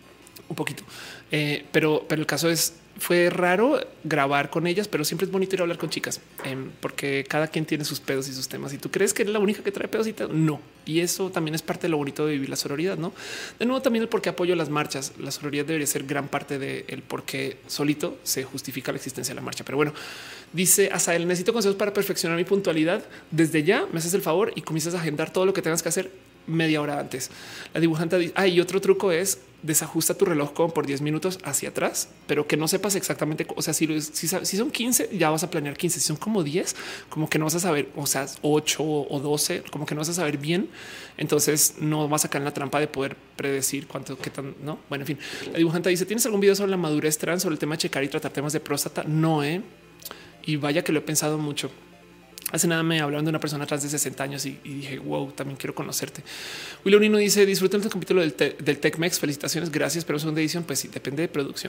A: un poquito, eh, pero, pero el caso es fue raro grabar con ellas, pero siempre es bonito ir a hablar con chicas eh, porque cada quien tiene sus pedos y sus temas. Y tú crees que eres la única que trae pedos y te... no. Y eso también es parte de lo bonito de vivir la sororidad. No, de nuevo, también el por qué apoyo las marchas. La sororidad debería ser gran parte del por qué solito se justifica la existencia de la marcha. Pero bueno, dice Asael: necesito consejos para perfeccionar mi puntualidad. Desde ya me haces el favor y comienzas a agendar todo lo que tengas que hacer media hora antes. La dibujante dice: ah, y otro truco es desajusta tu reloj como por diez minutos hacia atrás, pero que no sepas exactamente. O sea, si, si, si son quince, ya vas a planear quince. Si son como diez, como que no vas a saber, o sea, ocho o doce, como que no vas a saber bien. Entonces no vas a caer en la trampa de poder predecir cuánto, qué tan, no. Bueno, en fin, la dibujante dice: ¿tienes algún video sobre la madurez trans, sobre el tema de checar y tratar temas de próstata? No, eh. Y vaya que lo he pensado mucho. Hace nada me hablaron de una persona trans de sesenta años y, y dije, wow, también quiero conocerte. Willow Nino dice: disfruten el capítulo del, te, del Tecmex. Felicitaciones, gracias, pero son de edición. Pues sí, depende de producción.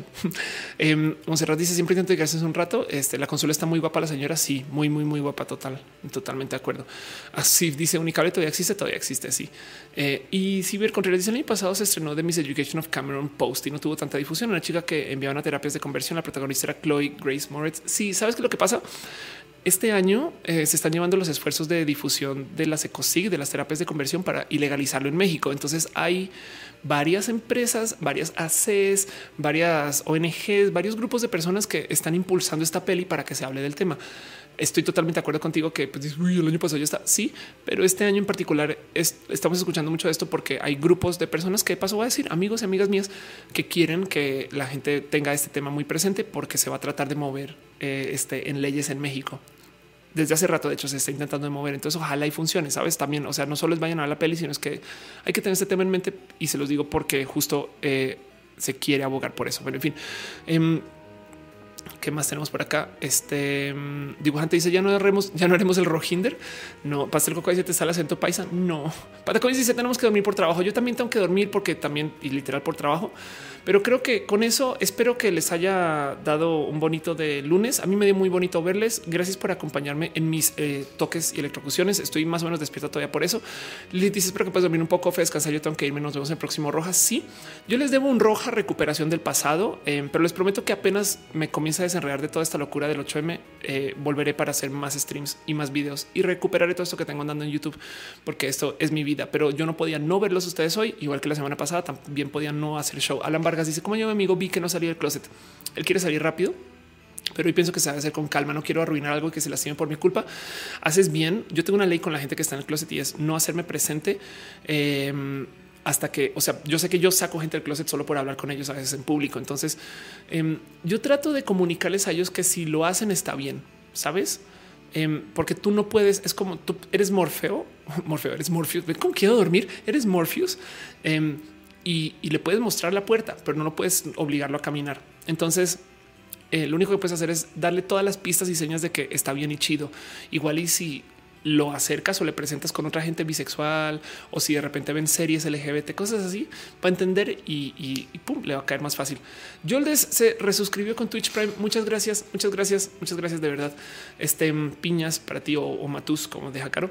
A: eh, Monserrat dice: siempre intento llegarse un rato. Este, la consola está muy guapa, la señora. Sí, muy, muy, muy guapa. Total, totalmente de acuerdo. Así dice: Unicable todavía existe, todavía existe. Sí. Eh, y Ciber Contreras dice: el año pasado se estrenó The Miseducation of Cameron Post y no tuvo tanta difusión. Una chica que enviaban a terapias de conversión. La protagonista era Chloe Grace Moretz. Sí, sabes qué es lo que pasa. Este año eh, se están llevando los esfuerzos de difusión de las ECOSIG, de las terapias de conversión, para ilegalizarlo en México. Entonces hay varias empresas, varias A C Es, varias O N Gs, varios grupos de personas que están impulsando esta peli para que se hable del tema. estoy totalmente de acuerdo contigo que pues, dices, uy, el año pasado ya está. Sí, pero este año en particular es, estamos escuchando mucho de esto porque hay grupos de personas que de paso voy a decir amigos y amigas mías que quieren que la gente tenga este tema muy presente porque se va a tratar de mover eh, este, en leyes en México. Desde hace rato, de hecho, se está intentando mover. Entonces, ojalá y funcione, sabes? También, o sea, no solo es vayan a la peli, sino es que hay que tener este tema en mente y se los digo porque justo eh, se quiere abogar por eso. Pero en fin, eh, ¿qué más tenemos por acá? Este um, dibujante dice ya no haremos, ya no haremos el Rojinder. No, Pastel Coco dice te está el acento paisa. No, Patacones dice tenemos que dormir por trabajo. Yo también tengo que dormir porque también y literal por trabajo. Pero creo que con eso espero que les haya dado un bonito de lunes. A mí me dio muy bonito verles. Gracias por acompañarme en mis eh, toques y electrocuciones. Estoy más o menos despierto todavía por eso. Lili dice espero que puedas dormir un poco, Fe, descansar. Yo tengo que irme. Nos vemos en el próximo Roja. Sí, yo les debo un Roja recuperación del pasado, eh, pero les prometo que apenas me comienza a desenredar de toda esta locura del ocho eme, eh, volveré para hacer más streams y más videos y recuperaré todo esto que tengo andando en YouTube, porque esto es mi vida. Pero yo no podía no verlos ustedes hoy, igual que la semana pasada. También podía no hacer show. Alan Vargas dice como yo, mi amigo, vi que no salió del closet. Él quiere salir rápido, pero hoy pienso que se debe hacer con calma. No quiero arruinar algo y que se lastime por mi culpa. Haces bien. Yo tengo una ley con la gente que está en el closet y es no hacerme presente eh, hasta que, o sea, yo sé que yo saco gente del closet solo por hablar con ellos a veces en público. Entonces eh, yo trato de comunicarles a ellos que si lo hacen está bien, sabes? Eh, porque tú no puedes, es como tú eres Morfeo, Morfeo, eres Morpheus. ¿Cómo quiero dormir? Eres Morpheus. Eh, Y, y le puedes mostrar la puerta, pero no lo puedes obligarlo a caminar. Entonces, eh, lo único que puedes hacer es darle todas las pistas y señas de que está bien y chido. Igual y si lo acercas o le presentas con otra gente bisexual o si de repente ven series L G B T, cosas así, para entender y, y, y pum, le va a caer más fácil. Yoldes se resuscribió con Twitch Prime. Muchas gracias, muchas gracias, muchas gracias de verdad. Este piñas para ti o, o Matus, como deja Caro.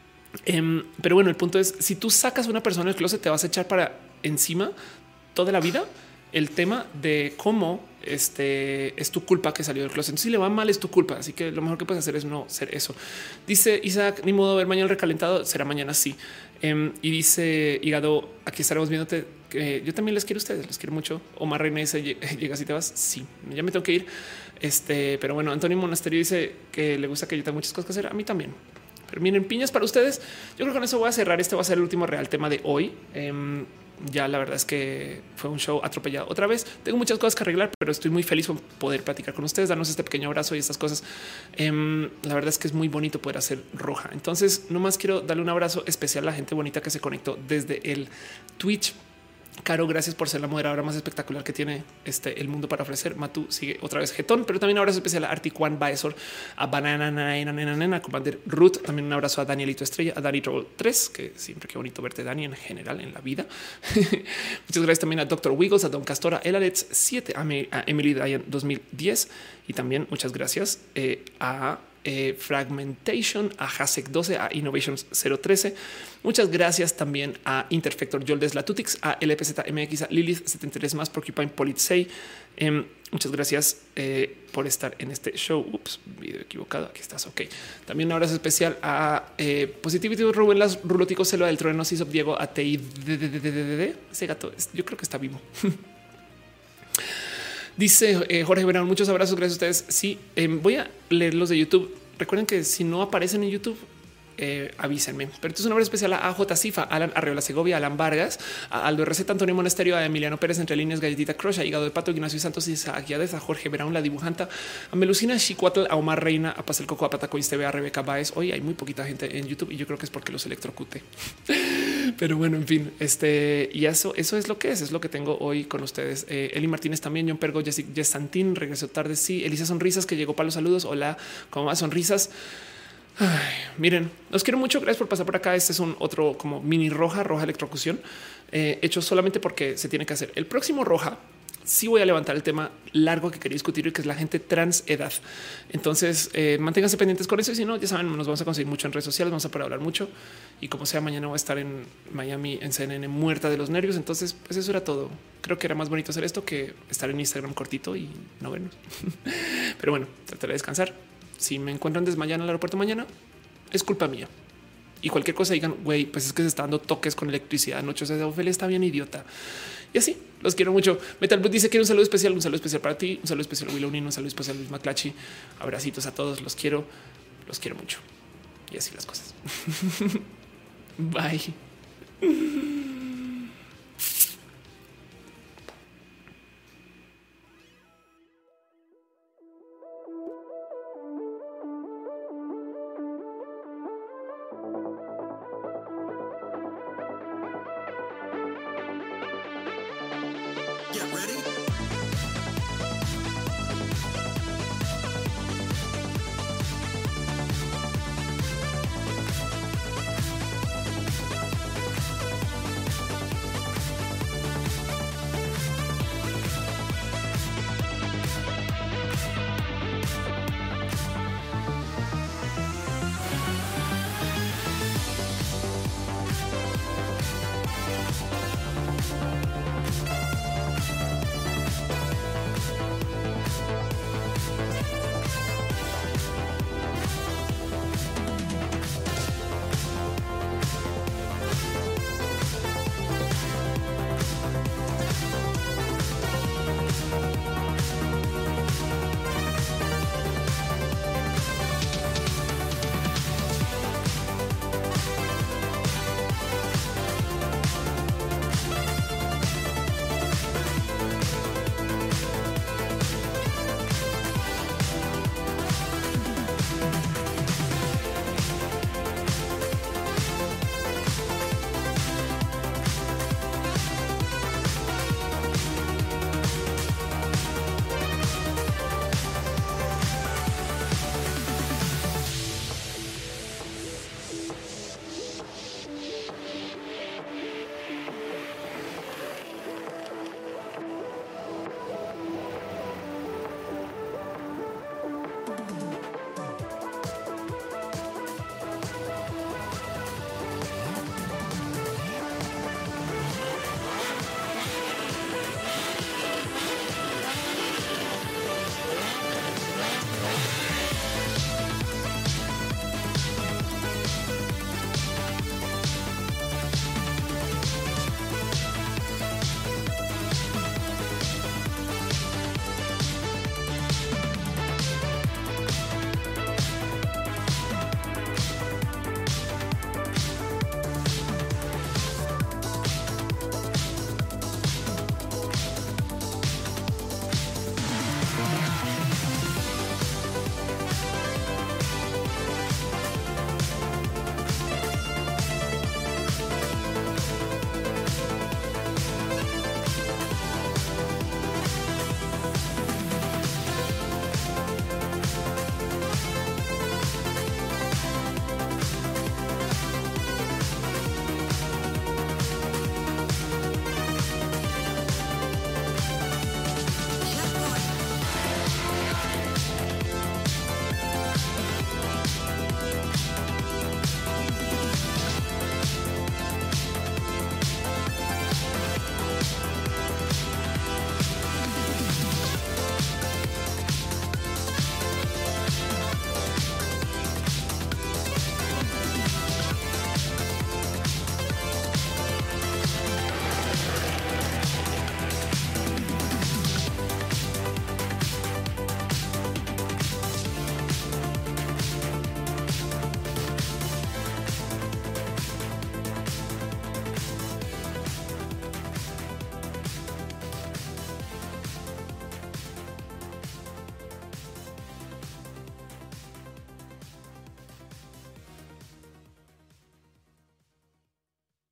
A: Um, pero bueno, el punto es si tú sacas a una persona del closet, te vas a echar para encima toda la vida el tema de cómo este es tu culpa que salió del closet. Si le va mal, es tu culpa. Así que lo mejor que puedes hacer es no ser eso. Dice Isaac, ni modo ver mañana el recalentado. Será mañana. Sí. Um, y dice Hígado, aquí estaremos viéndote. Eh, yo también les quiero a ustedes, les quiero mucho. Omar Reina dice llegas y te vas. Sí, ya me tengo que ir. Este, pero bueno, Antonio Monasterio dice que le gusta que yo tenga muchas cosas que hacer. A mí también. Pero miren, piñas para ustedes. Yo creo que con eso voy a cerrar. Este va a ser el último real tema de hoy. Um, ya la verdad es que fue un show atropellado otra vez. Tengo muchas cosas que arreglar, pero estoy muy feliz por poder platicar con ustedes, darnos este pequeño abrazo y estas cosas. Um, la verdad es que es muy bonito poder hacer Roja. Entonces, nomás quiero darle un abrazo especial a la gente bonita que se conectó desde el Twitch. Caro, gracias por ser la moderadora más espectacular que tiene este el mundo para ofrecer. Matu sigue otra vez jetón, pero también un abrazo especial a Articuan Baesor, a Banana Nena Nena Nena, a Commander Ruth. También un abrazo a Danielito Estrella, a Dani Trouble tres, que siempre qué bonito verte, Dani, en general en la vida. Muchas gracias también a Doctor Wiggles, a Don Castora, El Alex siete, a, a Emily Diane dos mil diez y también muchas gracias eh, a Eh, Fragmentation, a Hasek doce, a Innovations cero trece. Muchas gracias también a Interfector Yoldes Latutix, a L P Z M X, a Lilith setenta y tres más, Porcupine Politsei. Eh, muchas gracias eh, por estar en este show. Ups, video equivocado. Aquí estás. Ok. También un abrazo especial a eh, Positivity Rubén Las Ruloticos, Celo del Trueno, Cisop Diego, a T I. Ese gato, yo creo que está vivo. Dice eh, Jorge Verán, muchos abrazos, gracias a ustedes. Sí, eh, voy a leer los de YouTube. Recuerden que si no aparecen en YouTube, eh, avísenme. Pero esto es un abrazo especial a J. Cifa, Alan Arreola Segovia, Alan Vargas, a Aldo R Z, Antonio Monasterio, a Emiliano Pérez, Entre Líneas, Galletita Crush, a Hígado de Pato, Ignacio Santos y a Guiades, a Jorge Verán, la dibujanta, a Melusina Chicuatl, a Omar Reina, a Pasel Coco, a Patacoins T V, a Rebeca Baez. Hoy hay muy poquita gente en YouTube y yo creo que es porque los electrocute. Pero bueno, en fin, este y eso, eso es lo que es, es lo que tengo hoy con ustedes. Eh, Eli Martínez también, John Pergo, Jessica Jess Santín, regresó tarde. Sí, Elisa Sonrisas, que llegó para los saludos. Hola, ¿cómo va? Sonrisas. Ay, miren, los quiero mucho. Gracias por pasar por acá. Este es un otro como mini roja, roja electrocución, eh, hecho solamente porque se tiene que hacer. El próximo Roja sí voy a levantar el tema largo que quería discutir y que es la gente trans edad. Entonces eh, manténganse pendientes con eso y si no, ya saben, nos vamos a conseguir mucho en redes sociales, vamos a poder hablar mucho y como sea, mañana voy a estar en Miami, en C N N, muerta de los nervios. Entonces, pues eso era todo. Creo que era más bonito hacer esto que estar en Instagram cortito y no vernos. Pero bueno, trataré de descansar. Si me encuentran desmayada en el aeropuerto mañana, es culpa mía. y cualquier cosa digan, güey, pues es que se está dando toques con electricidad anoche. O sea, Ophelia está bien idiota. Y así los quiero mucho. Metal Blue dice que un saludo especial, un saludo especial para ti, un saludo especial a Willow Nin, un saludo especial a Luis Maclachi. Abracitos a todos. Los quiero, los quiero mucho. Y así las cosas. Bye.
B: Get ready.